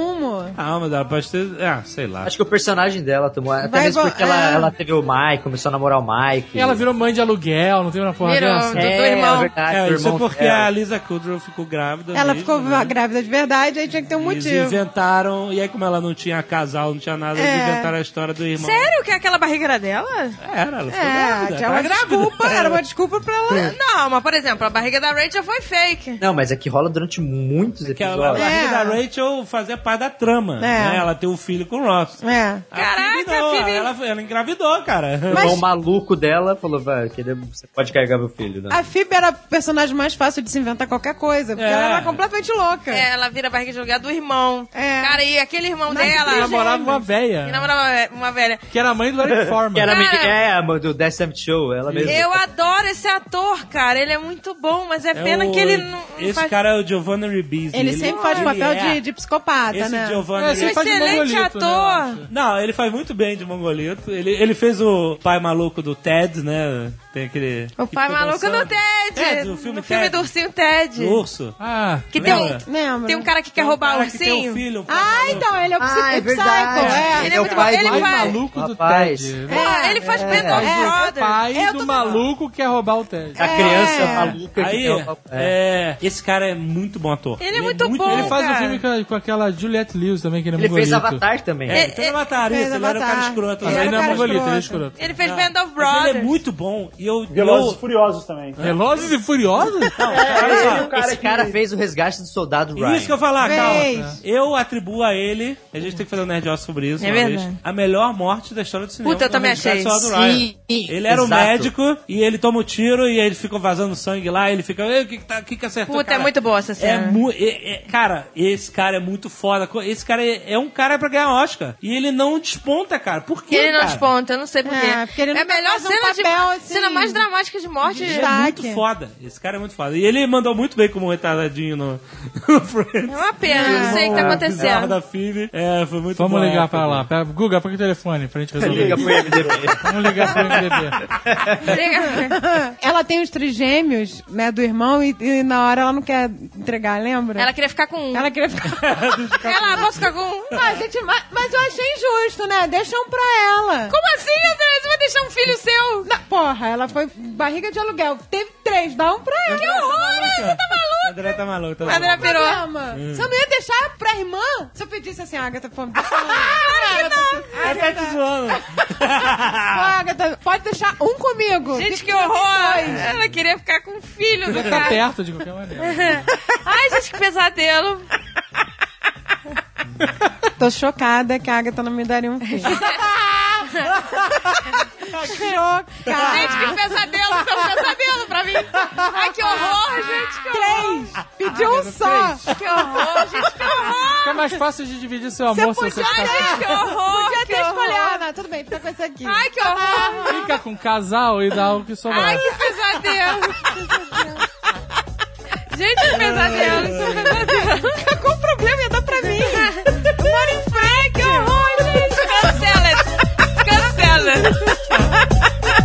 Ah, mas ela pode ter... Ah, sei lá. Acho que o personagem dela tomou. Até Vai, mesmo vai, porque ela, é. ela teve o Mike, começou a namorar o Mike. E ela virou mãe de aluguel, não tem uma porra Virou. dessa? do- é, do irmão. É verdade, É, do isso é irmão porque dela. a Lisa Kudrow ficou grávida Ela mesmo, ficou né? grávida de verdade, aí tinha que ter um Eles motivo. inventaram, e aí como ela não tinha casal, não tinha nada, eles É. inventaram a história do irmão. Sério que aquela barriga era dela? Era, ela ficou É, grávida. tinha tava uma grávida. desculpa, era uma desculpa pra ela. Não, mas por exemplo, a barriga da Rachel foi fake. Não, mas é que rola durante muitos Que a, a episódios. barriga É. da Rachel fazia parte da trama, É. né? Ela tem um filho com o Ross. É. A Caraca, Phoebe não, a Phoebe- Ela, ela engravidou, cara. O irmão maluco dela falou, vai, queria- você pode carregar meu filho, né? A Phoebe era a personagem mais fácil de se inventar qualquer coisa, porque É. ela era completamente louca. É, ela vira a barriga de lugar do irmão. É. Cara, e aquele irmão Mas dela... que Namorava uma que véia, namorava uma velha. que era mãe do Eric Foreman. Que era Cara, amiga, é, a do Death Seventh Show, ela mesma. Eu adoro esse ator, cara. Ele é muito bom, mas é pena o- que ele não Esse faz... cara é o Giovanni Ribisi. Ele sempre faz ele papel é- de, de psicopata, Esse né? Giovanni É, você faz de Excelente mongolito, né, eu ator. acho. Não, ele faz muito bem de mongolito. Ele, ele fez o pai maluco do Ted, né? Tem aquele... O que pai fica maluco dançando. do Ted. Ted, o filme no filme Ted. do ursinho Ted. Do urso. Ah, Que tem um, Lembra? Lembra? tem um cara que quer Tem um roubar o cara que tem um ursinho. filho, um pai Ah, maluco. então, ele é o psi- Ah, é o Psycho, verdade. é. Ele é é o muito pai bom. do Ele pai faz... maluco do Rapaz. Ted. Pô, ele faz Band of O Brothers. pai É, eu do tô- maluco que quer roubar o Ted. A criança É. maluca que Aí, tem o- é, esse cara é muito bom ator. Ele é muito bom. Ele faz um cara. filme com, com aquela Juliette Lewis também, que ele é Ele fez mongolito. Avatar também. É, ele fez Avatar, fez isso, ele era o cara Avatar. escroto. Ele Mas né? aí era não o é cara mongolito, ele é escroto. escroto. Ele fez Não, Band of mas ele Brothers. é muito bom. E eu... Velozes e eu Furiosos também. Velozes e Furiosos? olha só, Esse cara fez o resgate do soldado Ryan. Isso que eu ia falar, Fez. calma. Eu atribuo a ele, a gente tem que fazer um Nerd Office sobre isso, É uma verdade. vez, a melhor morte da história do cinema. Puta, eu que é o também Resgate achei. do Soldado Ryan. Sim, Ele era o exato. médico e ele toma o tiro e aí ele fica vazando sangue lá, ele fica, "Ei, o que que, tá, o que que acertou, Puta, cara?" é muito boa essa É cena. mu é- é- cara, esse cara é muito foda. Esse cara é, é um cara pra ganhar Oscar. E ele não desponta, cara. Por quê, Ele não cara? desponta, eu não sei porquê. É, porque ele é a nunca melhor faz um cena, de, papel, assim, cena mais dramática de morte. Ele é destaque. muito foda. Esse cara é muito foda. E ele mandou muito bem como retardadinho no, no Friends. É uma pena, eu não sei o que tá Bizarro acontecendo. da Phoebe. É, foi muito Vamos bom. ligar pra lá. Pega- Guga, pega o telefone pra gente resolver. Liga pro M D B. Vamos ligar pro M D B. Chega. Ela tem os trigêmeos, né, do irmão, e, e na hora ela não quer entregar, lembra? Ela queria ficar com um. Ela queria ficar... Ela, posso ficar com um? Ah, gente, mas, mas eu achei injusto, né? Deixa um pra ela. Como assim, André? Você vai deixar um filho seu? Não, porra, ela foi barriga de aluguel. Teve três, dá um pra ela. Que horror, né? Você tá maluco? André tá maluco. Tá O André maluco. pirou. Problema. Você não ia deixar pra irmã? Se eu pedisse assim, Agatha, pô, deixa Claro que não. Ela tá te zoando. Pô, Agatha, pode deixar um comigo. Gente, Fica que com horror. dois. Ela queria ficar com o filho do Fica cara. perto de qualquer maneira. Ai, gente, que pesadelo. Tô chocada que a Agatha não me daria um filho. Chocada. Gente, que pesadelo. Isso é um pesadelo pra mim. Ai, que horror, gente. Que horror. Três. Pediu um só. Que horror, gente. Que horror. Fica mais fácil de dividir seu amor se você Ai, ficar gente, que horror. Podia que ter escolhido. horror. Ah, não, tudo bem, fica com esse aqui. Ai, que horror. Fica com um casal e dá o que sobrar. Ai, que pesadelo. Gente, que pesadelo. Isso é um pesadelo. Qual o problema? Ia dar pra mim. Mora em Frank, que horror, gente. Cancela. Cancela.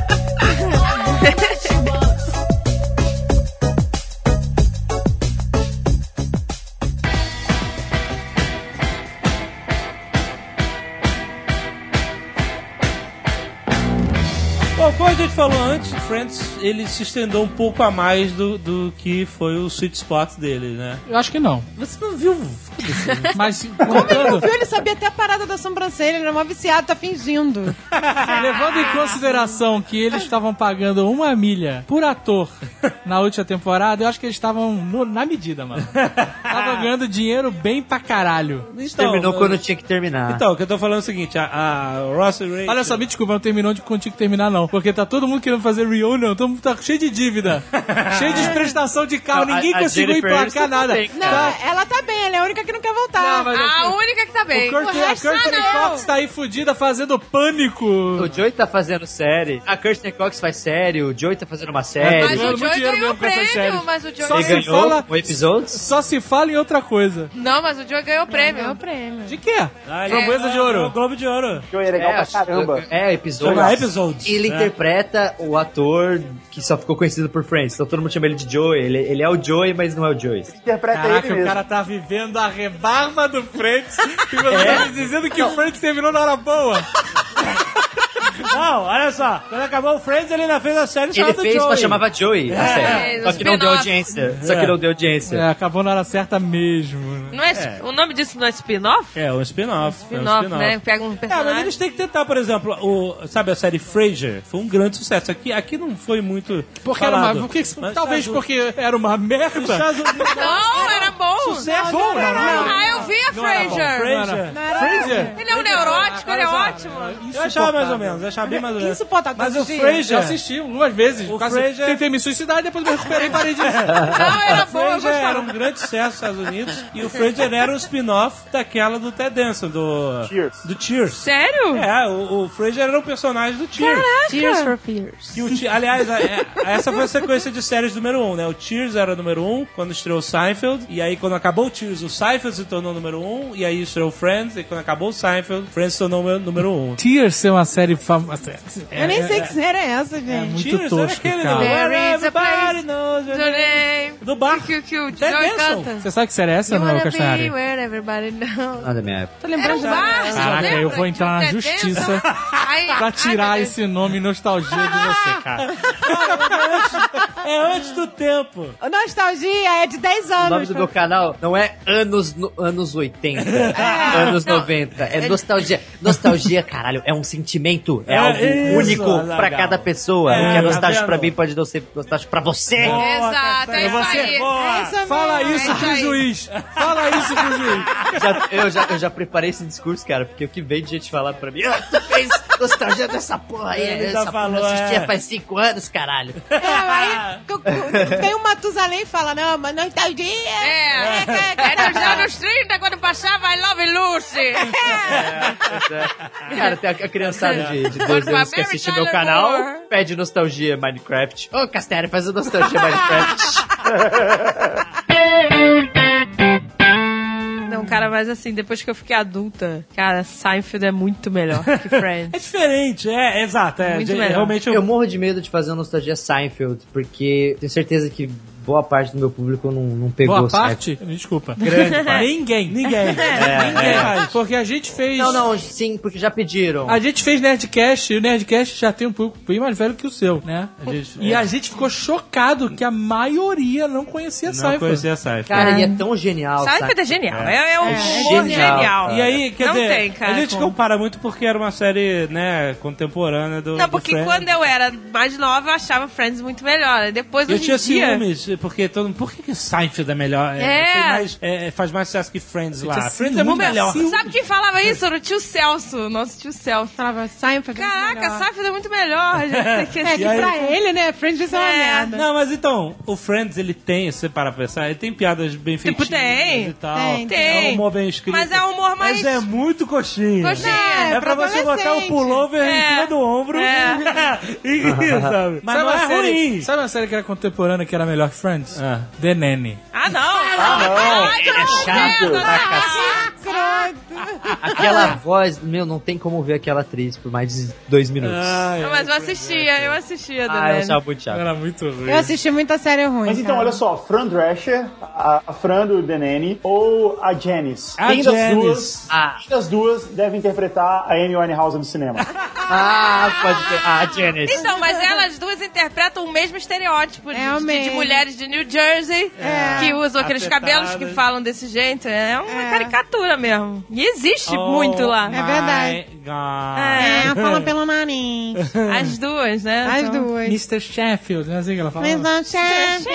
Bom, como a gente falou antes, Friends, ele se estendeu um pouco a mais do, do que foi o sweet spot dele, né? Eu acho que não. Você não viu? Mas Ele contando, não viu, ele sabia até a parada da sobrancelha, ele era mó viciado, tá fingindo. levando em consideração que eles estavam pagando uma milha por ator na última temporada, eu acho que eles estavam no- na medida, mano. Estavam ganhando dinheiro bem pra caralho. Terminou quando tinha que terminar. Então, o que eu tô falando é o seguinte, a, a Ross e Rachel... Olha só, me desculpa, não terminou de contigo terminar, não. Porque tá todo mundo querendo fazer reunion, todo mundo tá cheio de dívida, cheio de prestação de carro, Não, a- ninguém a conseguiu Jennifer emplacar Aniston nada. também. Não, Tá- ela tá bem, ela é a única que não quer voltar. Não, mas A única que tá bem. o Kurt, o a resto Courtney não. Cox tá aí fudida fazendo pânico. O Joey tá fazendo série, a Kirsten Cox faz série, o Joey tá fazendo uma série. Mas ganhando o muito Joey dinheiro ganhou o mesmo com essas prêmio, séries. mas o Joey... Só Ele se ganhou fala- um episódio. Só se fala em outra coisa. Não, mas o Joey ganhou o prêmio. É o prêmio. De quê? Ah, Framboesa é, de ouro. é o Globo de Ouro. Que é legal pra acho- caramba. É, episódio. Chama Episodes. Ele É. interpreta interpreta o ator que só ficou conhecido por Friends. Então todo mundo chama ele de Joey. Ele, ele é o Joey, mas não é o Joey. Interpreta Caraca, ele o mesmo. cara tá vivendo a rebarba do Friends e você tá me dizendo que o Friends terminou na hora boa. Não, olha só. Quando acabou o Friends, ele ainda fez a série Ele chamada fez, Joey. mas chamava Joey, a série. É, Só que não deu spin-off. audiência. Só que não deu audiência. É, acabou na hora certa mesmo. Não é, É. O nome disso não é spin-off? É, um spin-off. é um Spin-off, né? Pega um É, personagem. mas eles têm que tentar, por exemplo, o, sabe a série Frasier? Foi um grande sucesso. Aqui, aqui não foi muito Porque era uma. falado. Porque, Mas talvez Estados- porque era uma Nos merda. Estados Unidos... Não, era bom. Sucesso! Bom, não, não, Ah, eu vi a Frasier. Frasier. Frasier? Ele é um neurótico, ele é ótimo. Eu achava mais ou menos, eu achava bem mais ou menos. Insuportável. Mas o Assistir. Eu Frasier... assisti algumas vezes. O Quase Frasier- tentei me suicidar e depois me recuperei e parei de Não, era O bom, eu Frasier era gostava. um grande sucesso nos Estados Unidos e o Frasier era um spin-off daquela do Ted Danson, do Cheers. do Cheers. Sério? É, o, o Frasier era um personagem do Cheers. Tears for Fears. E o Che- aliás, a- é- essa foi a sequência de séries número um, né? O Cheers era número um quando estreou o Seinfeld, e aí quando acabou o Cheers, o Seinfeld se tornou número um, e aí estreou o Friends, e quando acabou o Seinfeld, Friends se tornou o número um. Tears é uma série famosa. Eu nem sei que série é essa, gente. É muito Cheers era tosco, aquele cara. do There is a Everybody place knows your The name. name. Do bar. Que, que o Ted Joey Danson. canta. Você sabe que série é essa, You não, wanna be Castanhari? where everybody knows. Não é da minha época. Tô Era lembrando um já. bar, você Caraca, lembra? eu vou entrar na Tinha o Ted justiça Danson. Ai, pra ai, tirar meu esse nome nostalgia de você, cara. É antes do tempo. Nostalgia é de dez anos. O nome do meu canal não é anos, no- anos oitenta, anos noventa. É nostalgia. Nostalgia, caralho, é um sentimento. É, É algo isso, único Azaghal. pra cada pessoa. É, o que é tá nostálgico vendo? pra mim pode não ser nostálgico pra você. Exato, é isso Você, aí. boa. É isso mesmo. Fala isso É pro aí. juiz. Fala isso pro juiz. Já- eu, já, eu já preparei esse discurso, cara, porque o que vem de gente falar pra mim, ah, tu fez nostalgia dessa porra aí. Ele já Essa porra eu falou, assistia é. faz cinco anos, caralho. É, aí c- c- tem um Matusalém e fala, não, mas nostalgia. É, é nos anos trinta, quando passava I Love Lucy. Cara, tem a, a criançada de, de doze Quando anos que Mary assiste meu Tyler canal, Moore. pede nostalgia Minecraft. Ô, Castanha, faz o nostalgia Minecraft. Não, cara, mas assim, depois que eu fiquei adulta, cara, Seinfeld é muito melhor que É Friends. diferente, é, exato. É, Muito de- melhor. realmente Eu morro de medo de fazer uma nostalgia Seinfeld, porque tenho certeza que boa parte do meu público não, não pegou Boa Seinfeld. parte? Desculpa. Grande parte. Ninguém. Ninguém. Ninguém faz. Porque a gente fez... Não, não, sim, porque já pediram. A gente fez Nerdcast e o Nerdcast já tem um público bem mais velho que o seu, né? A gente- E é. a gente ficou chocado que a maioria não conhecia Não Seinfeld. conhecia a Seinfeld. Cara, e é tão genial, Seinfeld sabe? é genial. É, é um É humor genial. genial. E aí, quer Não dizer, tem, cara, a gente como. compara muito porque era uma série, né, contemporânea do Não, do porque Friends. quando eu era mais nova, eu achava Friends muito melhor. Depois, Eu hoje tinha em dia... ciúmes, porque todo mundo... Por que, que Seinfeld é melhor? É. tem mais, é, faz mais sucesso que Friends lá. tinha Friends é muito ciúme, melhor. ciúme. Sabe quem falava isso? Era o tio Celso, nosso tio Celso. Falava, Seinfeld. é Caraca, melhor. Seinfeld é muito melhor. gente. É que E aí- pra ele, né, Friends vai ser uma É. merda. Não, mas então, o Friends, ele tem, se você parar pra pensar, ele tem piadas bem Tipo, feitinhas tem. e tal. Tem, tem. É um humor bem escrito. Mas é um humor mais- Mas é muito coxinha. Coxinha. É, É pra pra você botar o adolescente. pullover em É. cima do ombro É. e, sabe? Mas Sabe não uma é série- ruim. Sabe uma série que era contemporânea que era melhor que Friends? Ah. The Nanny. Ah, não. Ah, não. Ai, que Ele é chato nojento, pra não. Croto. Aquela voz, meu, não tem como ver aquela atriz por mais de dois minutos. Ai, Não, mas eu assistia, eu assistia ah, eu também. achava muito chato. Era muito ruim. Eu assisti muita série ruim. Mas então, cara. olha só, Fran Drescher, a, a Fran do The Nanny, ou a Janice. A Quem das Janice. duas, Ah. quem das duas deve interpretar a Amy Winehouse no cinema? Ah, pode ver. Ah, Janice. Então, mas elas duas interpretam o mesmo estereótipo de, É o de- de mesmo. mulheres de New Jersey que usam aqueles Afetadas. cabelos que falam desse jeito. É uma É. caricatura mesmo. E existe muito lá. É verdade. My God. É, fala pelo nariz. As duas, né? As Então- duas. mister Sheffield, não é assim que ela fala? Mas não chefe.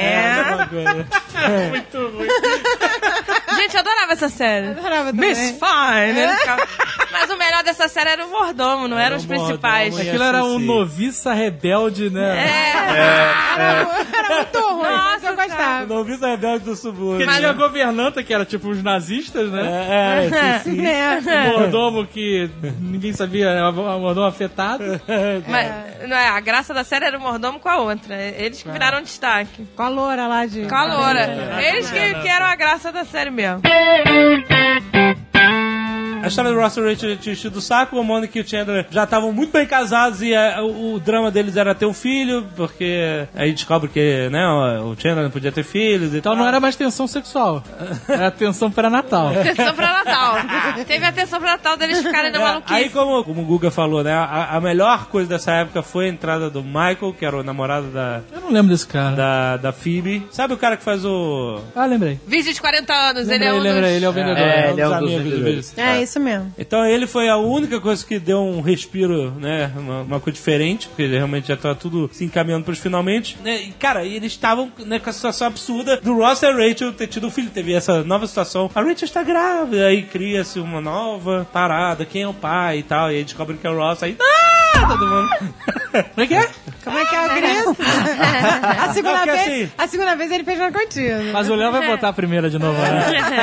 É. Muito ruim. Gente, eu adorava essa série. Adorava também. Miss Fine. Ele ficava- Mas o melhor dessa série era o mordomo, não eram os o mordomo principais. e a Aquilo era um Cici. noviça rebelde, né? É. Era muito ruim, mas eu Nossa, gostava. Não vi rebelde do subúrbio. Porque tinha a governanta, que era tipo os nazistas, né? É, é, sim, sim. É. O mordomo que ninguém sabia, era o mordomo afetado. Mas não é, a graça da série era o mordomo com a outra. Eles que viraram destaque. Com a loura lá de... Com a loura. Eles que, que eram a graça da série mesmo. A história do Ross e o Rachel tinha enchido o saco, a Monica e o Chandler já estavam muito bem casados e a, o, o drama deles era ter um filho, porque aí descobre que, né, o Chandler não podia ter filhos e Então tal. não era mais tensão sexual, era tensão pré-natal. Atenção pra Natal. Teve atenção pra Natal deles ficarem na É, maluquice. aí, como, como o Guga falou, né, a, a melhor coisa dessa época foi a entrada do Michael, que era o namorado da, Eu não lembro desse cara. da, da Phoebe. Sabe o cara que faz o... Ah, lembrei. Vídeo de quarenta anos, ele é Lembrei, um lembrei, dos... ele é o vendedor. É, um ele é um dos amigos do vendedores. Vince. É, isso mesmo. Então ele foi a única coisa que deu um respiro, né? Uma, uma coisa diferente, porque ele realmente já tava tudo se encaminhando pros finalmente. Né, e, cara, eles estavam, né, com a situação absurda do Ross e a Rachel ter tido um filho. Teve essa nova situação. A Rachel está grávida, aí cria-se uma nova parada, quem é o pai e tal. E aí descobre que é o Ross, aí... Ah! Todo mundo... Como é que é? Como é que é o grito? a, segunda Não, porque vez, assim- a segunda vez ele fez uma contigo. Mas o Léo vai botar a primeira de novo, né?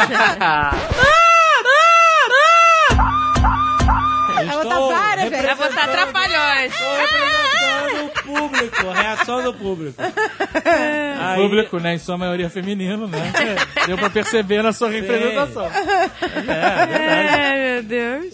Vai botar várias Vai vezes. botar trapalhões. Estou representando o público, a reação do público. Aí- Público, né? Em sua maioria feminino, né? Deu pra perceber na sua representação. É, verdade. Ai, meu Deus.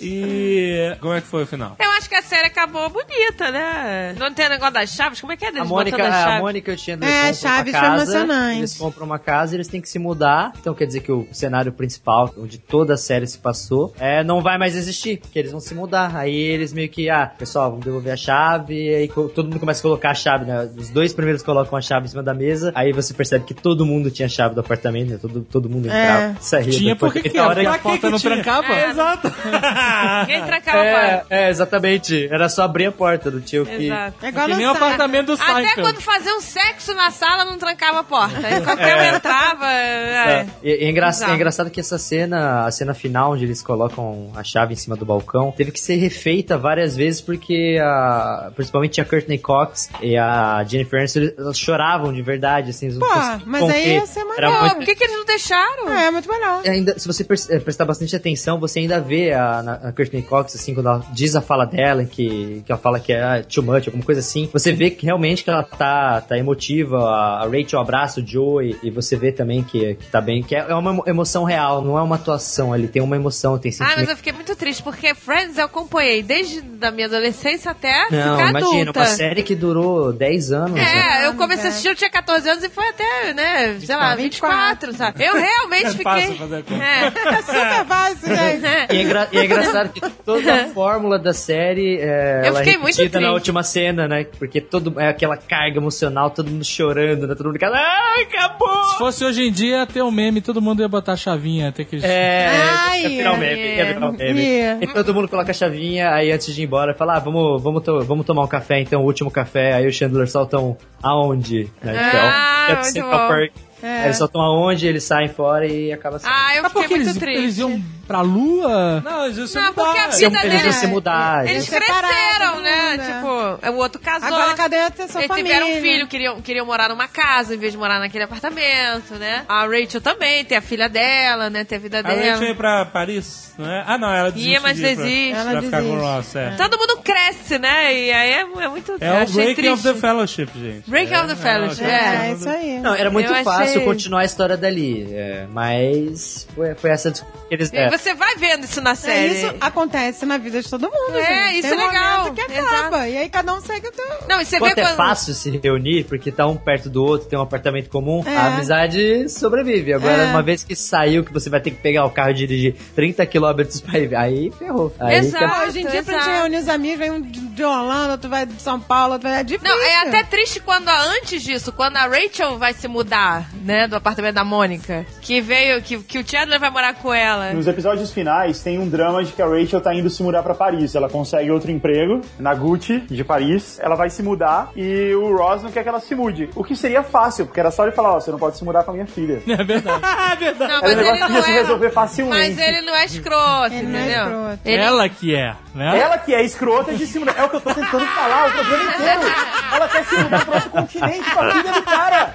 E como é que foi o final? Eu acho que a série acabou bonita, né? Não tem negócio das chaves? Como é que é A deles Mônica, botando as a chaves? Mônica e o Chandler É, compram Chaves uma foi casa, emocionante. eles compram uma casa e eles têm que se mudar. Então quer dizer que o cenário principal, onde toda a série se passou, é, não vai mais existir, porque eles vão se mudar. Aí eles meio que, ah, pessoal, vamos devolver a chave, e aí co- todo mundo começa a colocar a chave, né? Os dois primeiros colocam a chave em cima da mesa, aí você percebe que todo mundo tinha a chave do apartamento, né? Todo, todo mundo entrava, É. saía. Tinha depois, porque que na hora a que- porta não trancava. É, exato. Quem trancava a É, porta? é, exatamente. Era só abrir a porta, não tinha o que... Exato. É igual Que no nem o Sa- apartamento do Até Seinfeld. quando faziam sexo na sala, não trancava a porta. Aí qualquer um entrava... É. É. E, e é, engra- Exato. é engraçado que essa cena, a cena final, onde eles colocam a chave em cima do balcão, teve que ser refeita várias vezes porque a, principalmente a Courtney Cox e a Jennifer Aniston, elas choravam de verdade, assim. eles não Pô, conseguiam mas aí conter. ia ser mais Era bom. muito- Por que, que eles não deixaram? É, muito melhor. Ainda, se você pres- eh, prestar bastante atenção, você ainda vê a, na- a Courtney Cox, assim, quando ela diz a fala dela, que, que ela fala que é too much, alguma coisa assim, você vê que realmente que ela tá, tá emotiva, a, a Rachel abraça o Joey, e você vê também que, que tá bem, que é, é uma emo- emoção real, não é uma atuação ali, tem uma emoção, tem Ah, sentimento. mas eu fiquei muito triste, porque Friends eu acompanhei desde da minha adolescência até Não, ficar imagina, adulta. uma série que durou dez anos. né? É, eu comecei a assistir, eu tinha catorze anos e foi até, né, sei lá, vinte e quatro, sabe? Eu realmente É fiquei... fácil fazer a conta. É. É super fácil, gente. E é, engra- e é engraçado que toda a fórmula da série é, Eu ela é fiquei muito repetida na triste. última cena, né? Porque todo, é aquela carga emocional, todo mundo chorando, né? Todo mundo ficando, ai, acabou! Se fosse hoje em dia, ia ter um meme, todo mundo ia botar a chavinha, até que... É, Ai, ia virar um é. meme, ia virar um meme. É. E todo mundo coloca a chavinha, aí antes de ir embora, fala, ah, vamos, vamos, to- vamos tomar um café, então, o último café, aí o Chandler soltam aonde? Né? Ah, é o muito Central bom. Park. É. Aí eles soltam aonde, eles saem fora e acaba saindo. Ah, eu Mas por fiquei que muito eles, triste. eles iam pra lua? Não, eles iam se Não, porque a mudar. vida Eles iam deles... se mudar. Eles Eles separaram cresceram, todo né? mundo, né? Tipo, o outro casou. Agora cadê a sua Eles família? tiveram um filho, queriam, queriam morar numa casa em vez de morar naquele apartamento, né? A Rachel também, tem a filha dela, né? Tem a vida A dela. Rachel ia pra Paris, não é? Ah, não, ela desiste Ia, mas de ir pra- desiste. Pra, Ela ficar com o desiste. Ross, é. Todo mundo cresce, né? E aí é, é muito... É eu o achei Breaking of triste. the Fellowship, gente. Breaking é, of the Fellowship, é, é. É, isso aí. Não, era muito Eu fácil achei- continuar a história dali, é, mas foi, foi essa desculpa que eles E deram. você vai vendo isso na É, série. isso acontece na vida de todo mundo, É, gente. isso Tem é um legal. momento que acaba. E aí cada um segue o teu... Não, e você Enquanto vê é quando... fácil se reunir, porque tá um perto do outro, tem um apartamento comum, É. a amizade sobrevive. Agora, É. uma vez que saiu, que você vai ter que pegar o carro e dirigir trinta quilômetros pra ir, aí ferrou. Aí Exato. que- Hoje em dia, pra gente exato. reunir os amigos, vem um de de Orlando, outro vai de São Paulo, outro vai... É difícil. Não, é até triste quando, antes disso, quando a Rachel vai se mudar, né, do apartamento da Mônica, que veio, que, que o Chandler vai morar com ela. Nos episódios finais tem um drama de que a Rachel tá indo se mudar pra Paris. Ela consegue outro emprego na Gucci de Paris. Ela vai se mudar e o Ross não quer que ela se mude. O que seria fácil, porque era só ele falar, ó, você não pode se mudar com a minha filha. É verdade. Ah, verdade. Não, Era mas um negócio ele que não ia se é... resolver facilmente. Mas ele não é escroto, Ele não é entendeu? escroto. Ele- Ela que é, né? Ela que é escrota de se mudar. É o que eu tô tentando falar, o problema inteiro. Ela quer se mudar pra outro continente com a filha do cara.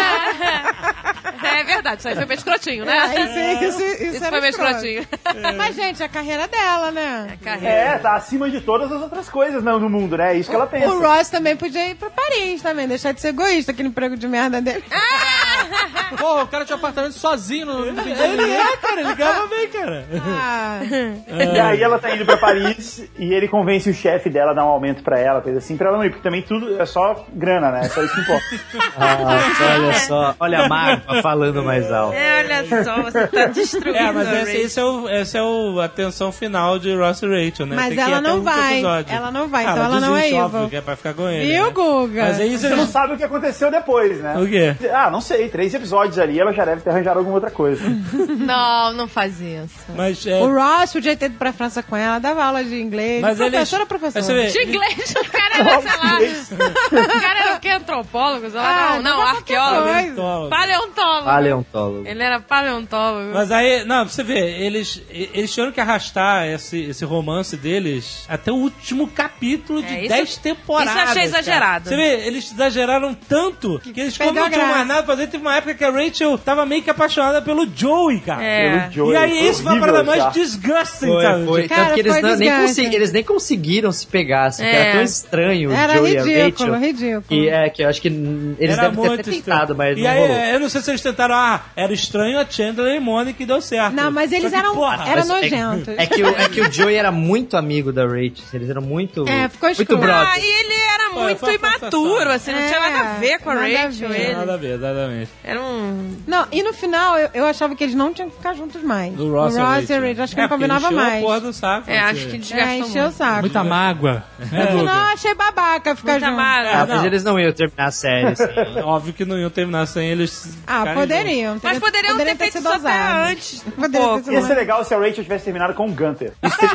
É verdade, isso aí foi meio escrotinho, né? É, isso, isso, isso, Isso era foi meio escroto. escrotinho. Mas, gente, a carreira dela, né? Carreira. É, tá acima de todas as outras coisas no no mundo, né? É isso que ela pensa. O Ross também podia ir pra Paris também, deixar de ser egoísta, aquele emprego de merda dele. Ah! Porra, o cara tinha um apartamento sozinho no, no Ele é, cara, ele ganhava bem, cara. Ah, E aí ela tá indo pra Paris e ele convence o chefe dela a dar um aumento pra ela, coisa assim, pra ela não ir, porque também tudo é só grana, né? É só isso que importa. Ah, olha só, olha a Magma falando mais alto. É, olha só, você tá destruindo É, mas a esse, Rachel. esse é, o, esse é o, a tensão final de Ross e Rachel, né? Mas Tem que ir ela até não o último vai. episódio. Ela não vai, Ah, então ela não é desiste, evil. óbvio, que é pra ficar com ele. Viu, né? Guga? Mas aí Você não sabe o que aconteceu depois, né? O quê? Ah, não sei, três episódios ali, ela já deve ter arranjado alguma outra coisa. Não, não faz isso. Mas, é, O Ross podia ter ido pra França com ela, dava aula de inglês. mas eles... Professora, Mas professora. você vê, De inglês, o cara era, sei lá. O cara era o que? Antropólogo? Sei lá, Ah, não, não, não, arqueólogo. qualquer Paleontólogo. Paleontólogo. Paleontólogo. Ele era paleontólogo. Mas aí, não, pra você ver, eles, eles tiveram que arrastar esse, esse romance deles até o último capítulo de É, isso- dez temporadas. isso eu achei cara. exagerado. Você vê, eles exageraram tanto que eles, como perdeu não a tinham graça. mais nada pra fazer, teve uma época que a Rachel tava meio que apaixonada pelo Joey, cara. É. Pelo Joey. E aí isso foi a Horrível parada mais já. disgusting, Foi, sabe? foi. Cara, Tanto que eles, foi não, nem desgaste. consegui- eles nem conseguiram se pegar, assim, que É. era tão estranho Era o Joey e a ridículo, Rachel. ridículo. Que, é, que eu acho que hum, eles Era devem ter muito até tentado, estranho. mas E não aí, rolou. eu não sei se eles tentaram, ah, era estranho a Chandler e Mônica e deu certo. Não, mas eles Só que, eram, porra, eram Mas é- nojentos. É, que o, é que o Joey era muito amigo da Rachel, eles eram muito, É, ficou muito escuro. brother. Ah, e ele era Pô, muito foi uma imaturo, forçação. assim, não tinha É, nada a ver com a nada a Rachel. ver. Ele Nada a ver, exatamente. era um... Não, e no final eu, eu achava que eles não tinham que ficar juntos mais. Do Ross, o e Ross Rachel. e Rachel, acho que é, não porque combinava encheu a mais. porra do saco. É, assim. acho que É, desgastou encheu o muito. saco. Muita mágoa, né, Guga? Não, achei babaca ficar Muita junto. mágoa. Ah, não. mas eles não iam terminar a série, assim. Óbvio que não iam terminar sem eles. Ah, ficarem poderiam. Mas teria- poderiam ter poderia feito sido isso até ousado. antes. um Poderia ter pouco. sido Ia ser ousado. legal se a Rachel tivesse terminado com o Gunter.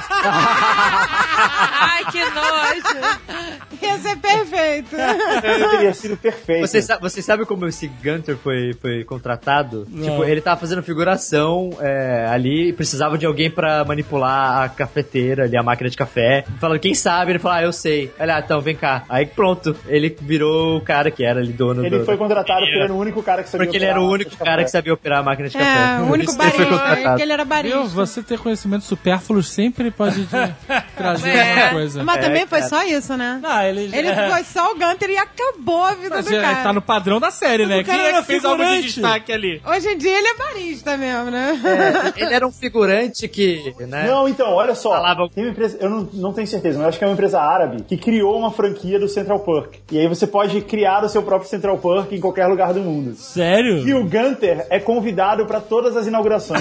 Ai, que nojo. Ia ser perfeito. Isso teria sido perfeito. Você sabe, você sabe como esse Gunter foi, foi contratado? Não. Tipo, ele tava fazendo figuração é, ali e precisava de alguém pra manipular a cafeteira ali, a máquina de café. Falando, quem sabe? Ele falou, ah, eu sei. Olha, então, vem cá. Aí pronto, ele virou o cara que era ali dono Ele do... foi contratado porque ele era o único cara que sabia Porque ele era o operar único a cara café. que sabia operar a máquina de café. É, o Por único isso que ele foi barista. contratado. Que ele era barista. Viu? Você ter conhecimento supérfluo sempre pode te trazer É. alguma coisa. Mas É, também foi cara. só isso, né? Não, eles. Ele é, foi só o Gunter e acabou a vida Mas do é, cara. tá no padrão da série, né? O cara Quem é era que fez algo de figurante. destaque ali? Hoje em dia ele é barista mesmo, né? É, ele era um figurante que, né? Não, então, olha só. Falava- Tem uma empresa, eu não, não tenho certeza, mas eu acho que é uma empresa árabe que criou uma franquia do Central Park. E aí você pode criar o seu próprio Central Park em qualquer lugar do mundo. Sério? E o Gunter é convidado pra todas as inaugurações.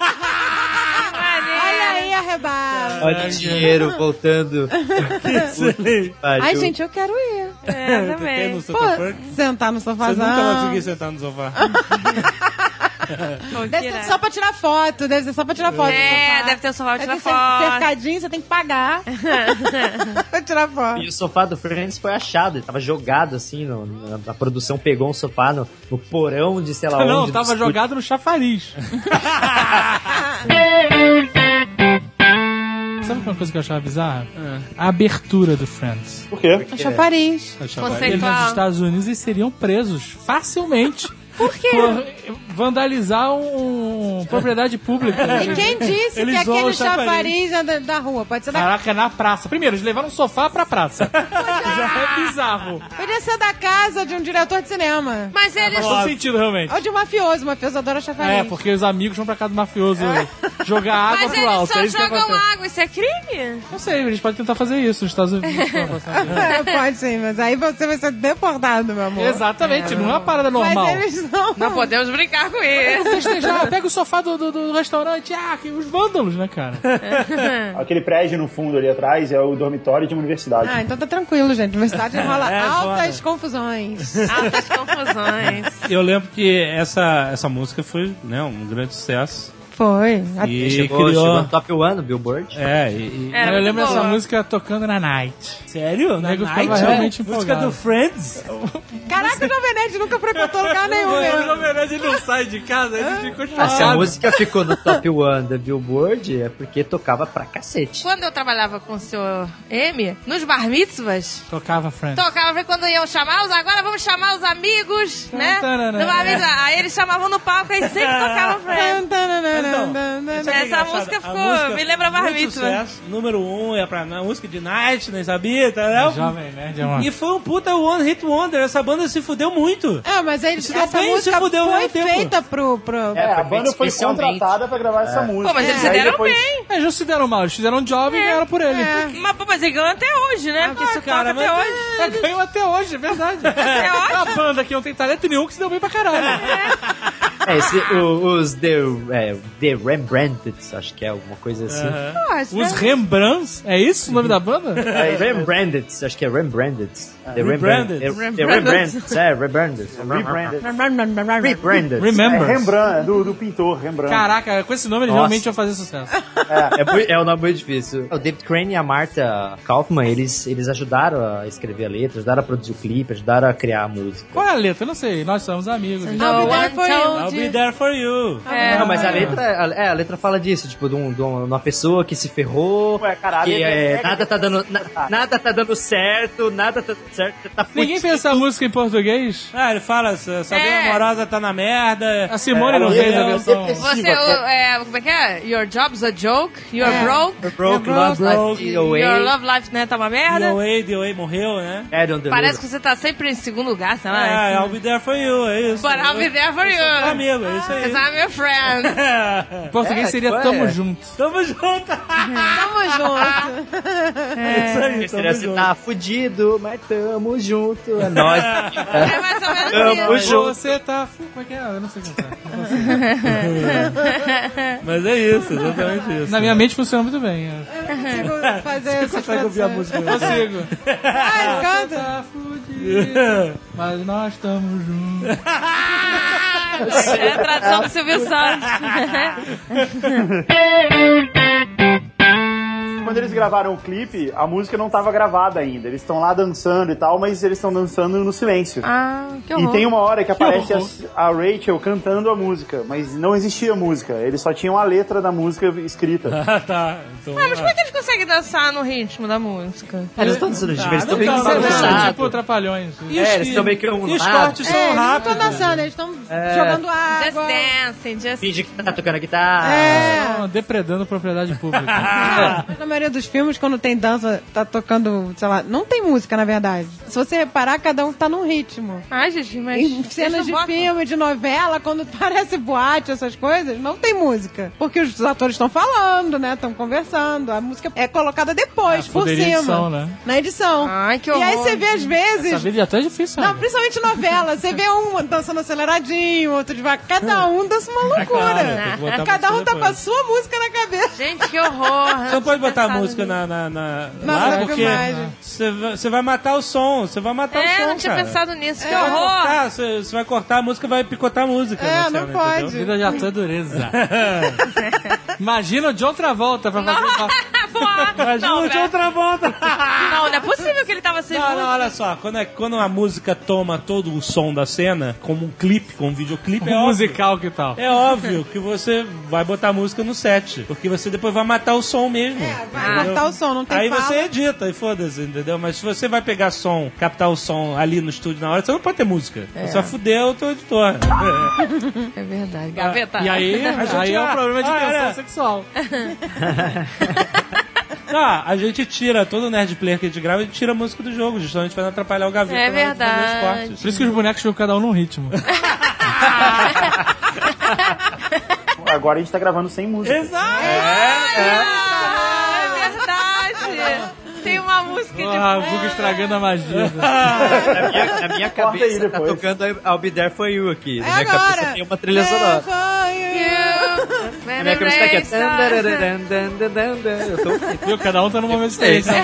Olha aí, arrebata. Olha o dinheiro voltando. Excelente. Ai, gente, eu quero ir. É, Tem também. no Pô, Central Park? sentar no Você sofazão. nunca vai conseguir sentar no sofá. Deve ser só pra tirar foto, deve ser só pra tirar foto. É, deve ter um sofá pra tirar Deve ser foto. cercadinho, você tem que pagar pra tirar foto. E o sofá do Friends foi achado, ele tava jogado assim, no, na, a produção pegou um sofá no, no porão de sei lá onde. Não, do tava estúdio. jogado no chafariz. Sabe uma coisa que eu achava bizarra? A abertura do Friends. Por quê? Achou Paris. Eu achava que Conceitual. nos Estados Unidos eles seriam presos facilmente. Por quê? Por vandalizar um, propriedade pública. E quem disse Eles que zoam aquele o chafariz. chafariz é da, da rua? Pode ser da... Caraca, na praça. Primeiro, eles levaram um sofá pra praça. Já é bizarro. Podia ser da casa de um diretor de cinema. Mas eles... Faz todo sentido, realmente. Ou de um mafioso. O mafioso adora chafariz. É, porque os amigos vão pra casa do mafioso jogar água Mas pro eles alto. só é isso que jogam acontece. água, isso é crime? Não sei, eles podem tentar fazer isso nos Estados Unidos. É, pode sim, mas aí você vai ser deportado, meu amor. Exatamente, não é uma parada normal. Mas eles não... Não podemos brincar com isso. Festejar, pega o sofá do, do, do restaurante, ah, que os vândalos, né, cara? Aquele prédio no fundo ali atrás é o dormitório de uma universidade. Ah, então tá tranquilo, gente. Universidade rola É, altas foda. confusões. Altas confusões. Eu lembro que essa, essa música foi, né, um grande sucesso. Foi. E Chegou, criou... chegou no top one do Billboard. É, e... e- Era eu muito lembro dessa boa. música tocando na Night. Sério? O nego Na ficava Night? realmente Música empolgado. do Friends? Caraca, o Jovem Nerd nunca frequentou lugar nenhum, Na né? verdade, ele não sai de casa, ele ficou Ah, se a chocado. música ficou no top one da Billboard, é porque tocava pra cacete. Quando eu trabalhava com o senhor M, nos bar mitzvahs, Tocava Friends. tocava quando iam chamar os... Agora vamos chamar os amigos, né? Tantanana. No bar mitzvah. Aí eles chamavam no palco e sempre tocavam Friends. Tan, tan, nan, nan, Então, isso é Essa engraçado. música A ficou- música me lembra muito Bar Mitzvah. sucesso. Número um é pra a música de Night, nem sabia, entendeu? Jovem Nerd é uma... E foi um puta One Hit Wonder. Essa banda se fudeu muito. É, mas ele, Se deu essa bem, se música fudeu ao foi mesmo tempo. feita pro... pro... É, a banda foi especialmente. contratada pra gravar essa música. Pô, mas eles se E aí deram depois- bem. É, já se deram mal. Eles fizeram um jovem e ganharam por ele. Mas, pô, mas ele ganhou até hoje, né? Porque isso cara, toca até mas- hoje. É, ganhou até hoje, é verdade. É É uma ótimo. banda que não tem talento nenhum que se deu bem pra caralho. É, esse, o- os The, é, The Rembrandts, acho que é alguma coisa assim. Aham. Os Rembrandts, é isso o nome da banda? É, Rembrandts, acho que é Rembrandts. The Rebranded. Rembrand- The Rembrandts, é, Rebranded. Rebranded. Rebranded. É Remember. Rembrandt, é do, do pintor, Rembrandt. Caraca, com esse nome eles Nossa. realmente iam fazer sucesso. É, mui- é um nome muito difícil. O David Crane e a Martha Kaufman, eles, eles ajudaram a escrever a letra, ajudaram a produzir o clipe, ajudaram a criar a música. Qual é a letra? Eu não sei. Nós somos amigos. No I'll be there one for you. I'll told be you. there for you. É. Não, mas a letra, é, a letra fala disso, tipo, de, um- de uma pessoa que se ferrou, Ué, cara, a que letra é, é- nada tá dando, na- nada tá dando certo, nada tá dando certo, tá Ninguém fudido. fez essa música em português? Ah, ele fala, essa vida É. amorosa tá na merda. A Simone É, não eu- fez a eu- versão. Você, o- é, como é que é? Your job's a joke, you're É. broke, Broke, Broke, Love Life, away, your love life né, tá uma merda. D O A, D O A morreu, né? I don't deliver. Parece que você tá sempre em segundo lugar, sei lá. É, I'll be there for you, é isso. But I'll be there for you. Eu sou amigo, é isso aí. Cause I'm your friend. Em português É, seria qual é? Tamo Junto. Tamo junto. Tamo junto. É isso aí, Seria tamo você junto. tá fudido, mas tamo junto, é nóis. É mais ou menos Tamo isso. junto. Você tá... fu- Como é que é? Eu não sei cantar. Mas é isso, exatamente isso. Na minha mente funciona muito bem. Eu não consigo fazer essas Consegue ouvir a traduções. música? Consigo. Ai, canta. Tá fudido, mas nós estamos juntos. É a tradução do Silvio Santos. Quando eles gravaram o clipe, a música não tava gravada ainda. Eles estão lá dançando e tal, mas eles estão dançando no silêncio. Ah, que E horror. tem uma hora que aparece horror. a, a Rachel cantando a música, mas não existia música. Eles só tinham a letra da música escrita. Ah, tá. Então, Ah, mas como é que eles conseguem dançar no ritmo da música? Eles estão dançando, eles estão não meio tá, que não tá. bagunçados. Tipo Trapalhões. E É, os- eles estão meio que E os arrumados. cortes É, são eles não rápidos. estão dançando, eles estão jogando Just água. dancing, just... Finge que tá tocando a guitarra. É. Estão depredando propriedade pública. Na maioria dos filmes, quando tem dança, tá tocando, sei lá, não tem música, na verdade. Se você reparar, cada um tá num ritmo. Ai, gente, mas... Em cenas de botam- filme, de novela, quando parece boate, essas coisas, não tem música. Porque os atores estão falando, né? Estão conversando. A música é colocada depois, Ah, por poderia cima. edição, né? Na edição. Ai, que E aí horror, você vê, às vezes... Essa vida até é difícil, Não, sabe? principalmente novela. Você vê um dançando aceleradinho, outro devagar. Cada um dança uma loucura. claro, tem que botar Cada música um tá com a depois. sua música na cabeça. Gente, que horror. Você não pode botar a música na, na, na, Na lá, na porque filmagem. você vai, você vai matar o som, você vai matar o som, É, não tinha cara. pensado nisso. Que Você vai horror. cortar, você, você vai cortar a música, vai picotar a música. É, na não cena, pode. entendeu? Vida de ator é dureza. Imagina o John Travolta pra fazer uma... Imagina Não, o John velho. Travolta. Não, não é possível que ele tava sem Não, música. não, olha só, quando, é, quando a música toma todo o som da cena, como um clipe, como um videoclipe, é um óbvio. musical, que tal? É óbvio que você vai botar a música no set, porque você depois vai matar o som mesmo. Vai entendeu? cortar o som, não tem Aí fala. você edita e foda-se, entendeu? Mas se você vai pegar som, captar o som ali no estúdio na hora, você não pode ter música. Você vai fuder o teu editor. É verdade. Gaveta. E aí, gente aí é um já- problema de Ah, tensão é. sexual. Ah, a gente tira todo o Nerd Player que a gente grava, a gente tira a música do jogo, justamente pra não atrapalhar o Gaveta. É na hora de fazer os verdade. cortes. Por isso que os bonecos ficam cada um num ritmo. Agora a gente tá gravando sem música. Exato! Ah, é verdade. Tem uma música de... Porra, o Google estragando a magia. Na minha, na minha Corta aí cabeça tá depois. tocando I'll Be There For You aqui. Na É minha agora. cabeça tem uma trilha sonora. Na Na minha cabeça tá aqui. Eu tô... Viu? Cada um tá num momento diferente. Né?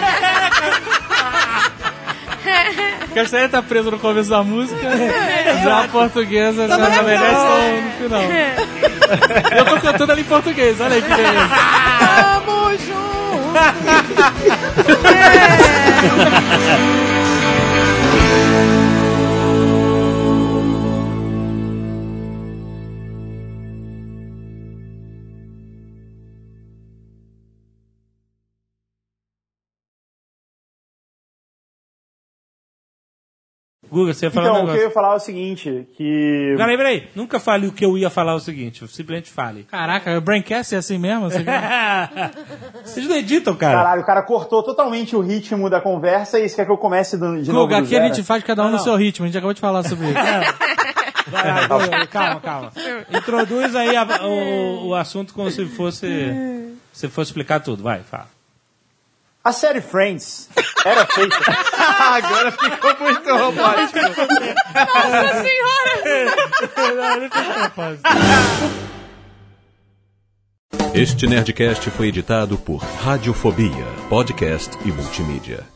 Castanha tá preso no começo da música, já a portuguesa já no merece refrão. no final. Eu tô cantando ali em português, olha aí que beleza. Tamo junto. Guga, você ia falar Então, um o que eu negócio. ia falar é o seguinte, que... Peraí, peraí. Nunca fale o que eu ia falar é o seguinte. Simplesmente fale. Caraca, o Braincast é assim mesmo? Você Vocês não editam, cara. Caralho, o cara cortou totalmente o ritmo da conversa e isso quer que eu comece do, de novo Guga, do aqui a zero. gente faz cada um Não, no não. seu ritmo. A gente acabou de falar sobre isso. Vai, vai, Guga, calma, calma. Introduz aí a- o, o assunto como se fosse... Se fosse explicar tudo. Vai, fala. A série Friends era feita... Agora ficou muito romântico. Nossa senhora! Este Nerdcast foi editado por Radiofobia, podcast e multimídia.